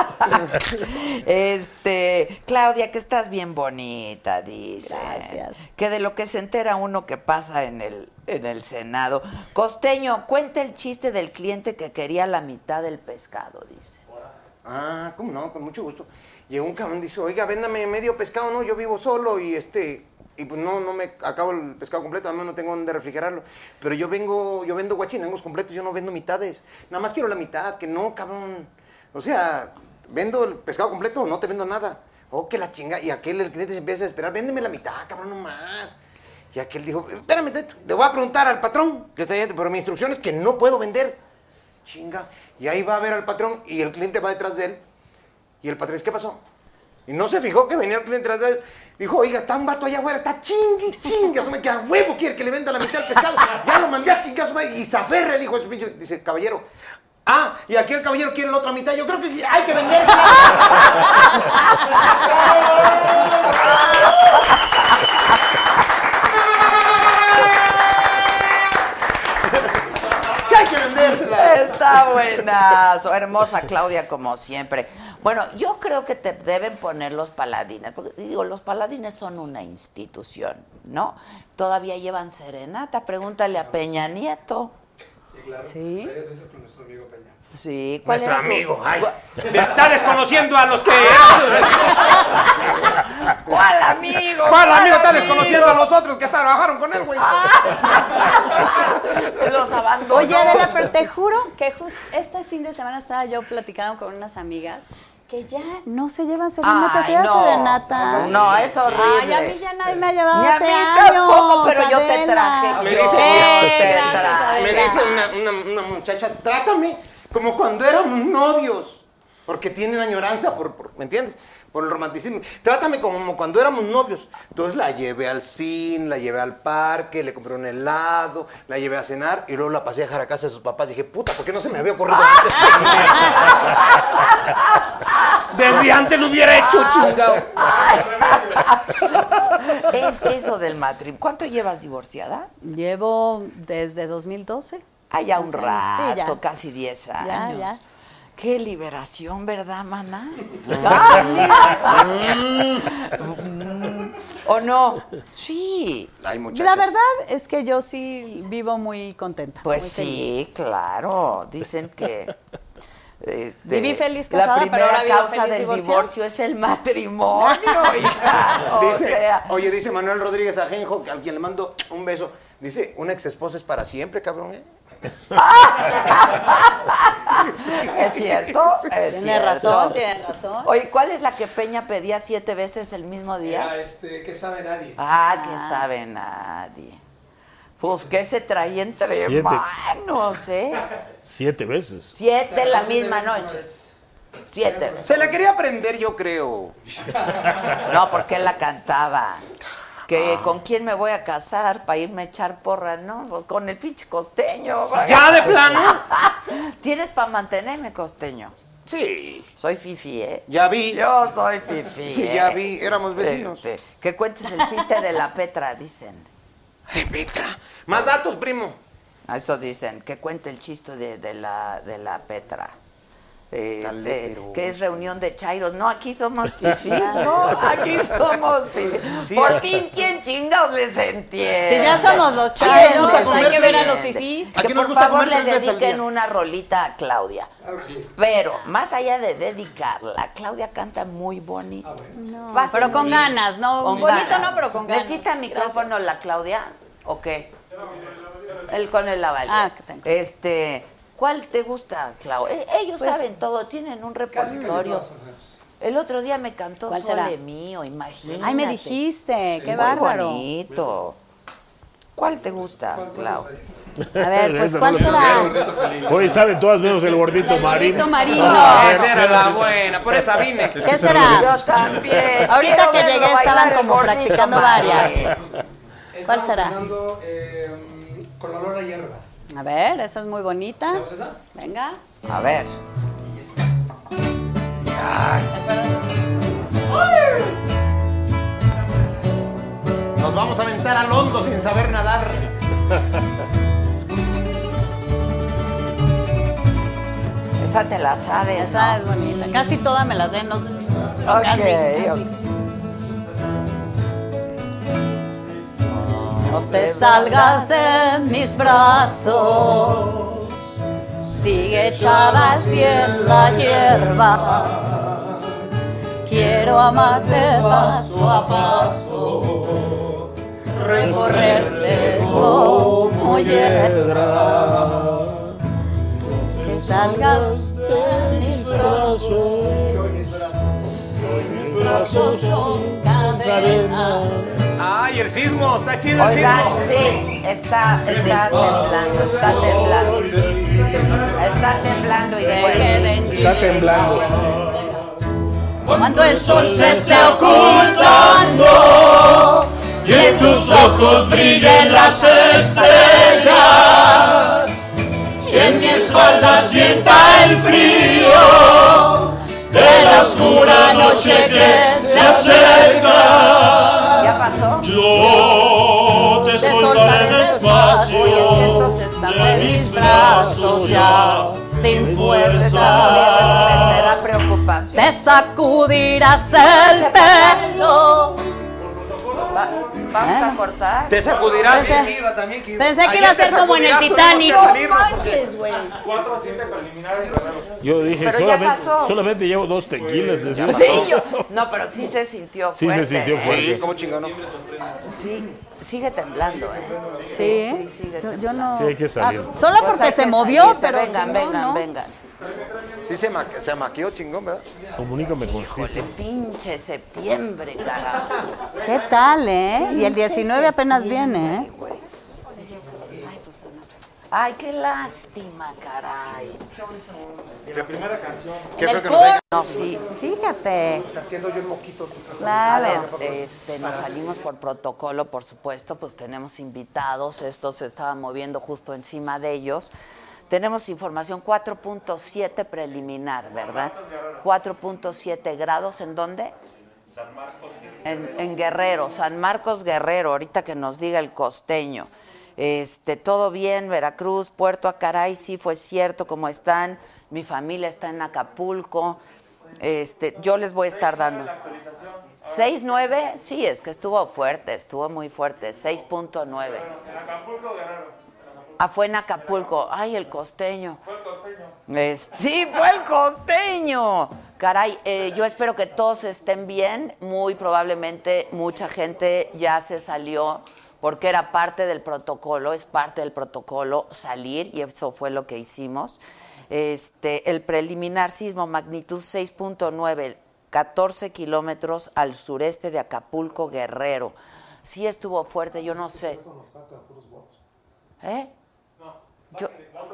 Este, Claudia, que estás bien bonita, dice. Gracias. Que de lo que se entera uno que pasa en el, en el Senado. Costeño, cuenta el chiste del cliente que quería la mitad del pescado, dice. Ah, ¿cómo no? Con mucho gusto. Llegó un cabrón y dice, oiga, véndame medio pescado, no, yo vivo solo y este... Y pues no, no me acabo el pescado completo, además no tengo dónde refrigerarlo. Pero yo vengo, yo vendo guachinangos completos, yo no vendo mitades. Nada más quiero la mitad, que no, cabrón. O sea, vendo el pescado completo, no te vendo nada. Oh, que la chinga. Y aquel, el cliente se empieza a esperar, véndeme la mitad, cabrón, no más. Y aquel dijo, espérame, teto, le voy a preguntar al patrón, que está ahí, pero mi instrucción es que no puedo vender. Chinga. Y ahí va a ver al patrón y el cliente va detrás de él. Y el patrón dice, ¿qué pasó? Y no se fijó que venía el cliente detrás de él. Dijo, oiga, está un vato allá afuera, está chingue, chingue, eso me queda huevo, quiere que le venda la mitad del pescado. Ya lo mandé a chingar, y se aferra el hijo de su pinche. Dice, caballero, ah, y aquí el caballero quiere la otra mitad. Yo creo que hay que vendérsela. Sí, hay que vendérsela. Está buenazo, hermosa Claudia como siempre. Bueno, yo creo que te deben poner los paladines, porque digo, los paladines son una institución, ¿no? Todavía llevan serenata, pregúntale a Peña Nieto. Sí, claro. Sí. Varias veces con nuestro amigo Peña. Sí, ¿cuál Nuestro era su- amigo, ay. cu- Está desconociendo a los que... ¿Cuál amigo? ¿Cuál amigo está desconociendo a los otros que trabajaron con él, güey? Los abandonó. Oye, Adela, pero te juro que justo este fin de semana estaba yo platicando con unas amigas que ya no se llevan serenata, Ay, se llevan no. serenata. No, es horrible. Ay, a mí ya nadie me ha llevado Ni a hace mí años, tampoco, pero yo te Adela. traje. Me yo dice- te Gracias, traje. Adela. Me dice una, una, una muchacha, trátame como cuando éramos novios, porque tienen añoranza, por, por- ¿me entiendes? Por el romanticismo. Trátame como cuando éramos novios. Entonces la llevé al cine, la llevé al parque, le compré un helado, la llevé a cenar y luego la pasé a dejar a casa de sus papás. Dije, puta, ¿por qué no se me había ocurrido antes? Desde antes lo hubiera hecho, chingado. Es que eso del matrimonio. ¿Cuánto llevas divorciada? Llevo desde dos mil doce. Ah, ya un Sí, ya. rato, casi diez años. ya. Qué liberación, ¿verdad, mana? ¿O no? Sí. Ay, muchachos. La verdad es que yo sí vivo muy contenta. Pues muy sí, claro. Dicen que este, Viví feliz casada, la pero primera ahora vivo causa feliz del divorciada. divorcio es el matrimonio, hija. O Dice, sea, oye, dice Manuel Rodríguez Ajenjo, al quien le mando un beso. Dice, una ex esposa es para siempre, cabrón, ¿eh? es cierto, es Tiene cierto. razón, tiene razón. Oye, ¿cuál es la que Peña pedía siete veces el mismo día? Era este, que sabe nadie. Ah, que sabe nadie. Pues, ¿qué se traía entre Siete. manos, eh? Siete veces. Siete la Siete misma veces noche. no es. Siete. Se la quería aprender, yo creo. No, porque él la cantaba. Que con quién me voy a casar para irme a echar porra, ¿no? Pues con el pinche costeño. ¿Ya de plano? ¿Tienes para mantenerme, costeño? Sí. Soy fifi, ¿eh? Ya vi. Yo soy fifi. Sí, ¿eh? ya vi. Éramos vecinos. Este, que cuentes el chiste de la Petra, dicen. De Petra. Más datos, primo. Eso dicen, que cuente el chiste de, de, la, de la Petra. Este, Dale, pero- que es reunión de chairos. No, aquí somos fifí, no, aquí somos fifí. Sí, Por a- fin, ¿quién chingados les entiende? Si ya somos los ¿Quién chairos, les hay que ver a los entiende? fifís. Aquí Que nos por gusta favor comer le tres veces al dediquen día. una rolita a Claudia. Claro que sí. Pero, más allá de dedicarla, Claudia canta muy bonito. Ah, bueno. No, Fácil. pero con ganas, no, Con bonito ganas. no, pero con ganas. ¿Necesita micrófono la Claudia o qué? El con el lavalier. Ah, que tengo. Este, ¿cuál te gusta, Clau? Eh, ellos Pues- saben todo, tienen un Casi, casi repertorio. todas sabemos. El otro día me cantó ¿Cuál será? Sole Mío, imagínate. Ay, me dijiste, qué Muy bárbaro. bonito. ¿Cuál te gusta, ¿Cuál- cuál Clau? nos hay? A ver, pues Esa ¿cuál no la será? Hoy saben todas menos el gordito El marino. gordito marino. Ah, Esa era la buena, por esa vine. ¿Qué será? Yo también. Ahorita Quiero que verlo llegué bailar estaban el como gordito practicando marino. varias. ¿Cuál Estamos será? cantando, eh, con olor a hierba. A ver, esa es muy bonita. ¿Sabemos esa? Venga. A ver. Nos vamos a aventar al hondo sin saber nadar. Esa te la sabes, Esa ¿no? es bonita. Casi todas me las den, no sé si. pero Ok, casi, casi. ok. No te salgas de mis brazos, sigue echada así en la hierba. Quiero amarte paso a paso, recorrerte como hiedra. No te salgas de mis brazos, mis brazos son cadenas. Ay, el sismo, está chido el Oigan, sismo. sí, está, está temblando, está temblando. Está temblando y bueno. Está temblando. Cuando el sol se esté ocultando y en tus ojos brillen las estrellas y en mi espalda sienta el frío de la oscura noche que se acerca, ¿Ya pasó? yo te soltaré despacio Oye, es que esto se está de mis brazos ya sin fuerza. Me da preocupación. te sacudirás el pelo. Va- ¿Vamos a cortar? Te sacudirás. Pensé, Que iba también, que iba. pensé que Ayer iba a te ser como en el sacudirás, tuvimos que Titanic. salirnos porque- Manches, güey. Cuatro o siete preliminares. Yo dije, Pero ya solamente, pasó. solamente llevo dos tequilas. decía. Sí, yo. No, pero sí se sintió Sí fuerte. se sintió ¿eh? fuerte. Sí, cómo chingón. ¿no? Sí, sigue temblando, ¿eh? Sí, Sí, sigue yo, yo no. Sí, hay que salir. Ah, solo Pues porque hay se que movió, salirse. pero. Vengan, si no, vengan, no. vengan. Sí, se, ma se maqueó chingón, ¿verdad? Comunícame con Híjole, Cisco. pinche septiembre, carajo. ¿Qué tal, eh? Y el diecinueve apenas viene, ¿eh? Güey. Ay, qué lástima, caray. La primera canción. ¿Qué En fue el que nos haya- No, sí. Fíjate. Haciendo yo el moquito. súper- A Claro. ver, este, nos salimos por protocolo, por supuesto, pues tenemos invitados, esto se estaba moviendo justo encima de ellos. Tenemos información cuatro punto siete preliminar, ¿verdad? cuatro punto siete grados, ¿en dónde? En, en Guerrero, San Marcos Guerrero, ahorita que nos diga el costeño. Este, todo bien, Veracruz, Puerto Acaray, sí fue cierto, como están. Mi familia está en Acapulco. Este, yo les voy a estar dando. seis nueve, sí, es que estuvo fuerte, estuvo muy fuerte. seis punto nueve. En Acapulco, Guerrero. Ah, fue en Acapulco. Ay, el costeño. Fue el costeño. Es- sí, fue el costeño. Caray, eh, yo espero que todos estén bien. Muy probablemente mucha gente ya se salió porque era parte del protocolo, es parte del protocolo salir y eso fue lo que hicimos. Este, el preliminar sismo magnitud seis punto nueve, catorce kilómetros al sureste de Acapulco, Guerrero. Sí estuvo fuerte, yo no sé. ¿Eh? Yo,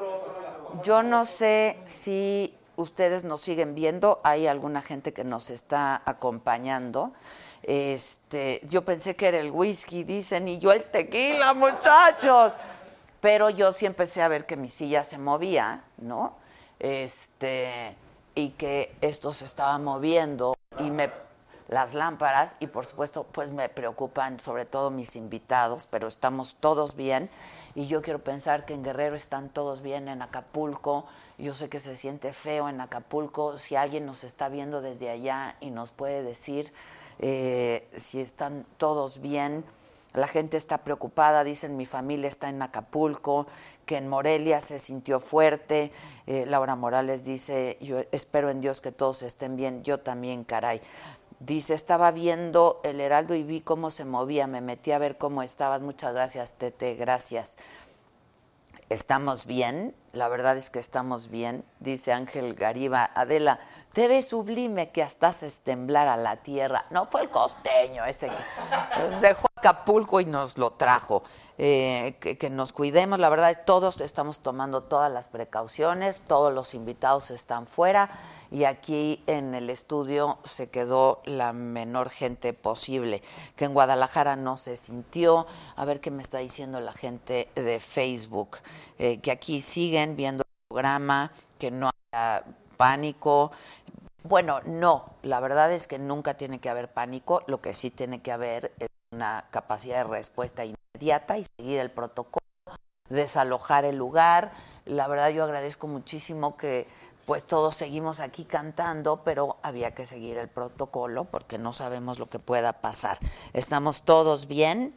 yo no sé si ustedes nos siguen viendo, hay alguna gente que nos está acompañando. Este, yo pensé que era el whisky, dicen, y yo el tequila, muchachos. Pero yo sí empecé a ver que mi silla se movía, ¿no? Este, y que esto se estaba moviendo y me las lámparas y por supuesto pues me preocupan sobre todo mis invitados, pero estamos todos bien y yo quiero pensar que en Guerrero están todos bien, en Acapulco. Yo sé que se siente feo en Acapulco. Si alguien nos está viendo desde allá y nos puede decir eh, si están todos bien. La gente está preocupada, dicen mi familia está en Acapulco, que en Morelia se sintió fuerte. Eh, Laura Morales dice, yo espero en Dios que todos estén bien, yo también, caray. Dice, estaba viendo el Heraldo y vi cómo se movía, me metí a ver cómo estabas. Muchas gracias, Tete, gracias. ¿Estamos bien? La verdad es que estamos bien, dice Ángel Gariba. Adela, te ves sublime que hasta haces temblar a la tierra. No, fue el costeño ese que dejó Acapulco y nos lo trajo. Eh, que, que nos cuidemos, la verdad, todos estamos tomando todas las precauciones, todos los invitados están fuera y aquí en el estudio se quedó la menor gente posible, que en Guadalajara no se sintió. A ver qué me está diciendo la gente de Facebook, eh, que aquí siguen viendo el programa, que no haya pánico. Bueno, no, la verdad es que nunca tiene que haber pánico, lo que sí tiene que haber es una capacidad de respuesta inmediata y seguir el protocolo, desalojar el lugar. La verdad yo agradezco muchísimo que pues todos seguimos aquí cantando, pero había que seguir el protocolo porque no sabemos lo que pueda pasar. Estamos todos bien.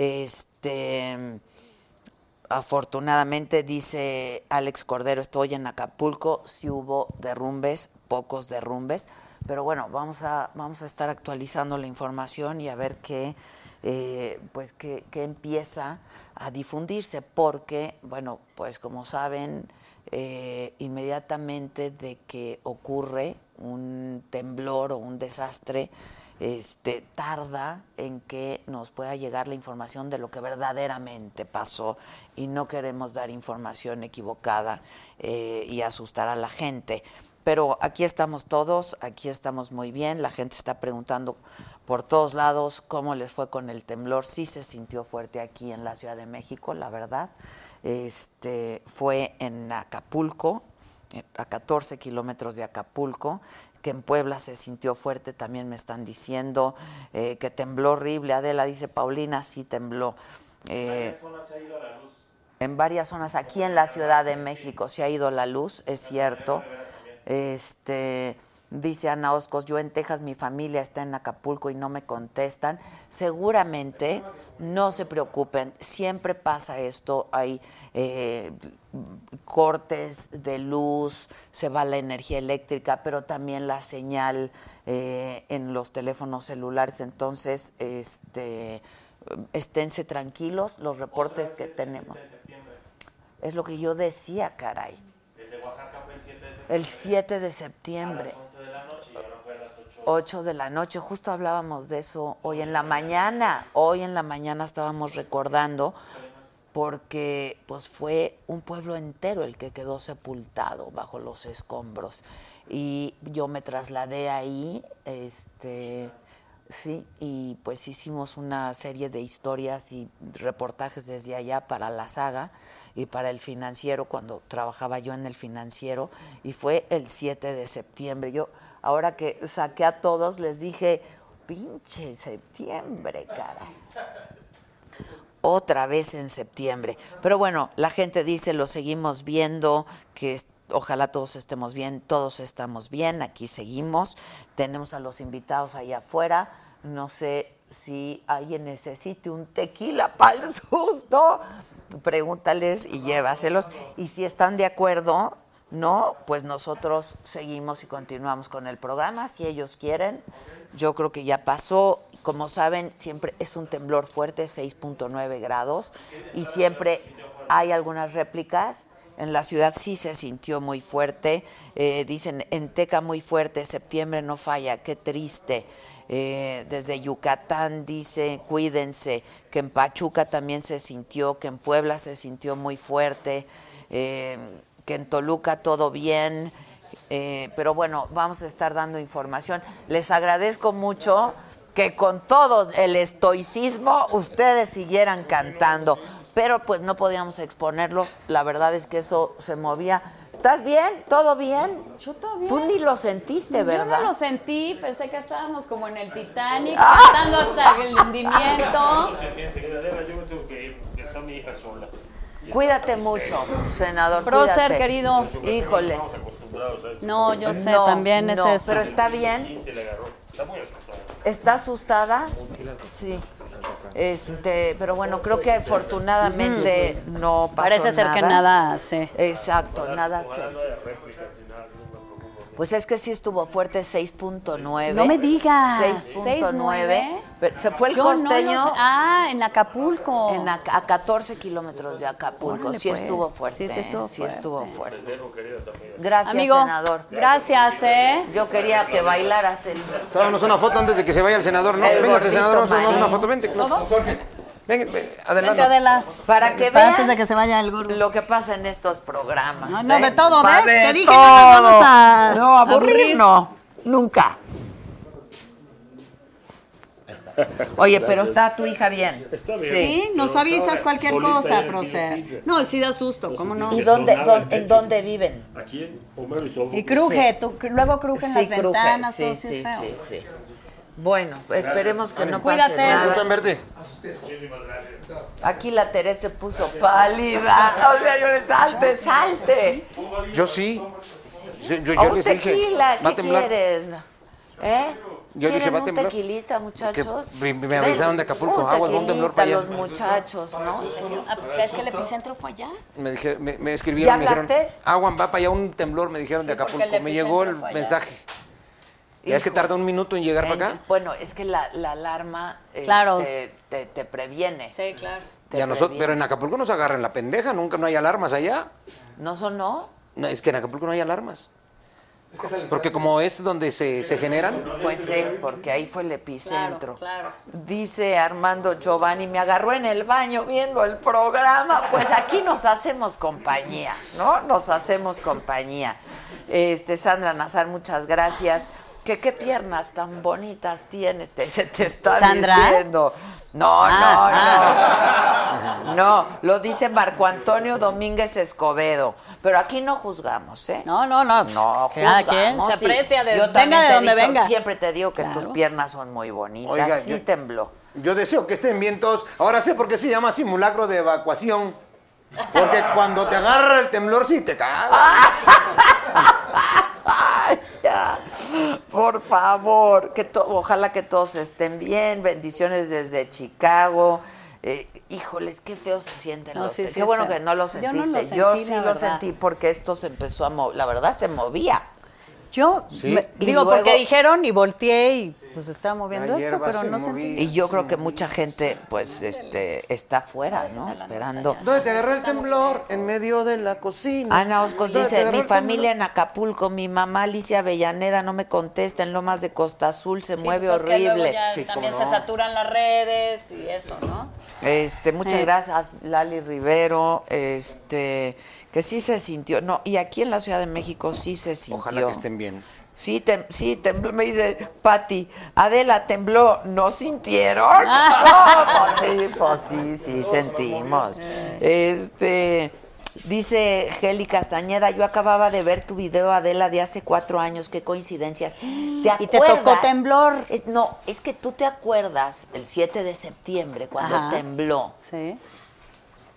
Este, afortunadamente, dice Alex Cordero, estoy en Acapulco, sí hubo derrumbes, pocos derrumbes, pero bueno, vamos a, vamos a estar actualizando la información y a ver qué, eh, pues qué, qué empieza a difundirse, porque, bueno, pues como saben, eh, inmediatamente de que ocurre un temblor o un desastre, este, tarda en que nos pueda llegar la información de lo que verdaderamente pasó y no queremos dar información equivocada eh, y asustar a la gente. Pero aquí estamos todos, aquí estamos muy bien, la gente está preguntando por todos lados cómo les fue con el temblor. Sí se sintió fuerte aquí en la Ciudad de México, la verdad. Este, fue en Acapulco, a catorce kilómetros de Acapulco, que en Puebla se sintió fuerte, también me están diciendo eh, que tembló horrible. Adela dice, Paulina, sí tembló. Eh, En varias zonas se ha ido la luz. En varias zonas, aquí en la Ciudad de México se ha ido la luz, es cierto. Este, dice Ana Oscos, yo en Texas, mi familia está en Acapulco y no me contestan. Seguramente, no se preocupen, siempre pasa esto, hay eh, cortes de luz, se va la energía eléctrica, pero también la señal eh, en los teléfonos celulares. Entonces, este, esténse tranquilos, los reportes que tenemos. Es lo que yo decía, caray. El de Oaxaca fue el siete de septiembre. El siete de septiembre. A las once de la noche y ahora fue a las ocho. ocho de la noche, justo hablábamos de eso hoy en la mañana. Hoy en la mañana estábamos recordando porque pues fue un pueblo entero el que quedó sepultado bajo los escombros. Y yo me trasladé ahí, este, sí, y pues hicimos una serie de historias y reportajes desde allá para La Saga y para El Financiero, cuando trabajaba yo en El Financiero, y fue el siete de septiembre. Yo, ahora que saqué a todos, les dije, pinche septiembre, caray. Otra vez en septiembre. Pero bueno, la gente dice, lo seguimos viendo, que ojalá todos estemos bien, todos estamos bien, aquí seguimos. Tenemos a los invitados allá afuera. No sé si alguien necesite un tequila para el susto. Pregúntales y llévaselos. Y si están de acuerdo, no, pues nosotros seguimos y continuamos con el programa. Si ellos quieren, yo creo que ya pasó. Como saben, siempre es un temblor fuerte, seis punto nueve grados, y siempre hay algunas réplicas. En la ciudad sí se sintió muy fuerte. Eh, dicen, en Teca muy fuerte, septiembre no falla, qué triste. Eh, desde Yucatán dice, cuídense, que en Pachuca también se sintió, que en Puebla se sintió muy fuerte, eh, que en Toluca todo bien. Eh, pero bueno, vamos a estar dando información. Les agradezco mucho que con todo el estoicismo ustedes siguieran cantando, pero pues no podíamos exponerlos, la verdad es que eso se movía. ¿Estás bien? ¿Todo bien? Yo todo bien. Tú ni lo sentiste, ¿verdad? Yo no lo sentí, pensé que estábamos como en el Titanic, ¡Ah! cantando hasta el hundimiento. No sentí enseguida, Adela, yo me tengo que ir, está mi hija sola. Cuídate mucho, senador. Prócer, cuídate. querido. Híjole. Estamos acostumbrados a esto. No, yo sé, No, también no, es eso. pero está bien. quince le agarró. Está muy asustada. ¿Está asustada? Sí. Este, pero bueno, creo que afortunadamente no pasó Parece ser nada. que nada hace. Exacto, nada Ojalá se. no haya réplicas ni nada, no me preocupo. Pues es que sí estuvo fuerte, seis punto nueve. No me digas. seis punto nueve. Se fue el Yo no costeño lo sé. Ah, en Acapulco. en a, a catorce kilómetros de Acapulco. Órale, sí pues. estuvo fuerte. Sí, sí estuvo ¿eh? Sí fuerte. estuvo fuerte. Les dejo, queridas amigas. Gracias, Amigo, senador. gracias, ¿eh? Yo quería que bailaras el... Tomámonos una foto antes de que se vaya el senador, ¿no? El Venga, gordito senador, vamos a tomar marín. una foto. Vente, Claudio. ¿Todos? Venga, ven, Vente, adelante. Adela. Para que Para vean antes de que se vaya el gordo. lo que pasa en estos programas. No, no, ¿eh? de todo, Pa- ¿ves? de Te dije, no nos vamos a No, aburrir aburrir. no, nunca. Oye, pero está tu hija bien. Está bien. Sí, nos Pero avisas estaba cualquier solita cosa, en el piso Prócer. quince. No, sí da susto, ¿cómo no? ¿Y Que dónde, sonaba el dónde- en techo. dónde viven? Aquí en Homero y Sofocles. Y cruje, tú, luego crujen las cruje, ventanas, sí, todo sí, sí, es feo. sí, sí. Bueno, esperemos que no Cuídate. pase nada. Gusto en verte. Muchísimas gracias. Aquí la Teresa se puso pálida. O sea, yo le salte, salte. Yo sí. Sí, Yo, A yo un les dije. tequila, va a ¿qué temblar. quieres? ¿Eh? Yo dije, ¿Quieren va a un temblar. tequilita, muchachos? Que me- me avisaron de Acapulco, Un aguas, va un temblor para tequilita, allá. los muchachos, ¿no? Ah, pues ¿crees que el epicentro fue allá? Me, dije, me, me escribieron, ¿Ya me dijeron, hablaste? agua, va para allá un temblor, me dijeron Sí, de porque Acapulco. el Me llegó el epicentro fue allá. mensaje. Ya es que tarda un minuto en llegar para acá. Bueno, es que la, la alarma Claro. este, te, te previene. Sí, claro. te Y a nosotros, previene. pero en Acapulco nos agarran la pendeja, nunca no hay alarmas allá. ¿No sonó? No, es que en Acapulco no hay alarmas. Es que es el Porque como es donde se, se generan, Pues sí, porque ahí fue el epicentro. Claro, claro. Dice Armando Giovanni, me agarró en el baño viendo el programa. Pues aquí nos hacemos compañía, ¿no? Nos hacemos compañía. Este, Sandra Nazar, muchas gracias. ¿Qué, qué piernas tan bonitas tienes? Te, se te está ¿Sandra? diciendo. No, Ah, no, no. No, lo dice Marco Antonio Domínguez Escobedo. Pero aquí no juzgamos, ¿eh? No, no, no. No, Cada juzgamos. quien se sí. aprecia de, Yo venga también de te he donde dicho, venga. Siempre te digo que Claro. tus piernas son muy bonitas. Oiga, sí yo- tembló. yo deseo que estén bien todos. Ahora sé por qué se llama simulacro de evacuación. Porque cuando te agarra el temblor, sí te cagas. Ay, ya. Por favor, que to- ojalá que todos estén bien. Bendiciones desde Chicago. Eh, híjoles, qué feo se sienten No, los sí, te- sí, Qué bueno feo. que no lo Yo sentiste. no lo Yo sentí, sí la lo verdad. sentí porque esto se empezó a mover. La verdad se movía. Yo Sí. me- Y digo, luego- porque dijeron y volteé y pues estaba moviendo La esto, hierba pero se no movía. sentí. Y yo creo que mucha gente, pues, este, está afuera, ¿no? Esperando. ¿Dónde te agarró el temblor? En medio de la cocina. Ana Oscos ¿Dónde te dice, agarró mi el familia en Acapulco, mi mamá Alicia Avellaneda no me contesta, en Lomas de Costa Azul se Sí, mueve pues es que luego horrible. ya Sí, también cómo se no. saturan las redes y eso, ¿no? Este, muchas Eh. gracias, Lali Rivero, este, que sí se sintió, no, y aquí en la Ciudad de México sí se sintió. Ojalá que estén bien. Sí, tem- sí, tembló, me dice Pati, Adela tembló, ¿no sintieron? No, pues sí, pues sí, sí sentimos. Este, dice Geli Castañeda, yo acababa de ver tu video, Adela, de hace cuatro años, qué coincidencias. ¿Te Y te acuerdas? tocó temblor. Es- no, es que tú te acuerdas el siete de septiembre, cuando Ajá. tembló. Sí.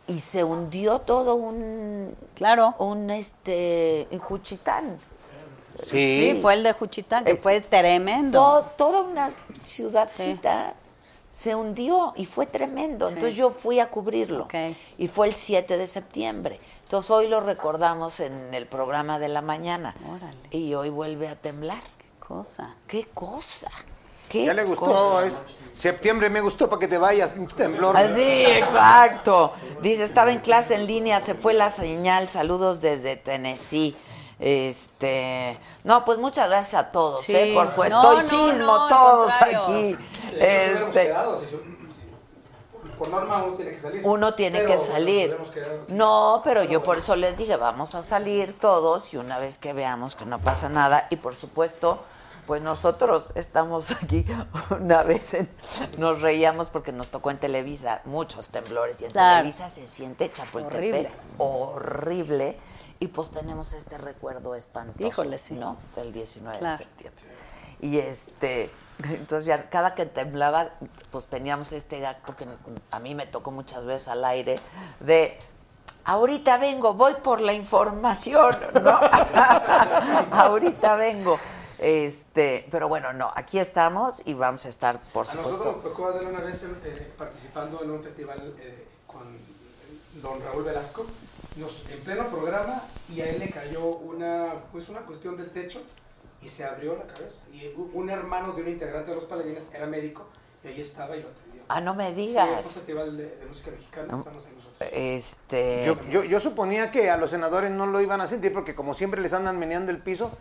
y se hundió todo un... Claro. Un, este, en Juchitán. Sí, fue el de Juchitán, que fue tremendo. To- toda una ciudadcita se hundió y fue tremendo. Entonces yo fui a cubrirlo. Okay. Y fue el siete de septiembre. Entonces hoy lo recordamos en el programa de la mañana. Órale. Y hoy vuelve a temblar. Qué cosa. ¿Qué cosa? ¿Qué Ya le gustó. cosa? Es, septiembre me gustó para que te vayas, pinche temblor. Ah, sí, exacto. Dice, estaba en clase en línea, se fue la señal. Saludos desde Tennessee. Este, no, pues muchas gracias a todos, Sí. ¿eh? Por su No, estoicismo, no, no, al todos contrario. aquí. Eh, nos hubiéramos Este, quedado, si su- si- por, por norma uno tiene que salir. uno tiene Pero, que pues, nos salir. hubiéramos quedado. No, pero yo por eso les dije, vamos a salir todos y una vez que veamos que no pasa nada, y por supuesto, pues nosotros estamos aquí una vez, en- nos reíamos porque nos tocó en Televisa muchos temblores y en Claro. Televisa se siente Chapultepec Horrible. horrible y pues tenemos este recuerdo espantoso, Híjole, sí. ¿no? Del diecinueve Claro. de septiembre. Y este, entonces ya cada que temblaba, pues teníamos este gag, porque a mí me tocó muchas veces al aire, de ahorita vengo, voy por la información, ¿no? Ahorita vengo. Este, pero bueno, no, aquí estamos y vamos a estar, por A nosotros supuesto. nos tocó Adela una vez eh, participando en un festival eh, con don Raúl Velasco, nos, en pleno programa, y a él le cayó una, pues una cuestión del techo y se abrió la cabeza. Y un un hermano de un integrante de los Paladines era médico y ahí estaba y lo atendió. Ah, no me Sí, fue un digas. festival de, de música mexicana, estamos ahí nosotros. Este. Yo, yo, yo suponía que a los senadores no lo iban a sentir porque como siempre les andan meneando el piso.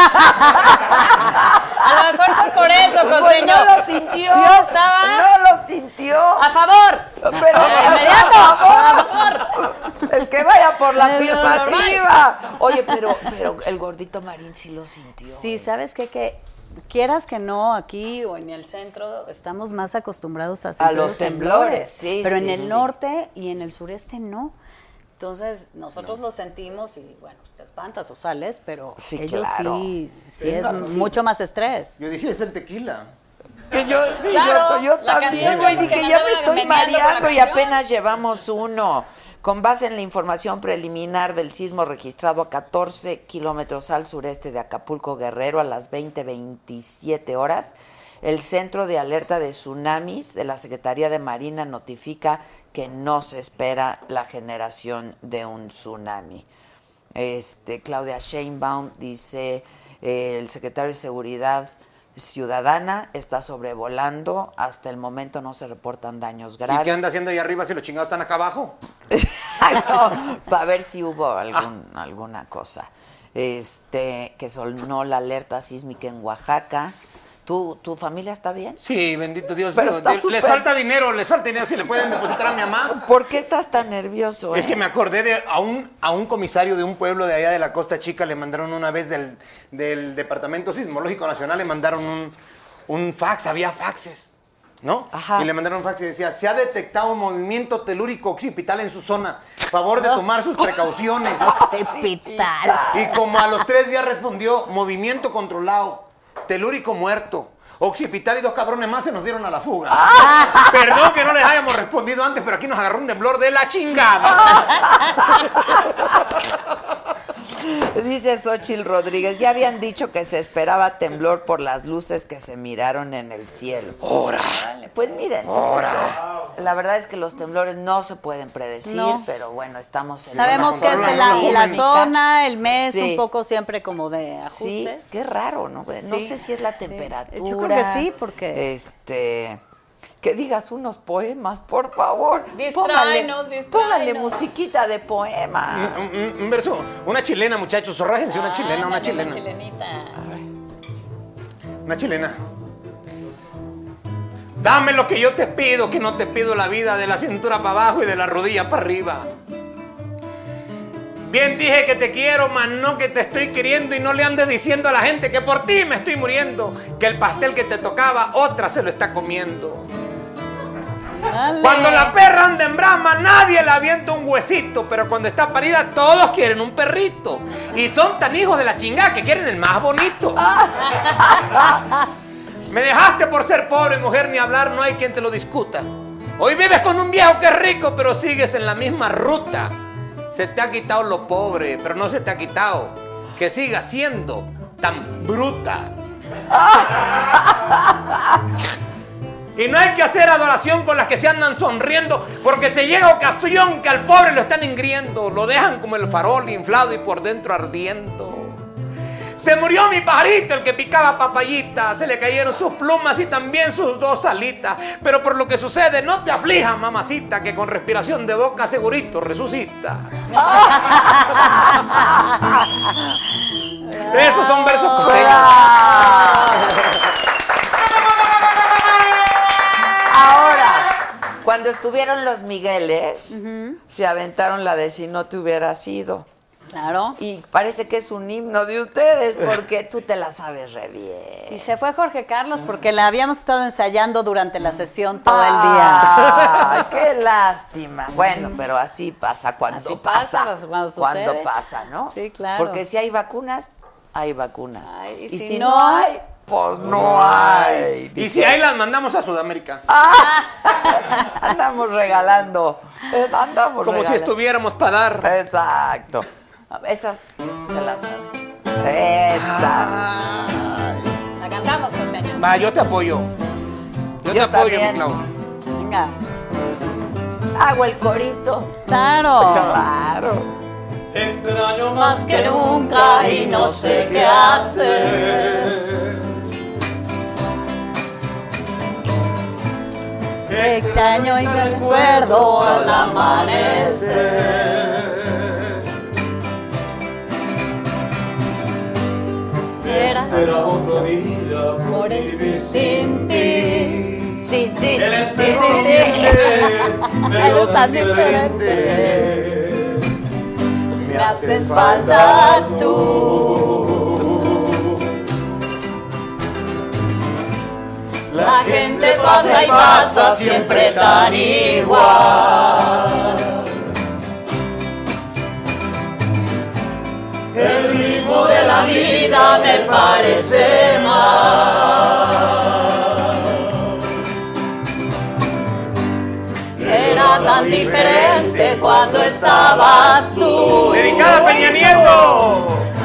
A lo mejor fue por eso, Pues costeño. no lo sintió. Yo estaba No lo sintió. a favor. Pero De inmediato, a favor. el que vaya por la Es lo afirmativa. Oye, pero, pero el gordito Marín sí lo sintió. Sí, ¿sabes qué? Que quieras que no, aquí o en el centro estamos más acostumbrados a, sentir los temblores, sí, pero sí, en el sí. norte y en el sureste no. Entonces, nosotros lo sentimos y, bueno, te espantas o sales, pero Sí, ellos claro. sí, sí Sí, es claro, sí. mucho más estrés. Yo dije, es el tequila. Que yo, sí, Claro, yo, yo la también, canción, güey, porque dije, me ya andaba me estoy meneando con la mareando y canción. apenas llevamos uno. Con base en la información preliminar del sismo registrado a catorce kilómetros al sureste de Acapulco, Guerrero, a las veinte veintisiete horas, el Centro de Alerta de Tsunamis de la Secretaría de Marina notifica que no se espera la generación de un tsunami. Este, Claudia Sheinbaum dice, eh, el secretario de Seguridad Ciudadana está sobrevolando, hasta el momento no se reportan daños graves. ¿Y qué anda haciendo ahí arriba si los chingados están acá abajo? Ay, no, para ver si hubo algún, alguna cosa. Este, que sonó la alerta sísmica en Oaxaca. ¿Tu, tu familia está bien? Sí, bendito Dios. Pero Dios, está les súper- falta dinero, les falta dinero. Si le pueden depositar a mi mamá. ¿Por qué estás tan nervioso? Es eh? que me acordé de a un, a un comisario de un pueblo de allá de la Costa Chica, le mandaron una vez del, del Departamento Sismológico Nacional, le mandaron un, un fax, había faxes, ¿no? Ajá. Y le mandaron un fax y decía, se ha detectado movimiento telúrico occipital en su zona, favor de tomar sus precauciones. Hospital. Y como a los tres días respondió, movimiento controlado, telúrico muerto, occipital y dos cabrones más se nos dieron a la fuga. Perdón que no les hayamos respondido antes, pero aquí nos agarró un temblor de la chingada. Dice Xóchitl Rodríguez, ya habían dicho que se esperaba temblor por las luces que se miraron en el cielo. ¡Hora! Pues miren, la verdad es que los temblores no se pueden predecir, No. pero bueno, estamos en Sabemos una que es zona en la, la sísmica. zona, el mes, Sí. un poco siempre como de Sí, ajustes. qué raro, ¿no? No Sí. sé si es la Sí. temperatura. Yo creo que sí, porque- Este... Que digas unos poemas, por favor. Distráenos, Póngale- distráenos. Póngale musiquita de poema. Un, un- un verso, una chilena, muchachos, zorrájense, una chilena, una Ándale, chilena. chilenita. Una chilena. Dame lo que yo te pido, que no te pido la vida de la cintura para abajo y de la rodilla para arriba. Bien dije que te quiero, mas no que te estoy queriendo, y no le andes diciendo a la gente que por ti me estoy muriendo, que el pastel que te tocaba otra se lo está comiendo. Dale. Cuando la perra anda en brama, nadie le avienta un huesito, pero cuando está parida todos quieren un perrito. Y son tan hijos de la chingada que quieren el más bonito. Me dejaste por ser pobre, mujer, ni hablar, no hay quien te lo discuta. Hoy vives con un viejo que es rico, pero sigues en la misma ruta. Se te ha quitado lo pobre, pero no se te ha quitado que sigas siendo tan bruta. Y no hay que hacer adoración con las que se andan sonriendo, porque se llega ocasión que al pobre lo están ingriendo, lo dejan como el farol inflado y por dentro ardiendo. Se murió mi pajarito, el que picaba papayita, se le cayeron sus plumas y también sus dos alitas. Pero por lo que sucede, no te aflijas, mamacita, que con respiración de boca segurito resucita. Esos son versos costeños. Ahora, cuando estuvieron los Migueles, uh-huh. se aventaron la de Si no te hubiera sido. Claro. Y parece que es un himno de ustedes, porque tú te la sabes re bien. Y se fue Jorge Carlos porque la habíamos estado ensayando durante la sesión todo el día. ¡Ay, qué lástima! Bueno, pero así pasa cuando así pasa. pasa cuando, cuando pasa, ¿no? Sí, claro. Porque si hay vacunas, hay vacunas. Ay, y, y si, si no, no hay, pues no hay. Y si hay, las mandamos a Sudamérica. Ah, andamos regalando. Andamos Como regalando. si estuviéramos para dar. Exacto. Esas se las saben. Esa. La cantamos, costeño. Va, yo te apoyo. Yo, Yo te apoyo, también. mi Clau. Venga. Hago el corito. Claro. Claro. Extraño más que nunca y no sé qué hacer. Extraño y me recuerdo al amanecer. Era otro día por vivir sin ti. Sin ti, Eres sin ti, mejor sin ti. pero tan diferente. Me haces falta tú. La gente pasa y pasa siempre tan igual. El ritmo de la vida me parece mal. Era tan diferente cuando estabas tú. ¡Dedicada a Peña Nieto!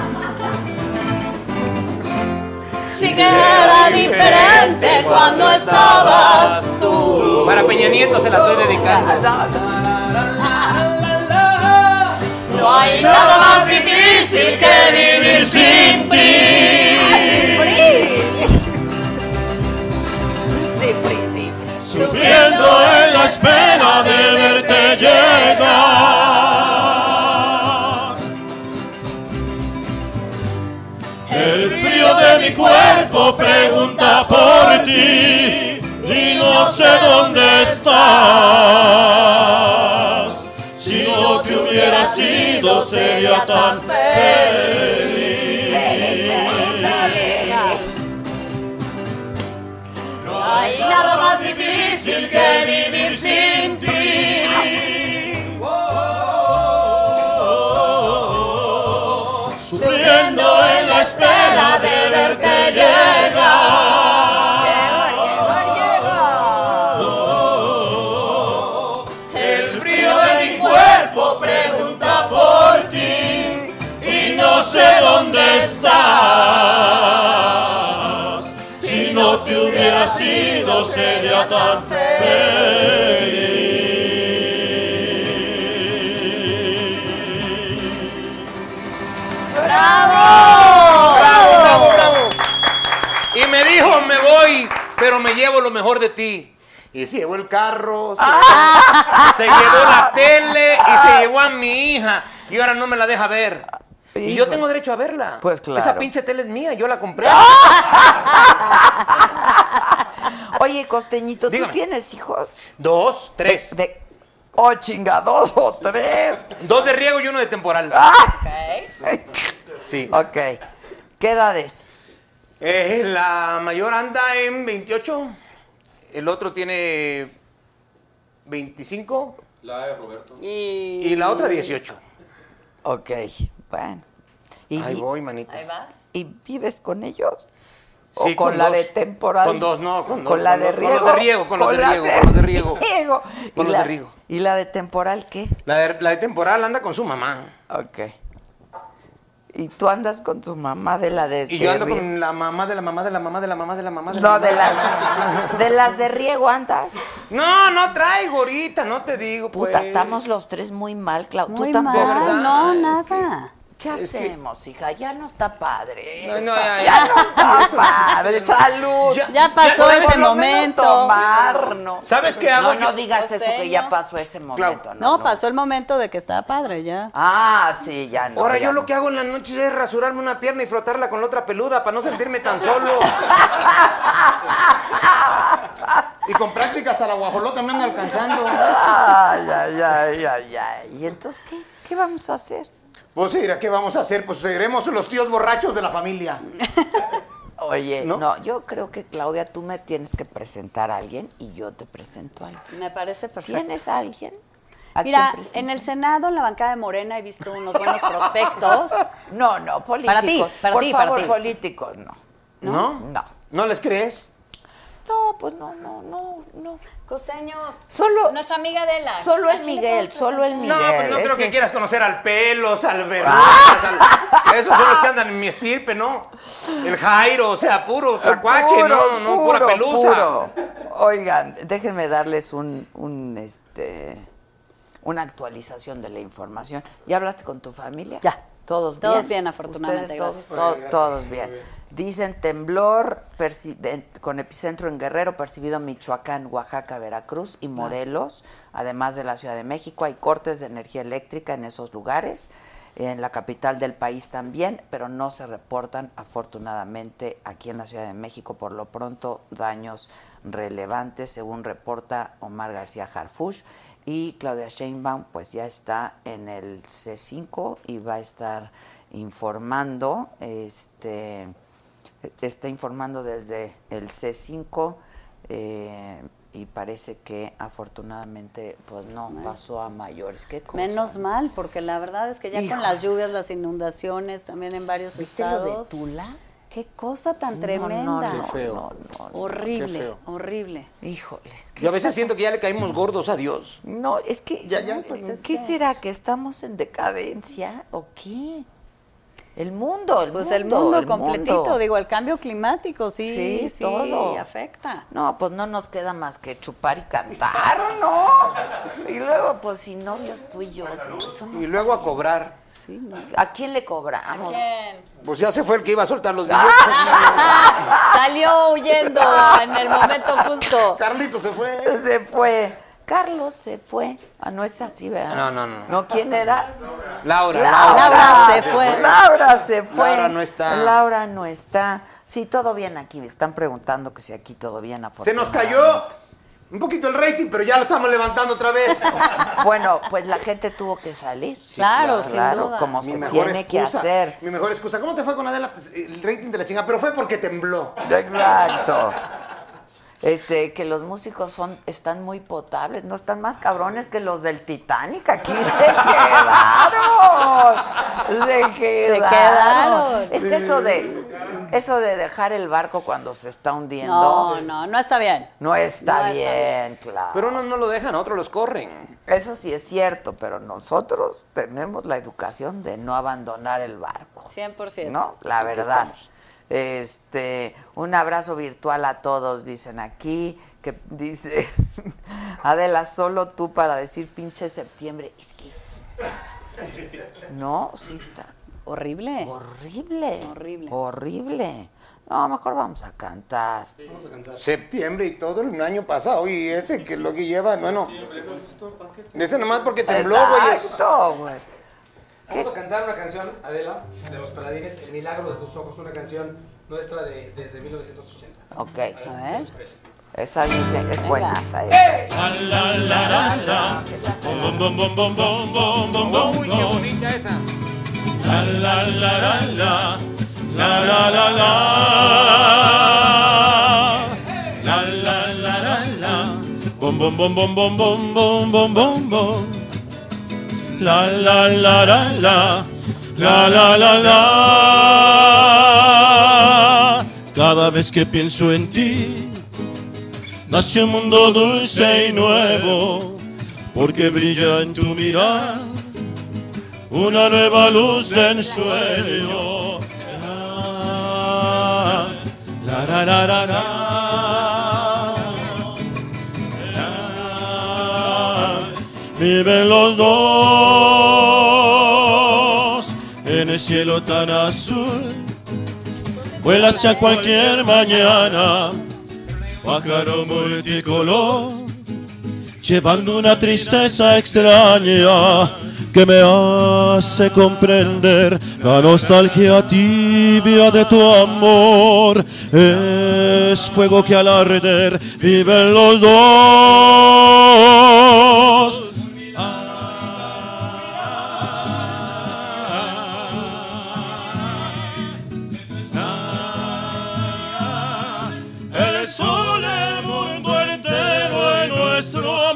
Sí que era diferente cuando estabas tú. Para Peña Nieto se la estoy dedicando. No hay nada más difícil que vivir sin ti. Sí, sí, sí. Sufriendo en la espera de verte llegar. El frío de mi cuerpo pregunta por ti y no sé dónde estás. Si no te hubiera sido, sería tan feliz. No hay nada más difícil que vivir sin ti. Oh, oh, oh, sufriendo en la espera de verte llegar. Pregunta por ti y no sé dónde estás. Si no te hubiera sido, sería tan feliz. ¡Bravo! ¡Bravo, bravo, bravo! Y me dijo, me voy, pero me llevo lo mejor de ti. Y se llevó el carro, se, ah. se llevó la tele y se llevó a mi hija. Y ahora no me la deja ver. Hijo. Y yo tengo derecho a verla. Pues claro. Esa pinche tele es mía, yo la compré. Oye, Costeñito, Dígame. ¿tú tienes hijos? Dos, tres. De, de, oh, chinga, dos o tres. Dos de riego y uno de temporal. Ah. Okay. Sí. Ok. ¿Qué edades? Eh, la mayor anda en veintiocho. El otro tiene veinticinco. La de Roberto. Y... Y la otra dieciocho. Ok, bueno. ¿Y, Ahí voy, manita. Ahí vas. ¿Y vives con ellos? Sí, ¿O con, con la dos. de temporal? Con dos, no, con dos. ¿Con la con de dos, riego? Con los de riego, con los de riego, la con los de riego. riego. Con ¿Y los la, de riego. ¿Y la de temporal qué? La de, la de temporal anda con su mamá. Ok. ¿Y tú andas con tu mamá de la de Y yo ando riego? con la mamá de la mamá de la mamá de la mamá de la mamá de la No, mamá de, la, de las de riego andas. No, no traigo ahorita, no te digo, pues. Puta, estamos los tres muy mal, Clau. Muy Tú tampoco. mal, ¿verdad? no, Es nada. ¿Qué Es que- hacemos, hija? Ya no está padre. No, no, ya, ya, ya. no está padre. Salud. Ya- Ya pasó Por ese lo menos momento. tomarnos. ¿Sabes qué hago? No, no Yo- digas eso, que ya Costeño. pasó ese momento. No, pasó el momento de que estaba padre ya. Ah, sí, ya no. Ahora ya yo no. lo que hago en las noches es rasurarme una pierna y frotarla con la otra peluda para no sentirme tan solo. Y con práctica hasta la guajolota me anda alcanzando. Ay, ay, ay, ay, ay. ¿Y entonces qué? ¿Qué vamos a hacer? Pues mira, ¿qué vamos a hacer? Pues seremos los tíos borrachos de la familia. Oye, no, ¿No? yo creo que, Claudia, tú me tienes que presentar a alguien y yo te presento a alguien. Me parece perfecto. ¿Tienes a alguien? ¿A Mira, quién presentas? en el Senado, en la bancada de Morena, he visto unos buenos prospectos. No, no, políticos. Para ti, para Por ti, para favor, ti. políticos, no. ¿No? No. ¿No les crees? No, pues no, no, no, no. Costeño, Solo, Nuestra amiga Adela. solo ¿A el quién le Miguel, puedes solo el presentar? Miguel. No, pues no creo ese- que quieras conocer al Pelos, al Verduras, al... Esos son los que andan en mi estirpe, ¿no? El Jairo, o sea, puro tlacuache, Puro, no, no, pura puro, pelusa. puro. Oigan, déjenme darles un, un, este, una actualización de la información. ¿Ya hablaste con tu familia? Ya. ¿Todos bien? Todos bien, afortunadamente, ¿Ustedes todos? gracias. To- Gracias, todos muy bien. bien. Dicen temblor perci- de- con epicentro en Guerrero, percibido en Michoacán, Oaxaca, Veracruz y Morelos, además de la Ciudad de México. Hay cortes de energía eléctrica en esos lugares, en la capital del país también, pero no se reportan afortunadamente aquí en la Ciudad de México por lo pronto daños relevantes, según reporta Omar García Harfuch. Y Claudia Sheinbaum pues ya está en el C cinco y va a estar informando, este está informando desde el C cinco eh, y parece que afortunadamente pues no pasó a mayores. ¿Qué cosa? menos mal, porque la verdad es que ya Hijo. con las lluvias, las inundaciones también en varios ¿Viste estados. lo de Tula? Qué cosa tan No, tremenda. no, no, Qué feo. no, no, no. Horrible, Qué feo. horrible. Híjoles. ¿qué Yo a veces está siento que ya le caímos gordos a Dios. No, es que, Ya, ya, no, pues, es ¿qué que- será? ¿Que estamos en decadencia o qué? El mundo, el Pues mundo. el mundo el completito, mundo. digo, el cambio climático, sí, Sí, sí, todo. afecta. No, pues no nos queda más que chupar y cantar, ¿no? Y luego, pues sin novios tú y yo. Eso no- Y luego a cobrar. Sí, no. ¿A quién le cobramos? ¿Quién? Pues ya se fue el que iba a soltar los billetes. Salió huyendo en el momento justo. Carlito se fue. Se fue. Carlos se fue. Ah, no es así, ¿verdad? No, no, no. ¿No quién era? Laura, Laura, Laura se fue. Laura se fue. Laura no está. Laura no está. Sí, todo bien aquí. Me están preguntando que si aquí todo bien. Se nos afortunadamente. cayó un poquito el rating, pero ya lo estamos levantando otra vez. Bueno, pues la gente tuvo que salir. Claro, sin Claro, duda. como Mi se mejor tiene que excusa. hacer. Mi mejor excusa. ¿Cómo te fue con Adela? Pues, el rating de la chinga, pero fue porque tembló. Exacto. Este, que los músicos son, están muy potables, no están más cabrones que los del Titanic. Aquí se quedaron. Se quedaron. quedaron. Es que eso de, eso de dejar el barco cuando se está hundiendo No, no, no está bien. no está No está bien, claro. Pero unos no lo dejan, otros los corren. Eso sí es cierto, pero nosotros tenemos la educación de no abandonar el barco. cien por ciento. ¿No? La Aquí verdad. estamos. Este, un abrazo virtual a todos, dicen aquí, que dice Adela, solo tú para decir pinche septiembre. Es que sí. No, sí está. Horrible. Horrible. Horrible. Horrible. No, mejor vamos a cantar. Vamos a cantar. Septiembre y todo el año pasado. Y este que es lo que lleva, bueno. Este nomás porque tembló, güey. es- Exacto, güey. Vamos a cantar una canción, Adela, de los Paladines, El Milagro de tus Ojos, una canción nuestra de, desde mil novecientos ochenta. Ok. A ver. ¿Qué les parece? Esa dice, es Venga. buena esa. esa. La la la la la. Bom bom bom bom bom bom bom bom Uy, qué bom. bonita esa. La la la la la. La la la la. La la la la la. Bom bom bom bom bom bom bom bom bom bom. La la la la la. La la la la. Cada vez que pienso en ti, nació un mundo dulce y nuevo, porque brilla en tu mirar una nueva luz en sueño. La, la, la, la, la. Viven los dos en el cielo tan azul. Vuela hacia cualquier mañana, pájaro multicolor, llevando una tristeza extraña que me hace comprender la nostalgia tibia de tu amor. Es fuego que al arder viven los dos. El sol, el mundo entero en nuestro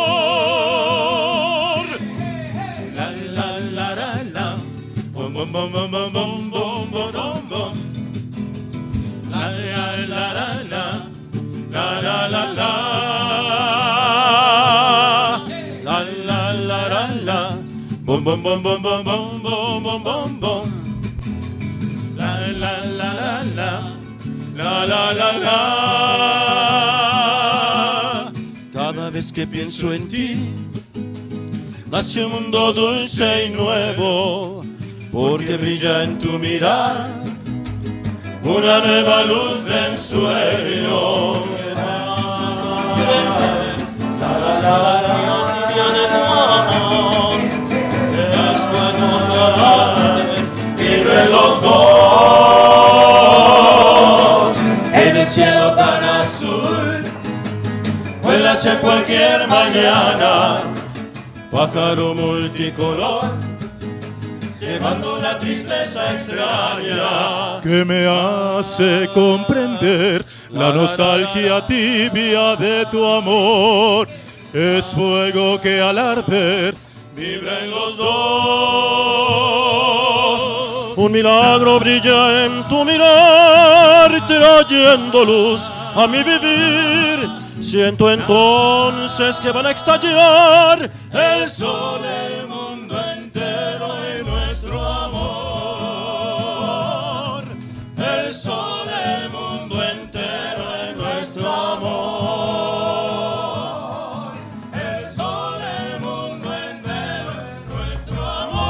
amor. La la la la la, bom bom bom bom bom bom bom bom bom. La la la la la, la la la la, la la la la la, bom bom bom bom bom bom bom bom bom bom. La la la la la. La la la la. Cada vez que pienso en ti, nace un mundo dulce y nuevo, porque brilla en tu mirar una nueva luz de ensueño. La la la la, de tu amor, es bueno viven los dos en el cielo tan azul. Vuela hacia cualquier mañana, pájaro multicolor, llevando una tristeza extraña que me hace comprender la nostalgia tibia de tu amor. Es fuego que al arder vibra en los dos. Un milagro brilla en tu mirar, trayendo luz a mi vivir. Siento entonces que van a estallar el sol, el mundo entero y nuestro amor. El sol, el mundo entero y nuestro amor. El sol, el mundo entero y nuestro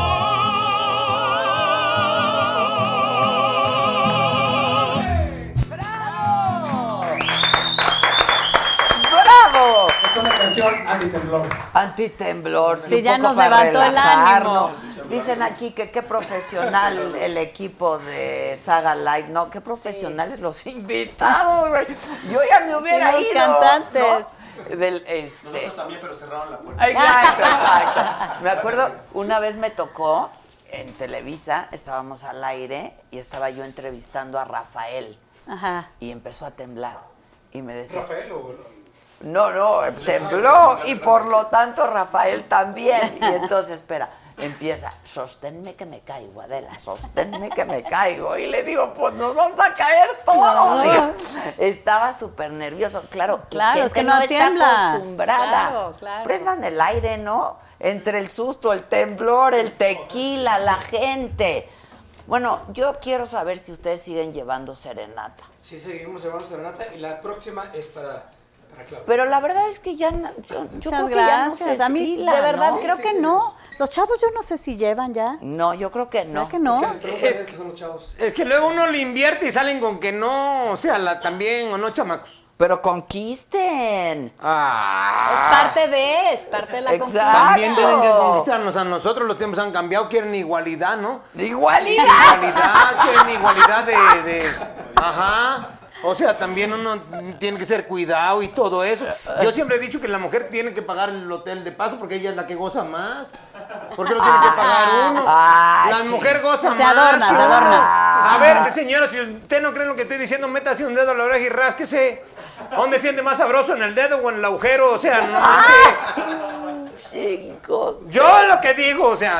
amor. ¡Bravo! ¡Bravo! Es una canción antitemblor. Antitemblor, Sí, un ya poco nos para levantó el relajarnos. ánimo. Dicen aquí que qué profesional el equipo de Saga Light, no, qué profesionales los invitados, güey. Yo ya me hubiera Los ido. cantantes. ¿no? Del, este... Nosotros también, pero cerraron la puerta. Exacto, exacto. Me acuerdo, una vez me tocó en Televisa, estábamos al aire y estaba yo entrevistando a Rafael Ajá. y empezó a temblar y me decía... Rafael o... No, no, tembló y por lo tanto Rafael también. Y entonces, espera, empieza, sosténme que me caigo, Adela, sosténme que me caigo. Y le digo, pues nos vamos a caer todos. Digo, estaba súper nervioso. Claro, Claro, la es que gente no está tiembla. acostumbrada. Claro, claro. Prendan el aire, ¿no? Entre el susto, el temblor, el tequila, la gente. Bueno, yo quiero saber si ustedes siguen llevando serenata. Sí, seguimos llevando serenata y la próxima es para, para Claudia. Pero la verdad es que ya, no- yo, yo creo Muchas que ya no gracias. se A mí, estila, de verdad, ¿no? creo Sí, que sí, sí. no. Los chavos yo no sé si llevan ya. No, yo creo que no. ¿Verdad que no? Es que les preguntan Es qué son los chavos. Es que luego uno le invierte y salen con que no, o sea, la, también, o no, chamacos. Pero conquisten. Ah. Es parte de, es parte de la Exacto. conquista. También tienen que conquistarnos a nosotros, los tiempos han cambiado, quieren igualdad, ¿no? Igualidad. Igualdad, quieren igualdad de, de... Ajá. O sea, también uno tiene que ser cuidado y todo eso. Yo siempre he dicho que la mujer tiene que pagar el hotel de paso porque ella es la que goza más. ¿Por qué lo tiene que pagar uno? Ay, La sí. mujer goza Se más. adorna, que se uno. adorna. A ver, señora, si usted no cree en lo que estoy diciendo, métase un dedo a la oreja y rásquese. ¿Dónde siente más sabroso, en el dedo o en el agujero? O sea, no manche. Chicos. Yo lo que digo, o sea,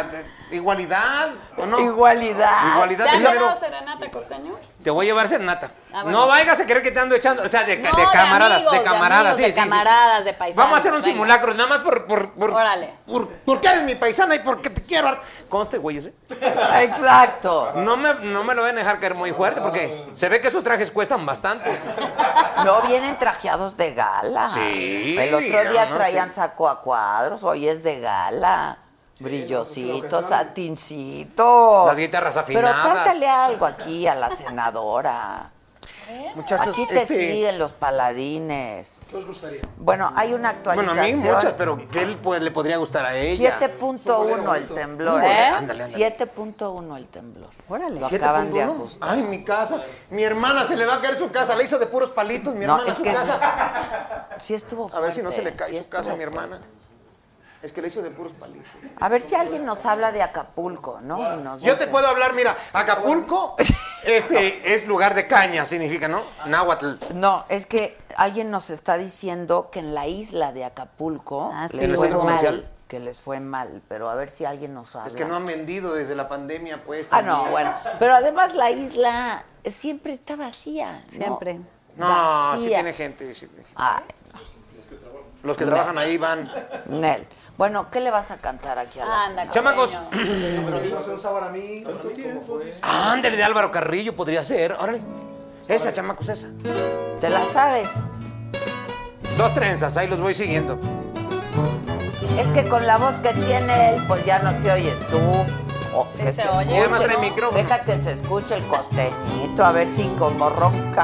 igualdad, ¿o no? Igualdad. Igualdad ¿Te de has género. llevado serenata, Costeño? Te voy a llevar serenata. Ah, bueno. No vayas a creer que te ando echando, o sea, de, No, de camaradas, amigos, de camaradas, amigos, sí, de sí, sí. camaradas, de paisanos. Vamos a hacer un venga. simulacro, nada más por, por, por, Órale. por, porque eres mi paisana y porque te quiero. Conste, güey, ese. Exacto. No me, no me lo van a dejar caer muy fuerte porque se ve que esos trajes cuestan bastante. No vienen trajeados de gala. Sí, El otro día no, no, traían sí. saco a cuadros, hoy es de gala. Brillosito, satincito. Las guitarras afinadas. Pero cántale algo aquí a la senadora. Muchachos, Aquí te este... siguen los paladines. ¿Qué os gustaría? Bueno, hay una Bueno, a actualización. mí muchas, pero ¿qué le, pues, le podría gustar a ella? siete punto uno el temblor. ¿Eh? ¿eh? Ándale, ándale. siete punto uno el temblor. Órale. Lo ¿siete acaban punto de uno? ajustar. Ay, mi casa. Mi hermana se le va a caer su casa. La hizo de puros palitos, mi No, hermana es su que casa. sí estuvo fuerte. A ver si no se le cae sí su casa a estuvo mi hermana. fuerte. Es que le hizo de puros palitos. A ver si alguien nos habla de Acapulco, ¿no? Y nos Yo te dice- puedo hablar, mira, Acapulco este es lugar de caña, significa, ¿no? Náhuatl. No, es que alguien nos está diciendo que en la isla de Acapulco Ah, sí. les ¿En el fue centro mal, comercial? que les fue mal, pero a ver si alguien nos habla. Es que no han vendido desde la pandemia, pues. Ah, no, también. bueno, pero además la isla siempre está vacía, ¿no? Siempre. No, Vacía. sí tiene gente. Sí tiene gente. Ay, Los que trabajan ahí van. Nel. Bueno, ¿qué le vas a cantar aquí a la Anda, señora? Chamacos. Costeño. No sé, un sabor a mí. ¿Cuánto tiempo? Ándale, de Álvaro Carrillo podría ser. Órale. Esa, chamacos, esa. ¿Te la sabes? Dos trenzas, ahí los voy siguiendo. Es que con la voz que tiene él, pues ya no te oyes tú. O Sí que se se oye. escuche. Además trae micrófono. Deja que se escuche el costeñito, a ver si como ronca.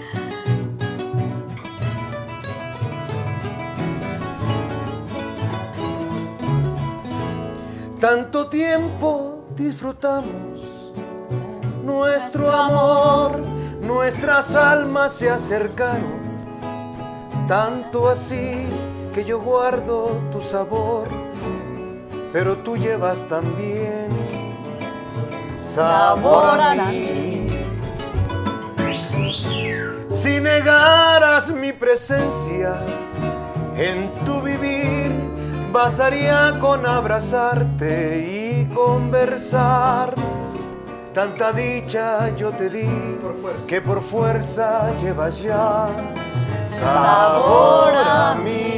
Tanto tiempo disfrutamos nuestro amor, nuestras almas se acercaron, tanto así que yo guardo tu sabor, pero tú llevas también sabor a mí. Si negaras mi presencia en tu vivir, bastaría con abrazarte y conversar. Tanta dicha yo te di que por fuerza llevas ya sabor a mí.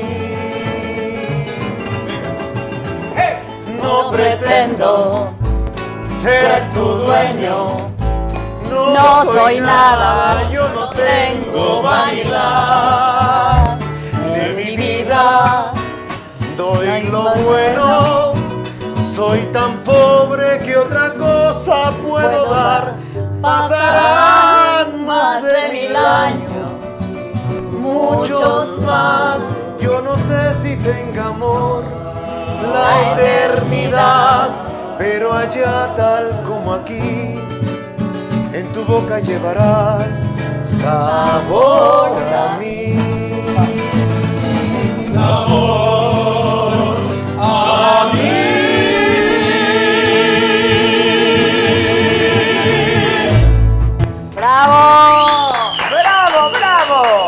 No pretendo ser tu dueño, no, No soy nada, yo no tengo vanidad de mi vida. Doy lo bueno, soy tan pobre que otra cosa puedo dar. Pasarán más de mil años, muchos más. Yo no sé si tenga amor la eternidad, pero allá tal como aquí, en tu boca llevarás sabor a mí. Sabor a mí. ¡Bravo! ¡Bravo, bravo!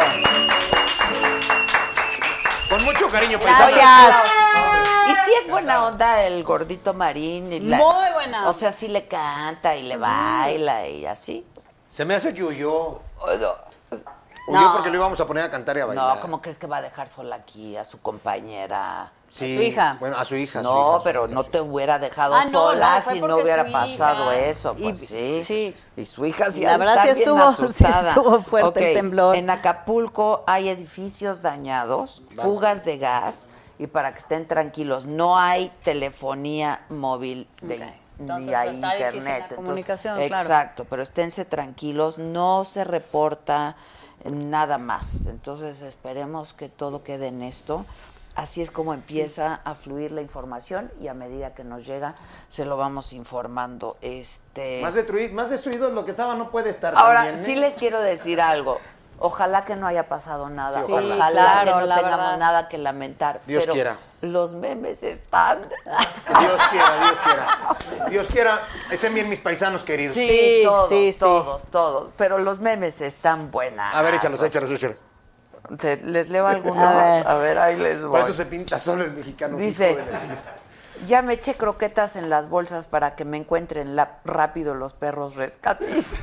Con mucho cariño, Oye, paisana. claro. Y sí es buena onda el gordito Marín. y la- Muy buena O sea, sí le canta y le baila y así. Se me hace que huyó. O no. Huyó No. porque lo íbamos a poner a cantar y a bailar. No, ¿cómo crees que va a dejar sola aquí a su compañera? Sí, a su hija. Bueno, a su hija. a su No, hija, a su pero hija, no a su te hija. hubiera dejado Ah, no, sola no, fue si no porque hubiera su pasado hija- eso, pues Y- sí. sí. Y su hija sí La ha de verdad estar sí bien estuvo- sí asustada. estuvo fuerte el Ok, temblor. En Acapulco hay edificios dañados, fugas de gas, y para que estén tranquilos, no hay telefonía móvil de, Ok. Entonces ni hay está difícil la internet. Entonces, comunicación, claro. Exacto, pero esténse tranquilos, no se reporta nada más. Entonces esperemos que todo quede en esto. Así es como empieza a fluir la información y a medida que nos llega se lo vamos informando. Este Más destruido, más destruido lo que estaba no puede estar. Ahora también, ¿eh? sí les quiero decir algo. Ojalá que no haya pasado nada. Sí, ojalá ojalá. claro, que no la tengamos verdad. nada que lamentar. Dios pero quiera. los memes están. Dios quiera, Dios quiera. Dios quiera, estén bien mis paisanos queridos. Sí, Sí, todos, sí, sí. todos, todos. Pero los memes están buenas. A ver, échalos, échalos, échalos. Te- les leo algunos. A ver. A ver, ahí les voy. Por eso se pinta solo el mexicano. Dice, joven. Ya me eché croquetas en las bolsas para que me encuentren la- rápido los perros rescatistas.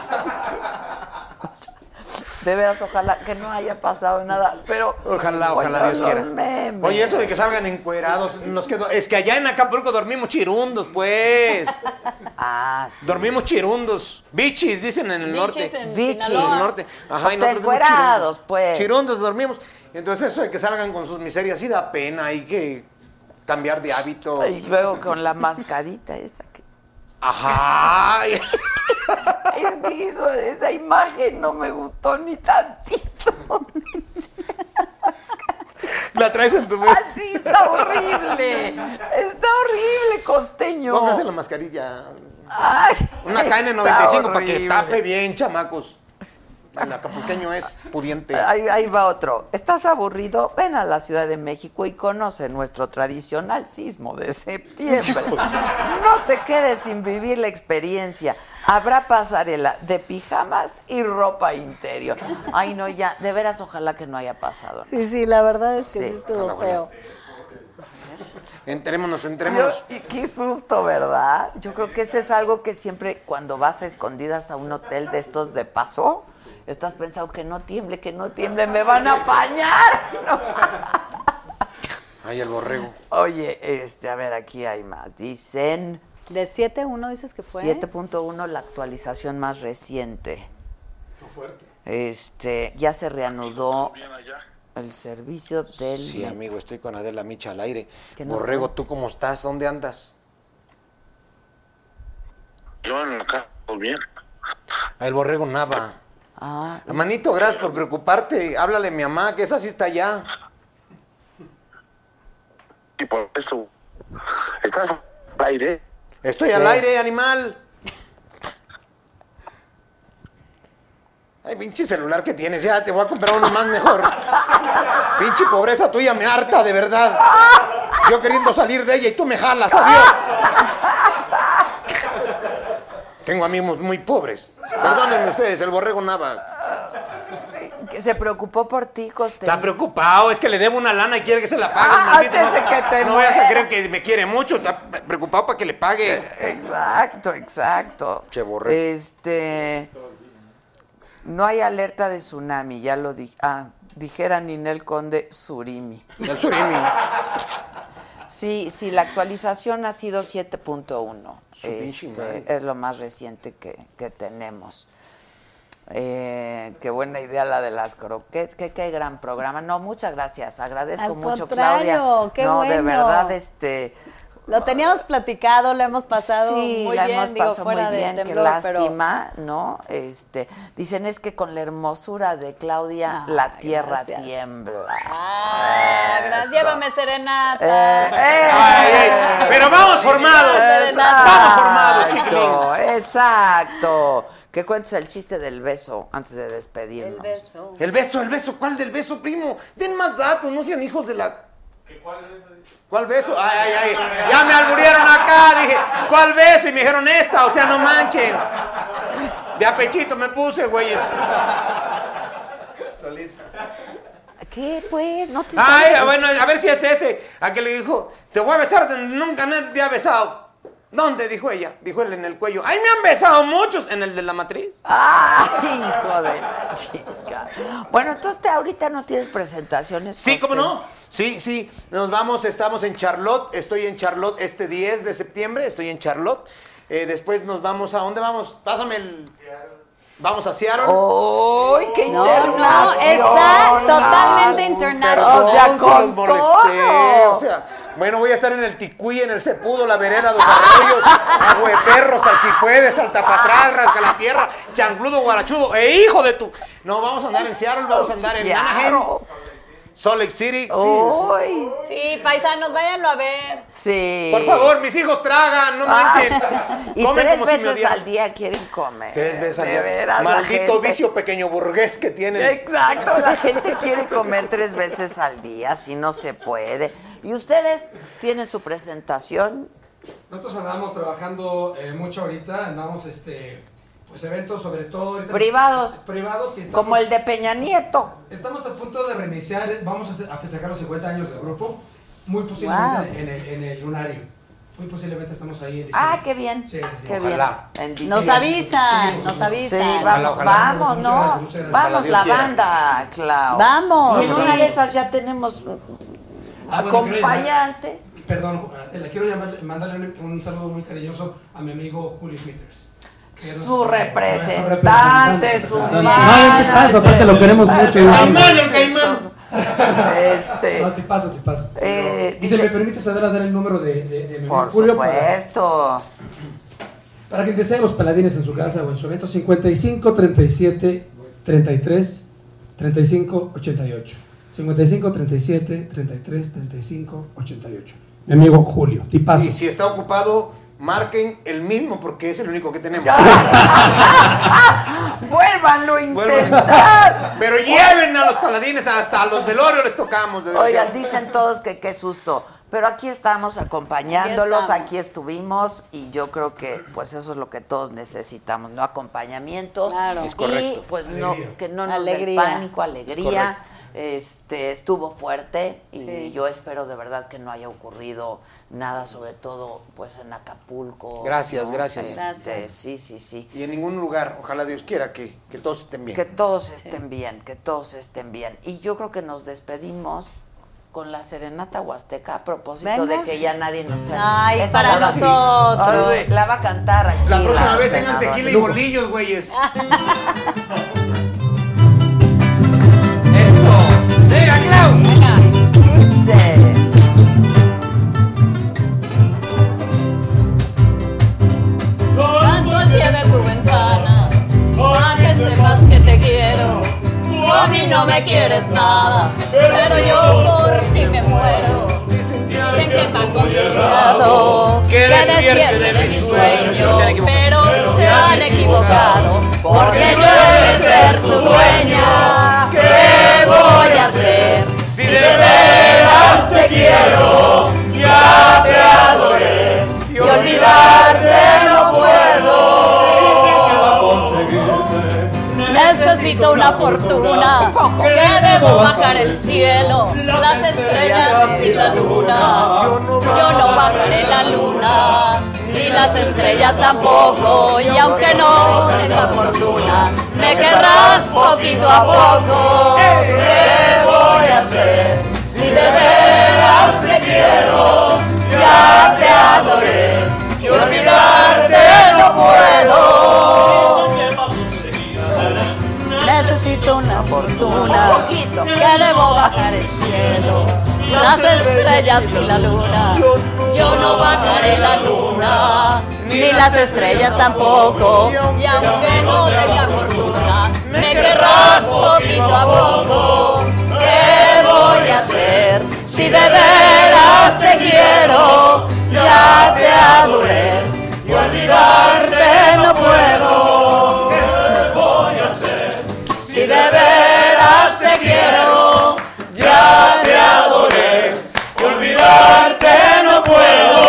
De veras, ojalá que no haya pasado nada, pero... Ojalá, pues, ojalá son Dios los quiera. memes. Oye, eso de que salgan encuerados, nos quedó... Es que allá en Acapulco dormimos chirundos, pues. Ah, sí. Dormimos chirundos. Bichis, dicen en el Bichis norte. en Bichis. En el Sinaloa. norte. Ajá, O y sea, nosotros dimos encuerados, chirundos. pues. Chirundos dormimos. Entonces eso de que salgan con sus miserias sí da pena. Hay que cambiar de hábito. Y luego con la mascarita esa que... Ajá. Es que eso- esa imagen no me gustó ni tantito. La traes en tu mano. Así está horrible. Está horrible, costeño. Póngase la mascarilla. Ay, Una K N está noventa y cinco para que horrible. tape bien, chamacos. El acapulqueño es pudiente. Ahí, ahí va otro. ¿Estás aburrido? Ven a la Ciudad de México y conoce nuestro tradicional sismo de septiembre. No te quedes sin vivir la experiencia. Habrá pasarela de pijamas y ropa interior. Ay, no, ya, de veras, ojalá que no haya pasado. Sí, sí, la verdad es que sí, Sí, estuvo ojalá, feo. Entrémonos, entrémonos. Yo- y qué susto, ¿verdad? Yo creo que ese es algo que siempre cuando vas a escondidas a un hotel de estos de paso, estás pensando que no tiemble, que no tiemble, me van a apañar. No. Ay, el borrego. Oye, este, a ver, aquí hay más. Dicen De siete uno dices que fue. siete punto uno, la actualización más reciente. Qué fuerte. Este, ya se reanudó el servicio del... Sí, amigo, estoy con Adela Micha al aire. Que no Borrego, sé. ¿tú cómo estás? ¿Dónde andas? Yo en la casa, muy bien. Ah, el borrego Nava. Ah, Manito, gracias por preocuparte. Háblale a mi mamá, que esa sí está allá. Y por eso, ¿estás al aire? Estoy Sí. al aire, animal. Ay, pinche celular que tienes, ya te voy a comprar uno más mejor. Pinche pobreza tuya me harta, de verdad. Yo queriendo salir de ella y tú me jalas, adiós. Tengo amigos muy pobres. Perdónenme ustedes, el borrego Nava. que se preocupó por ti, Costeño. Está preocupado, es que le debo una lana y quiere que se la pague. Ah, maldito, antes de no, que te no vayas a muera. creer que me quiere mucho, está preocupado para que le pague. Exacto, exacto. Che, borrego. Este, no hay alerta de tsunami, ya lo dije. Ah, dijera Ninel Conde, surimi. El surimi. Sí, sí, la actualización ha sido siete punto uno. Su pinche madre. Este, es lo más reciente que, que tenemos. Eh, qué buena idea la de las croquetas, qué, qué gran programa. No, muchas gracias, agradezco Al mucho, contrario, Claudia. qué no, de bueno. verdad, este... Lo teníamos platicado, lo hemos pasado Sí, muy la bien, hemos digo, pasado fuera muy de bien, qué temblor, pero- lástima, ¿no? Este, dicen es que con la hermosura de Claudia Ay, la tierra gracias. tiembla. Ah, gracias. Eso. Llévame serenata. Eh, eh. Ay, ay, pero vamos formados. Exacto. Vamos formados, chiquilín. Exacto. Que cuentes el chiste del beso antes de despedirnos. El beso. El beso, el beso, ¿cuál del beso, primo? Den más datos, no sean hijos de la... ¿Cuál beso? Ay, ay, ay. Ya me alburieron acá, dije, ¿cuál beso? Y me dijeron esta, o sea, no manchen. De a pechito me puse, güeyes. ¿Qué, pues? No te Ay, sabes? bueno, a ver si es este. A que le dijo, te voy a besar donde nunca nadie te ha besado. ¿Dónde? Dijo ella. Dijo él en el cuello. Ay, me han besado muchos. En el de la matriz. ¡Ay, hijo de la chica! Bueno, entonces te- ahorita no tienes presentaciones. Sí, ¿cómo Costeño? no? Sí, sí. Nos vamos, estamos en Charlotte. Estoy en Charlotte este diez de septiembre. Estoy en Charlotte. Eh, después nos vamos a... ¿Dónde vamos? Pásame el... Vamos a Seattle. ¡Ay, qué No, internacional! no, está totalmente internacional. O sea, Perdón si con los molesté, todo. o sea, bueno, voy a estar en el Ticuí, en el Cepudo, la vereda, Los Arroyos, Agua de Perros, Salchipuedes, Saltapatrás, Rasca la Tierra, Chancludo, Guarachudo, e hijo de tu... No, vamos a andar en Seattle, vamos a andar en Anaheim, Salt Lake City, sí. ¡Ay! Sí, paisanos, váyanlo a ver. Sí. Por favor, mis hijos tragan, no manchen. Y Comen tres como si me veces odiaran. al día quieren comer. Tres veces al De día. veras, la Maldito gente- vicio pequeño burgués que tienen. Exacto, la gente quiere comer tres veces al día, si no se puede. ¿Y ustedes tienen su presentación? Nosotros andamos trabajando eh, mucho ahorita, andamos este, pues eventos sobre todo ahorita- Privados. privados y estamos, Como el de Peña Nieto. estamos a punto de reiniciar, vamos a hacer- a festejar los cincuenta años del grupo Muy posiblemente Wow. en, el, en el lunario. Muy posiblemente estamos ahí en diciembre. Ah, qué bien. Sí, sí, sí. Qué Ojalá. bien. En Nos diciembre. avisan, nos Sí, avisan. vamos, Ojalá, ojalá. vamos, Muchas ¿no? gracias, muchas gracias. Vamos, Ojalá Dios la quiera. banda, Clau. Vamos, Y en una sí. de esas ya tenemos Ah, bueno, quiero acompañante. llamar- Perdón, eh, le quiero llamar, mandarle un, un saludo muy cariñoso a mi amigo Julio Smithers. que es Su nuestro- representante, nuestro su representante. manager. No, ¿qué pasa? Aparte lo queremos mucho. Caimán, el Caimán. Este, No, te paso, te paso. Eh, y si dice- me permite saber a dar el número de, de, de mi amigo por Julio para, supuesto. para quien desee los paladines en su casa o en su evento, cincuenta y cinco, treinta y siete, treinta y tres, treinta y cinco, ochenta y ocho. cincuenta y cinco, treinta y siete, treinta y tres, treinta y cinco, ochenta y ocho. Mi amigo Julio, tipazo. Y si está ocupado, marquen el mismo porque es el único que tenemos. Vuélvanlo a Vuelvan. intentar. Pero lleven a los paladines, hasta a los velorios les tocamos. Oigan, desgraciado. dicen todos que qué susto. Pero aquí estamos acompañándolos, Aquí aquí, estamos. estuvimos y yo creo que pues eso es lo que todos necesitamos, ¿no? Acompañamiento. Claro. Es Y correcto. pues no, Alegría. que no nos Alegría. dé pánico, alegría. Este, estuvo fuerte y Sí. yo espero de verdad que no haya ocurrido nada, sobre todo pues en Acapulco. Gracias, ¿no? gracias. Este, Gracias. Sí, sí, sí. Y en ningún lugar, ojalá Dios quiera que, que todos estén bien. Que todos estén bien, que todos estén bien. Y yo creo que nos despedimos con la serenata huasteca a propósito Venga. de que ya nadie nos trae. Ay, Esa para ahora sí. nosotros. Ahora sí, la va a cantar aquí. La próxima vez tengan senadora. tequila y bolillos, güeyes. Eso. Venga, Clau. Venga. Dice, Tanto al pie de tu ventana, para que sepas que te quiero. Tú a mí no me quieres nada, pero yo por ti me muero. Dicen que me han considerado que despierte de mis sueños, pero se han equivocado, porque yo he de ser tu dueña. ¿Qué voy a hacer si de veras te quiero? Ya te adoré y olvidarte no puedo. Necesito una fortuna, que debo bajar el cielo, las estrellas y la luna. Yo no bajaré la luna, ni las estrellas tampoco. Y aunque no tenga fortuna, me querrás poquito a poco. ¿Qué voy a hacer si de veras te quiero? Ya te adoré y olvidarte no puedo. Necesito una fortuna, poquito. que debo bajar el cielo, las estrellas y la luna. Yo no bajaré la luna, ni las estrellas tampoco. Y aunque no tenga fortuna, me querrás poquito a poco. ¿Qué voy a hacer si de veras te quiero? Ya te adoré y olvidarte no puedo. ¿Qué voy a hacer si de veras te quiero? Ya te adoré y olvidarte no puedo.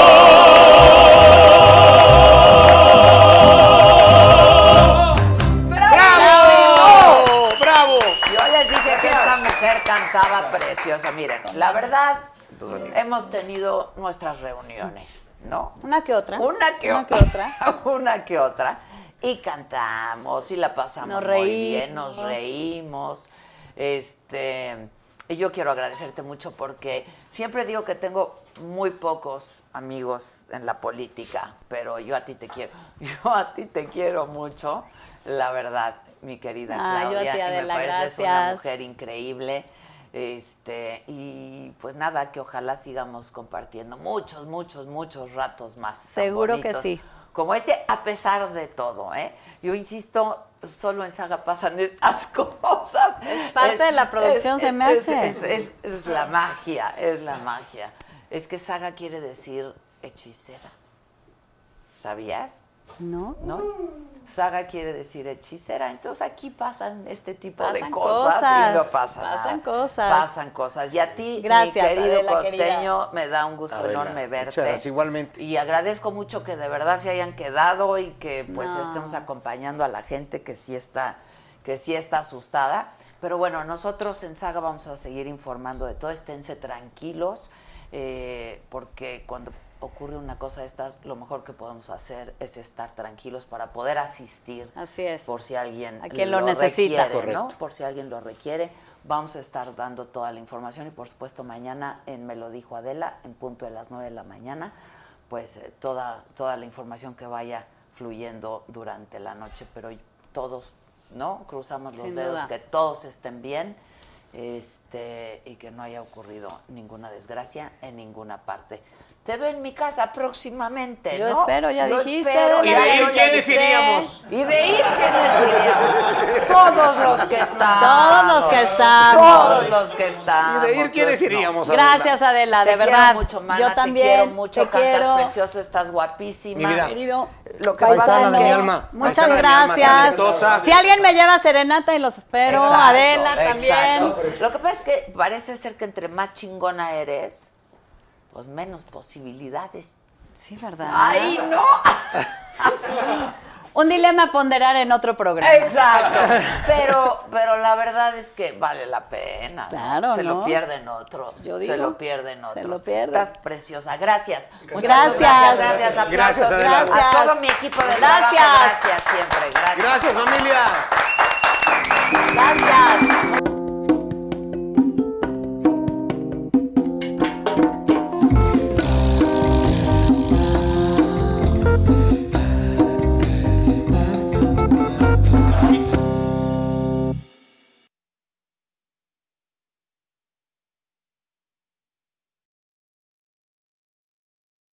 ¡Bravo! ¡Bravo! yo les dije que esta mujer cantaba precioso. Miren, la verdad, hemos tenido nuestras reuniones, ¿no? Una que otra. Una que Una otra. que otra. Una que otra. Y cantamos y la pasamos Nos muy bien, nos reímos. reímos. Este, y yo quiero agradecerte mucho porque siempre digo que tengo muy pocos amigos en la política, pero yo a ti te quiero. Yo a ti te quiero mucho, la verdad, mi querida Ah, yo a Claudia. ti, y me Adela, pareces una gracias. mujer increíble. Este, y pues nada, que ojalá sigamos compartiendo muchos, muchos, muchos ratos más. tan Seguro que bonitos sí. Como este, a pesar de todo, ¿eh? Yo insisto, solo en Saga pasan estas cosas. Es parte de la producción, se me es- hace. Es, es- es la magia, es la magia. Es que Saga quiere decir hechicera. ¿Sabías? ¿No? ¿No? Saga quiere decir hechicera. Entonces aquí pasan este tipo de Pasan cosas, cosas, y no pasa pasan nada. cosas. Pasan cosas. Y a ti, Gracias, mi querido Adela, costeño, querida. me da un gusto Adela, enorme verte. muchas gracias, igualmente. Y agradezco mucho que de verdad se hayan quedado y que pues No. estemos acompañando a la gente que sí está, que sí está asustada. Pero bueno, nosotros en Saga vamos a seguir informando de todo. Esténse tranquilos. eh, porque cuando ocurre una cosa de estas, lo mejor que podemos hacer es estar tranquilos para poder asistir. Así es. Por si alguien a quien lo, lo necesita. Requiere, ¿no? Por si alguien lo requiere. Vamos a estar dando toda la información y por supuesto mañana en Me lo dijo Adela, en punto de las nueve de la mañana, pues eh, toda, toda la información que vaya fluyendo durante la noche, pero todos, ¿no? Cruzamos los Sin dedos, duda. que todos estén bien este, y que no haya ocurrido ninguna desgracia en ninguna parte. Te veo en mi casa próximamente, Yo ¿no? espero, ya Yo dijiste. espero, ¿Y ya de ir yo ya quiénes dije. iríamos? ¿Y de ir quiénes iríamos? Todos los que están. Todos los que están. Todos los que están. ¿Y de ir quiénes iríamos? Gracias, Adela, de te verdad. Quiero mucho, mana, Yo también. Te quiero mucho, te cantas quiero. precioso, estás guapísima. Mi vida. Querido Lo que Paisana pasa es de que mi alma. Muchas Paisana de mi alma, gracias. talentosa. Si alguien me lleva serenata y los espero, Exacto, Adela exacto. también. Lo que pasa es que parece ser que entre más chingona eres, pues menos posibilidades. Sí, ¿verdad? ¡Ay, no! Un dilema a ponderar en otro programa. Exacto. Pero, pero la verdad es que vale la pena. Claro, Se ¿no? lo pierden otros. Yo se digo, lo pierden otros. se lo pierden. Estás preciosa. Gracias. Muchas Gracias. gracias. Gracias. Aplausos. Gracias, Adela. Gracias. A todo mi equipo de Gracias. trabajo. Gracias siempre. Gracias. Gracias, familia. Gracias.